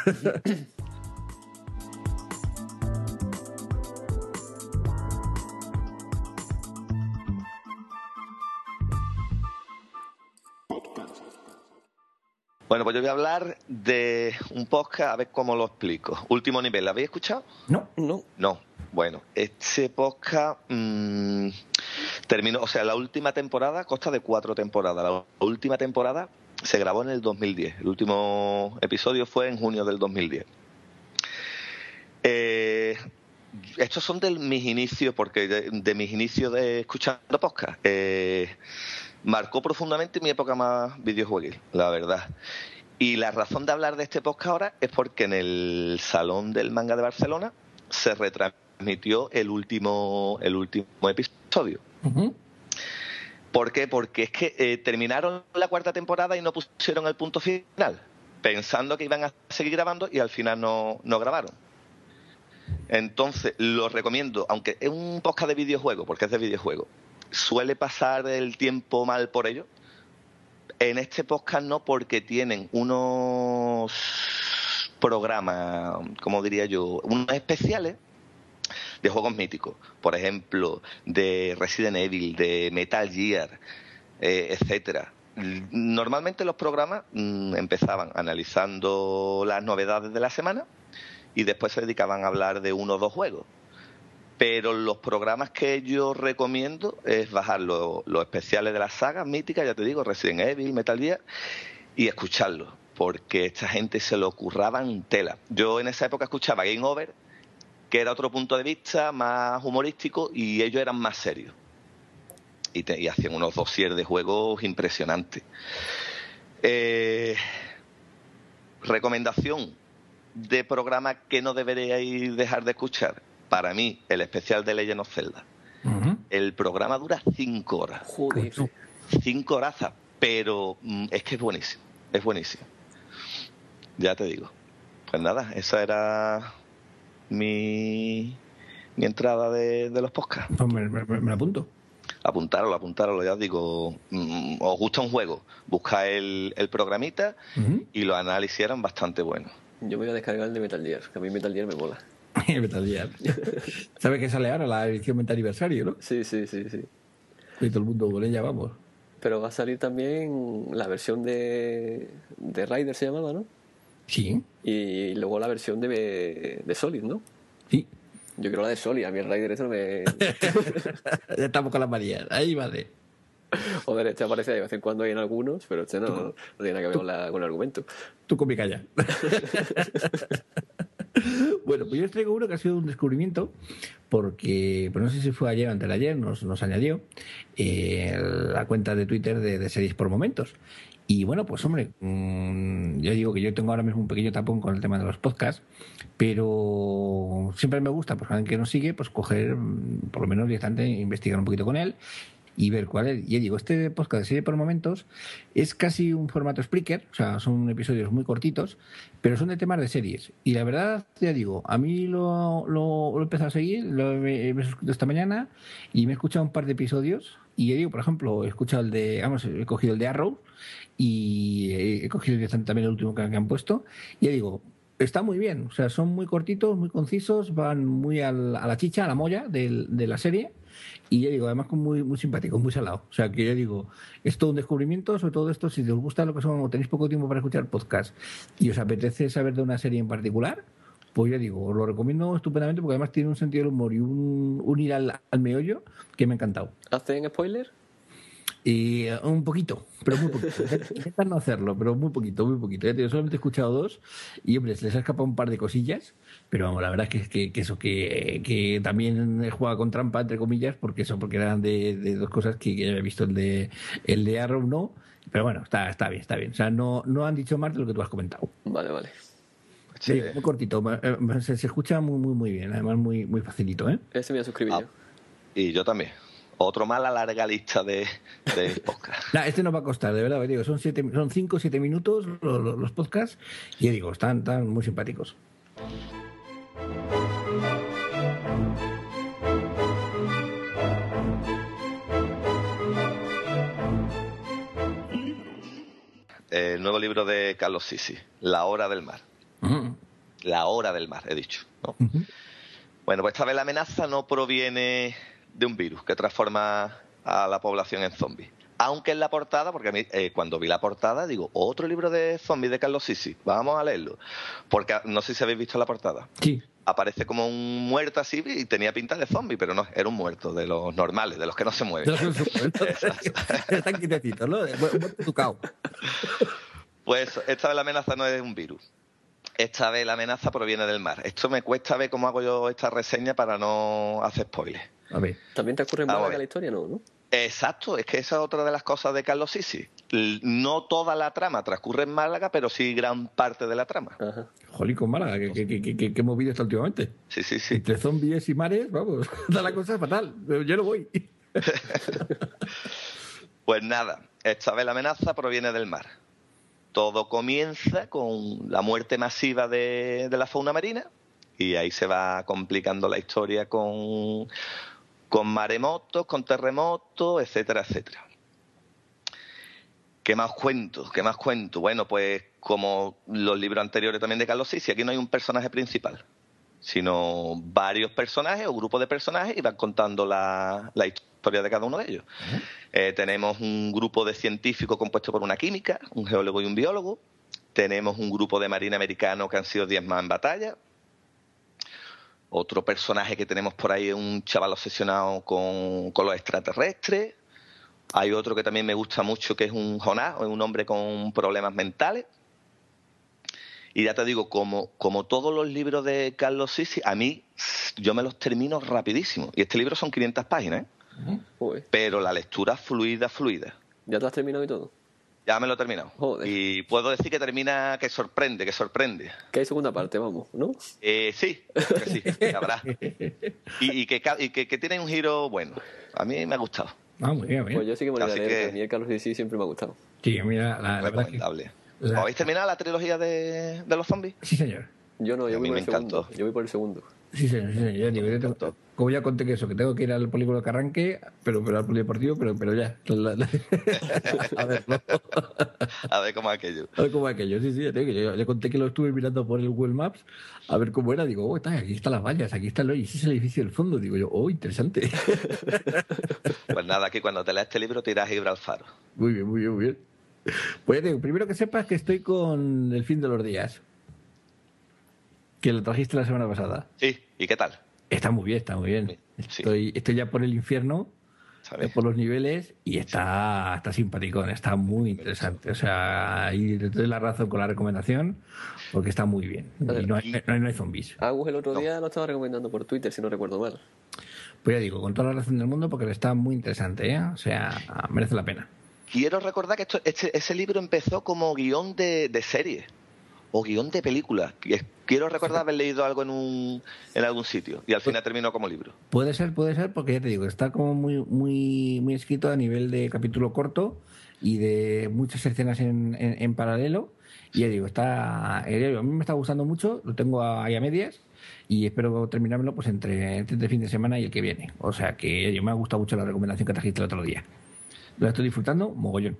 S2: Bueno, pues yo voy a hablar de un podcast, a ver cómo lo explico. Último nivel, ¿lo habéis escuchado?
S3: No.
S1: No.
S2: No. Bueno, este podcast mmm, terminó, o sea, la última temporada consta de cuatro temporadas. La última temporada se grabó en el dos mil diez. El último episodio fue en junio del dos mil diez. Eh, estos son de mis inicios, porque de, de mis inicios de escuchando podcast. Eh, marcó profundamente mi época más videojueguil, la verdad. Y la razón de hablar de este podcast ahora es porque en el Salón del Manga de Barcelona se retransmitió el último, el último episodio. Uh-huh. ¿Por qué? Porque es que eh, terminaron la cuarta temporada y no pusieron el punto final, pensando que iban a seguir grabando y al final no, no grabaron. Entonces, lo recomiendo, aunque es un podcast de videojuego, porque es de videojuego, suele pasar el tiempo mal por ello. En este podcast no, porque tienen unos programas, como diría yo, unos especiales de juegos míticos. Por ejemplo, de Resident Evil, de Metal Gear, eh, etcétera. Normalmente los programas mmm, empezaban analizando las novedades de la semana y después se dedicaban a hablar de uno o dos juegos. Pero los programas que yo recomiendo es bajar los, los especiales de las sagas míticas, ya te digo, Resident Evil, Metal Gear, y escucharlos, porque esta gente se lo curraban tela. Yo en esa época escuchaba Game Over, que era otro punto de vista más humorístico, y ellos eran más serios. Y, te, y hacían unos dossiers de juegos impresionantes. Eh, recomendación de programa que no deberíais dejar de escuchar. Para mí, el especial de Legend of Zelda. Uh-huh. El programa dura cinco horas.
S1: Joder.
S2: Cinco horazas, pero mm, es que es buenísimo. Es buenísimo. Ya te digo. Pues nada, esa era mi, mi entrada de, de los podcasts.
S3: Pues me, me, me la apunto.
S2: Apuntáralo, apuntáralo, ya os digo. Mm, os gusta un juego, buscad el, el programita uh-huh. y los análisis eran bastante buenos.
S1: Yo me voy a descargar el de Metal Gear, que a mí Metal Gear me mola.
S3: Metal Gear. ¿Sabes que sale ahora la edición veinte aniversario, no?
S1: Sí, sí, sí, sí.
S3: Y todo el mundo con ella, vamos.
S1: Pero va a salir también la versión de, de Ryder, se llamaba, ¿no?
S3: Sí.
S1: Y luego la versión de, de Solid, ¿no?
S3: Sí.
S1: Yo quiero la de Solid, a mí el Ryder eso no me...
S3: Ya estamos con las manías, ahí vale.
S1: Joder, este aparece de vez en cuando ahí en algunos, pero este no, no, no tiene nada que ver con, la, con el argumento.
S3: Tú con mi calla. Bueno, pues yo os traigo uno que ha sido un descubrimiento, porque, pues no sé si fue ayer o antes de ayer, nos, nos añadió eh, la cuenta de Twitter de, de Series por Momentos. Y bueno, pues hombre, mmm, yo digo que yo tengo ahora mismo un pequeño tapón con el tema de los podcasts, pero siempre me gusta, pues alguien que nos sigue, pues coger, por lo menos directamente, investigar un poquito con él. y ver cuál es. Y digo, este podcast de Serie por Momentos es casi un formato Spreaker, o sea, son episodios muy cortitos, pero son de temas de series. Y la verdad, ya digo, a mí lo, lo, lo he empezado a seguir, lo me, me he suscrito esta mañana y me he escuchado un par de episodios. Y ya digo, por ejemplo, he escuchado el de, vamos, he cogido el de Arrow y he cogido directamente también el último que, que han puesto. Y ya digo, está muy bien, o sea, son muy cortitos, muy concisos, van muy al, a la chicha, a la molla del, de la serie. Y ya digo, además muy, muy simpático, muy salado. O sea, que ya digo, es todo un descubrimiento, sobre todo esto, si os gusta lo que son, o tenéis poco tiempo para escuchar podcast y os apetece saber de una serie en particular, pues ya digo, os lo recomiendo estupendamente porque además tiene un sentido del humor y un, un ir al, al meollo que me ha encantado.
S1: ¿Hacen spoiler?
S3: Y uh, un poquito, pero muy poquito. Intentan no hacerlo, pero muy poquito, muy poquito. Ya te digo, solamente he escuchado dos y, hombre, se les ha escapado un par de cosillas, pero vamos, la verdad es que, que, que eso, que, que también he jugado con trampa, entre comillas, porque eso, porque eran de, de dos cosas que, que ya había visto. El de, el de Arrow no, pero bueno, está, está bien, está bien. O sea, no, no han dicho más de lo que tú has comentado.
S1: Vale, vale.
S3: Sí, muy cortito, se, se escucha muy, muy, muy bien, además muy, muy facilito, ¿eh?
S1: Ese me voy a suscribir
S2: Ah,
S1: yo.
S2: y yo también. Otro más a la larga lista de, de podcast.
S3: Nah, este no va a costar, de verdad, digo, son siete, son cinco o siete minutos los, los, los podcasts y digo, están, están muy simpáticos.
S2: El nuevo libro de Carlos Sisi, La Hora del Mar.
S3: Uh-huh.
S2: La Hora del Mar, he dicho, ¿no?
S3: Uh-huh.
S2: Bueno, pues esta vez la amenaza no proviene de un virus que transforma a la población en zombies. Aunque en la portada, porque a mí eh, cuando vi la portada digo, otro libro de zombies de Carlos Sisi, vamos a leerlo. Porque no sé si habéis visto la portada.
S3: Sí.
S2: Aparece como un muerto así y tenía pinta de zombie, pero no, era un muerto, de los normales, de los que no se mueven.
S3: Están quietecitos, ¿no? Muerto tucao.
S2: Pues esta vez la amenaza no es un virus. Esta vez la amenaza proviene del mar. Esto me cuesta ver cómo hago yo esta reseña para no hacer spoilers.
S3: A ver.
S1: ¿También te ocurre en Málaga la historia? No, ¿no?
S2: Exacto, es que esa es otra de las cosas de Carlos Sisi. No toda la trama transcurre en Málaga, pero sí gran parte de la trama.
S1: Ajá.
S3: Jolín, con Málaga, que, que, que, que, que hemos visto está últimamente.
S2: Sí, sí, sí.
S3: Entre zombies y mares, vamos, da la cosa fatal. Yo no voy.
S2: Pues nada, esta vez la amenaza proviene del mar. Todo comienza con la muerte masiva de, de la fauna marina y ahí se va complicando la historia con, con maremotos, con terremotos, etcétera, etcétera. ¿Qué más cuento? ¿Qué más cuento? Bueno, pues como los libros anteriores también de Carlos Sisi, aquí no hay un personaje principal, sino varios personajes o grupos de personajes y van contando la, la historia de cada uno de ellos. Uh-huh. Eh, tenemos un grupo de científicos compuesto por una química, un geólogo y un biólogo. Tenemos un grupo de marines americanos que han sido diezmados en batalla. Otro personaje que tenemos por ahí es un chaval obsesionado con, con los extraterrestres. Hay otro que también me gusta mucho, que es un Jonás, un hombre con problemas mentales. Y ya te digo, como, como todos los libros de Carlos Sisi, a mí yo me los termino rapidísimo. Y este libro son quinientas páginas, ¿eh? Uh-huh. Pero la lectura fluida, fluida.
S1: ¿Ya te has terminado y todo?
S2: Ya me lo he terminado.
S1: Joder.
S2: Y puedo decir que termina, que sorprende, que sorprende.
S1: Que hay segunda parte, vamos, ¿no?
S2: Eh, sí, que sí, que habrá. Y, y, que, y que, que tiene un giro bueno. A mí me ha gustado.
S3: Ah, muy bien, muy bien.
S1: Pues yo sí que me lo voy a leer,
S2: que...
S1: a mí el Carlos Sisi siempre me ha gustado.
S3: Sí, mira, la, la
S2: recomendable.
S3: Que la...
S2: ¿Habéis terminado la trilogía de, de los zombies?
S3: Sí, señor.
S1: Yo no, yo
S2: a
S1: voy
S2: mí
S1: por
S2: me
S1: el segundo.
S2: encantó.
S1: Yo voy por el segundo.
S3: Sí, señor, sí, señor. Ya, digo, yo tengo, como ya conté que eso, que tengo que ir al polígono que arranque, pero, pero al polideportivo, pero, pero ya. La, la... a ver, ¿no?
S2: A ver cómo es aquello.
S3: A ver cómo es aquello, sí, sí. Ya, tengo que, yo, ya conté que lo estuve mirando por el Google Maps, a ver cómo era. Digo, oh, está, aquí están las vallas, aquí está el... Y ese es el edificio del fondo. Digo yo, oh, interesante.
S2: Pues nada, aquí cuando te leas este libro te irás a Gibraltar.
S3: Muy bien, muy bien, muy bien. Pues ya digo, primero que sepas que estoy con El fin de los días. Que lo trajiste la semana pasada.
S2: Sí, ¿y qué tal?
S3: Está muy bien, está muy bien. Sí. Estoy, estoy ya por el infierno, por los niveles, y está, está simpaticón, está muy interesante. O sea, ahí te doy la razón con la recomendación, porque está muy bien. Y no hay, no hay, no hay zombies.
S1: Agus el otro no. día lo estaba recomendando por Twitter, si no recuerdo mal.
S3: Pues ya digo, con toda la razón del mundo, porque está muy interesante, ¿eh? O sea, merece la pena.
S2: Quiero recordar que esto, este, ese libro empezó como guión de, de serie. o guión de película. Quiero recordar haber leído algo en un en algún sitio y al final terminó como libro.
S3: Puede ser, puede ser, porque ya te digo, está como muy muy muy escrito a nivel de capítulo corto y de muchas escenas en, en, en paralelo. Y ya digo, está, a mí me está gustando mucho, lo tengo ahí a medias y espero terminármelo pues entre, entre el fin de semana y el que viene. O sea que yo me ha gustado mucho la recomendación que trajiste el otro día. Lo estoy disfrutando mogollón.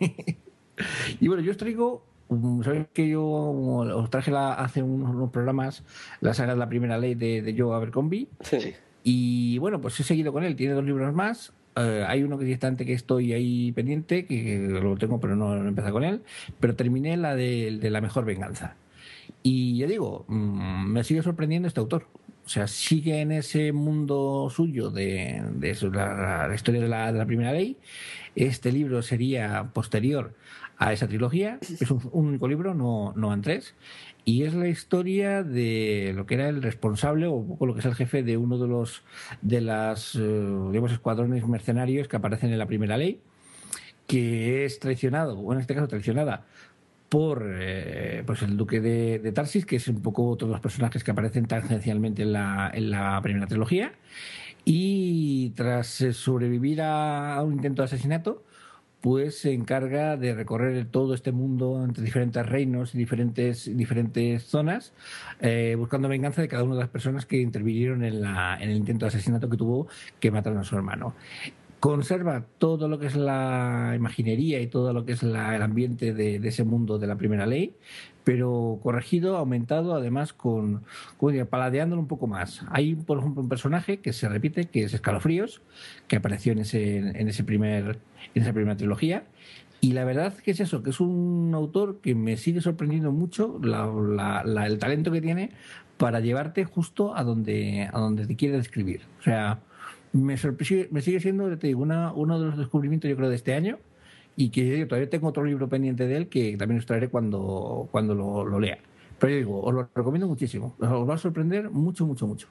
S3: Y bueno, yo os traigo, sabéis que yo os traje la, hace unos, unos programas la saga de la primera ley de, de Joe Abercrombie.
S1: Sí.
S3: Y bueno, pues he seguido con él, tiene dos libros más. Uh, hay uno que directamente que estoy ahí pendiente, que lo tengo pero no, no he empezado con él, pero terminé la de, de La mejor venganza. Y ya digo, mmm, me sigue sorprendiendo este autor. O sea, sigue en ese mundo suyo de, de eso, la, la historia de la, de la primera ley. Este libro sería posterior a esa trilogía. Es un, un único libro, no, no van tres. Y es la historia de lo que era el responsable o un poco lo que es el jefe de uno de los de las uh, digamos escuadrones mercenarios que aparecen en la primera ley, que es traicionado, o en este caso traicionada por eh, pues el duque de, de Tarsis, que es un poco otro de los personajes que aparecen tangencialmente en la, en la primera trilogía. Y tras sobrevivir a, a un intento de asesinato, pues se encarga de recorrer todo este mundo entre diferentes reinos y diferentes, diferentes zonas, eh, buscando venganza de cada una de las personas que intervinieron en, la, en el intento de asesinato que tuvo, que mataron a su hermano. Conserva todo lo que es la imaginería y todo lo que es la, el ambiente de, de ese mundo de la primera ley, pero corregido, aumentado, además con, con paladeándolo un poco más. Hay, por ejemplo, un personaje que se repite, que es Escalofríos, que apareció en ese, en ese primer, en esa primera trilogía. Y la verdad que es eso, que es un autor que me sigue sorprendiendo mucho la, la, la, el talento que tiene para llevarte justo a donde, a donde te quiere describir. O sea, me, me sigue siendo, te digo, una, uno de los descubrimientos, yo creo, de este año, y que yo todavía tengo otro libro pendiente de él que también os traeré cuando, cuando lo, lo lea. Pero yo digo, os lo recomiendo muchísimo. Os va a sorprender mucho, mucho, mucho.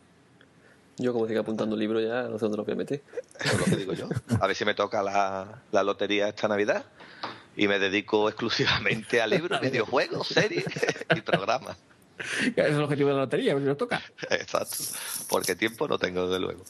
S1: Yo, como siga apuntando el libro, ya no sé dónde lo voy a meter.
S2: Eso es lo que digo yo. A ver si me toca la, la lotería esta Navidad y me dedico exclusivamente a libros, videojuegos, series y programas.
S3: Ese es el objetivo de la lotería, a ver si nos toca.
S2: Exacto. Porque tiempo no tengo, desde luego.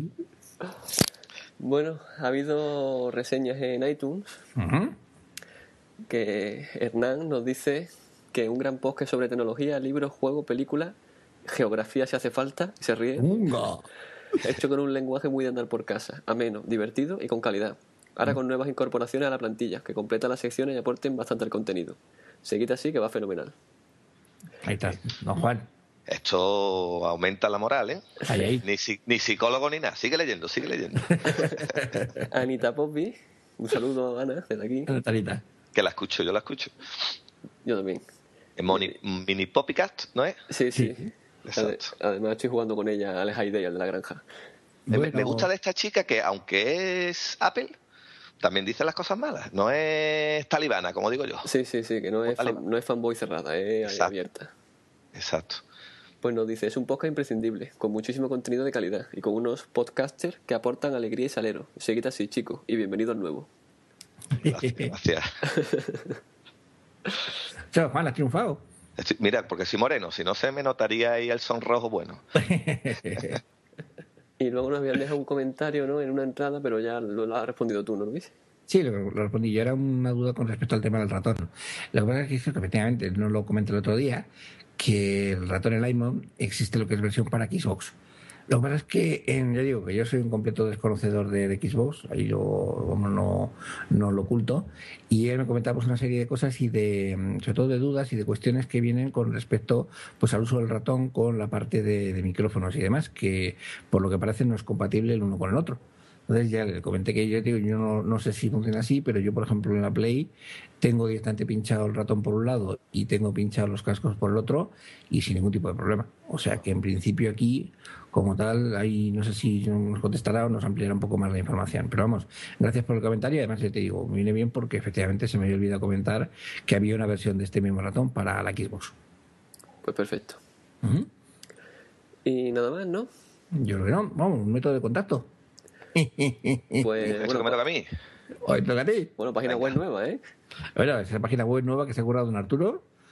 S1: Bueno, ha habido reseñas en iTunes uh-huh. que Hernán nos dice que un gran podcast sobre tecnología, libros, juegos, películas, geografía si hace falta, y se ríe.
S3: Uh-huh.
S1: Hecho con un lenguaje muy de andar por casa, ameno, divertido y con calidad. Ahora uh-huh. con nuevas incorporaciones a la plantilla, que completan las secciones y aporten bastante al contenido. Seguid así, que va fenomenal.
S3: Ahí está, don Juan.
S2: Esto aumenta la moral, ¿eh?
S3: Ahí, ahí.
S2: Ni, ni psicólogo ni nada. Sigue leyendo, sigue leyendo.
S1: Anita Poppy, un saludo a Ana, desde aquí.
S3: Anita.
S2: Que la escucho, yo la escucho.
S1: Yo también.
S2: En Moni, Mini Poppycast, ¿no es?
S1: Sí, sí.
S2: sí. Exacto.
S1: Además estoy jugando con ella al High Day, al de la granja.
S2: Bueno. Me, me gusta de esta chica que, aunque es Apple, también dice las cosas malas. No es talibana, como digo yo.
S1: Sí, sí, sí, que no es, fan, no es fanboy cerrada, es Exacto. abierta.
S2: Exacto.
S1: Pues nos dice, es un podcast imprescindible, con muchísimo contenido de calidad y con unos podcasters que aportan alegría y salero. Seguid así, chicos, y bienvenido al nuevo.
S2: Gracias. gracias.
S3: Chao, Juan, has triunfado.
S2: Estoy, mira, porque soy moreno, si no se me notaría ahí el sonrojo bueno.
S1: Y luego nos habían dejado un comentario, ¿no?, en una entrada, pero ya lo, lo has respondido tú, ¿no lo viste?
S3: Sí, lo, lo respondí yo. Era una duda con respecto al tema del ratón. Lo que pasa es que, que efectivamente, no lo comenté el otro día, que el ratón en Limon existe lo que es versión para Xbox. Lo que pasa es que, en, yo digo que yo soy un completo desconocedor de, de Xbox, ahí yo vamos, no, no lo oculto, y él me comentaba pues, una serie de cosas y de, sobre todo de dudas y de cuestiones que vienen con respecto pues al uso del ratón con la parte de, de micrófonos y demás, que por lo que parece no es compatible el uno con el otro. Entonces ya le comenté que yo digo, yo no, no sé si funciona así, pero yo, por ejemplo, en la Play tengo directamente pinchado el ratón por un lado y tengo pinchados los cascos por el otro y sin ningún tipo de problema. O sea que en principio aquí, como tal, ahí no sé si nos contestará o nos ampliará un poco más la información. Pero vamos, gracias por el comentario. Además, ya te digo, me viene bien porque efectivamente se me había olvidado comentar que había una versión de este mismo ratón para la Xbox.
S1: Pues perfecto.
S3: Uh-huh.
S1: Y nada más, ¿no?
S3: Yo creo que no. Vamos, un método de contacto.
S1: Pues
S2: ¿Eso
S1: bueno,
S2: que me toca a mí?
S3: Hoy toca a ti.
S1: Bueno, página Venga. web nueva, ¿eh?
S3: Bueno, esa página web nueva que se ha currado don Arturo,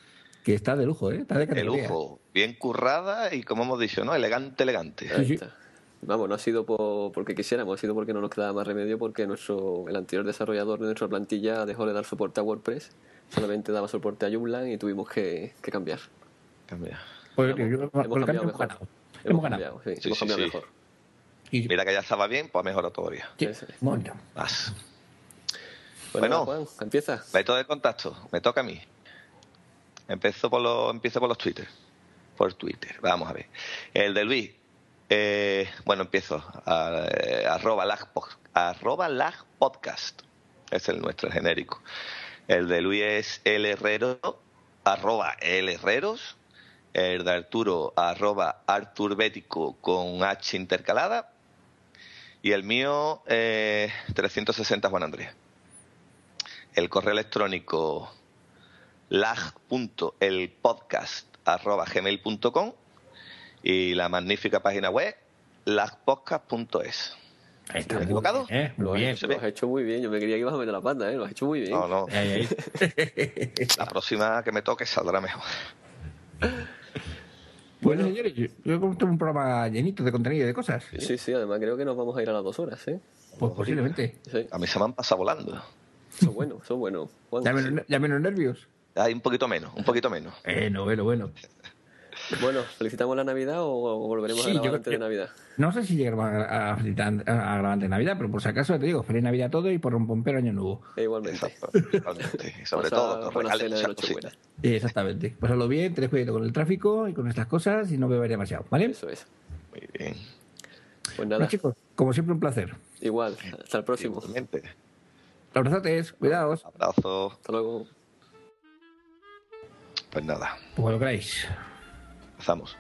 S3: que está de lujo, ¿eh? Está de
S2: De
S3: categoría.
S2: lujo, bien currada y, como hemos dicho, ¿no? Elegante, elegante.
S1: Ahí
S3: sí.
S1: está. Vamos, no ha sido por, porque quisiéramos, ha sido porque no nos quedaba más remedio, porque nuestro el anterior desarrollador de nuestra plantilla dejó de dar soporte a WordPress, solamente daba soporte a Joomla y tuvimos que, que cambiar.
S2: Cambia.
S3: Pues,
S1: Hemos-
S3: yo-
S1: hemos
S3: con el cambio
S1: cambiado
S3: hemos
S1: mejor.
S3: ganado.
S1: Hemos,
S3: Hemos ganado.
S1: cambiado, sí,
S2: Sí,
S1: hemos
S2: sí,
S1: cambiado
S2: sí.
S1: mejor.
S3: Y,
S2: Mira que ya estaba bien, pues mejora todavía.
S3: sí,
S1: Eso es.
S3: bonito.
S2: Más.
S1: Pues
S2: Bueno.
S1: nada, Juan, empieza.
S2: Método de contacto, me toca a mí. Empiezo por los, empiezo por los Twitter. Por Twitter, vamos a ver. El de Luis, eh, bueno, empiezo. A, eh, arroba, lag, arroba lag podcast. Es el nuestro, el genérico. El de Luis es el herrero, arroba el herreros. El de Arturo, arroba arturbético con H intercalada. Y el mío, eh, trescientos sesenta Juan Andrés. El correo electrónico lag.elpodcast arroba gmail punto com y la magnífica página web lagpodcast punto es.
S3: Ahí está.
S2: ¿Me he equivocado?
S3: Muy bien, ¿eh?
S1: Lo
S3: Muy
S1: has,
S3: bien.
S1: hecho, lo has hecho muy bien. Yo me creía que ibas a meter la pata, ¿eh? Lo has hecho muy bien.
S2: No, no.
S3: Ahí, ahí.
S2: La próxima que me toque saldrá mejor.
S3: Bueno, señores, yo, yo creo que tengo un programa llenito de contenido y de cosas.
S1: Sí, sí, además creo que nos vamos a ir a las dos horas, ¿eh?
S3: Pues posiblemente.
S1: Sí,
S2: A mí se me han pasado volando.
S1: eso es bueno, eso es bueno. Juan,
S3: Ya menos, ya menos nervios.
S2: Hay un poquito menos, un poquito menos.
S3: Bueno, bueno, bueno.
S1: Bueno, ¿felicitamos la Navidad o volveremos
S3: Sí,
S1: a grabar
S3: yo-
S1: antes de
S3: yo-
S1: Navidad?
S3: No sé si llegaremos a, a, felicitar a grabar antes de Navidad, pero por si acaso te digo, feliz Navidad a todos y por un pompero año nuevo.
S1: E igualmente.
S2: Exacto, totalmente. Y sobre
S1: Pasa
S2: todo, que os
S1: buena
S2: regalen
S1: cena de
S2: muchas
S1: Nochebuena.
S2: cositas.
S3: Eh, Exactamente. Pasadlo bien, tened cuidado con el tráfico y con estas cosas y no beber demasiado, ¿vale?
S1: Eso es.
S2: Muy bien.
S1: Pues
S3: Bueno,
S1: nada,
S3: chicos, como siempre, un placer.
S1: igual. Hasta el próximo.
S2: Igualmente.
S3: Abrazotes, cuidaos.
S2: Abrazo.
S1: Hasta luego.
S2: Pues nada,
S3: Pues cuando queráis.
S2: empezamos.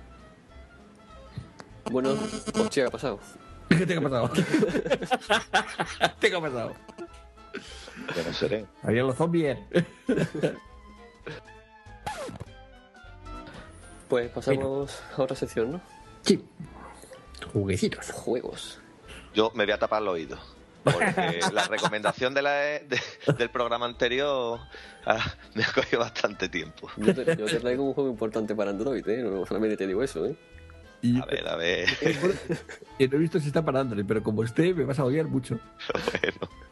S1: Bueno, hostia, ¿qué ha pasado?
S3: ¿Qué te ha pasado? ¿Qué te ha pasado?
S2: Ya no seré.
S3: Había los zombies.
S1: Pues pasamos a otra sección, ¿no?
S3: Sí. Jueguecitos.
S1: Juegos.
S2: Yo me voy a tapar los oídos. Porque la recomendación de la, de- del programa anterior ah, me ha cogido bastante tiempo.
S1: Yo te, yo te traigo un juego importante para Android, ¿eh? No solamente te digo eso, ¿eh?
S3: Y,
S2: A ver, a ver.
S3: y no he visto si está para Android, pero como esté, me vas a odiar mucho.
S2: Bueno.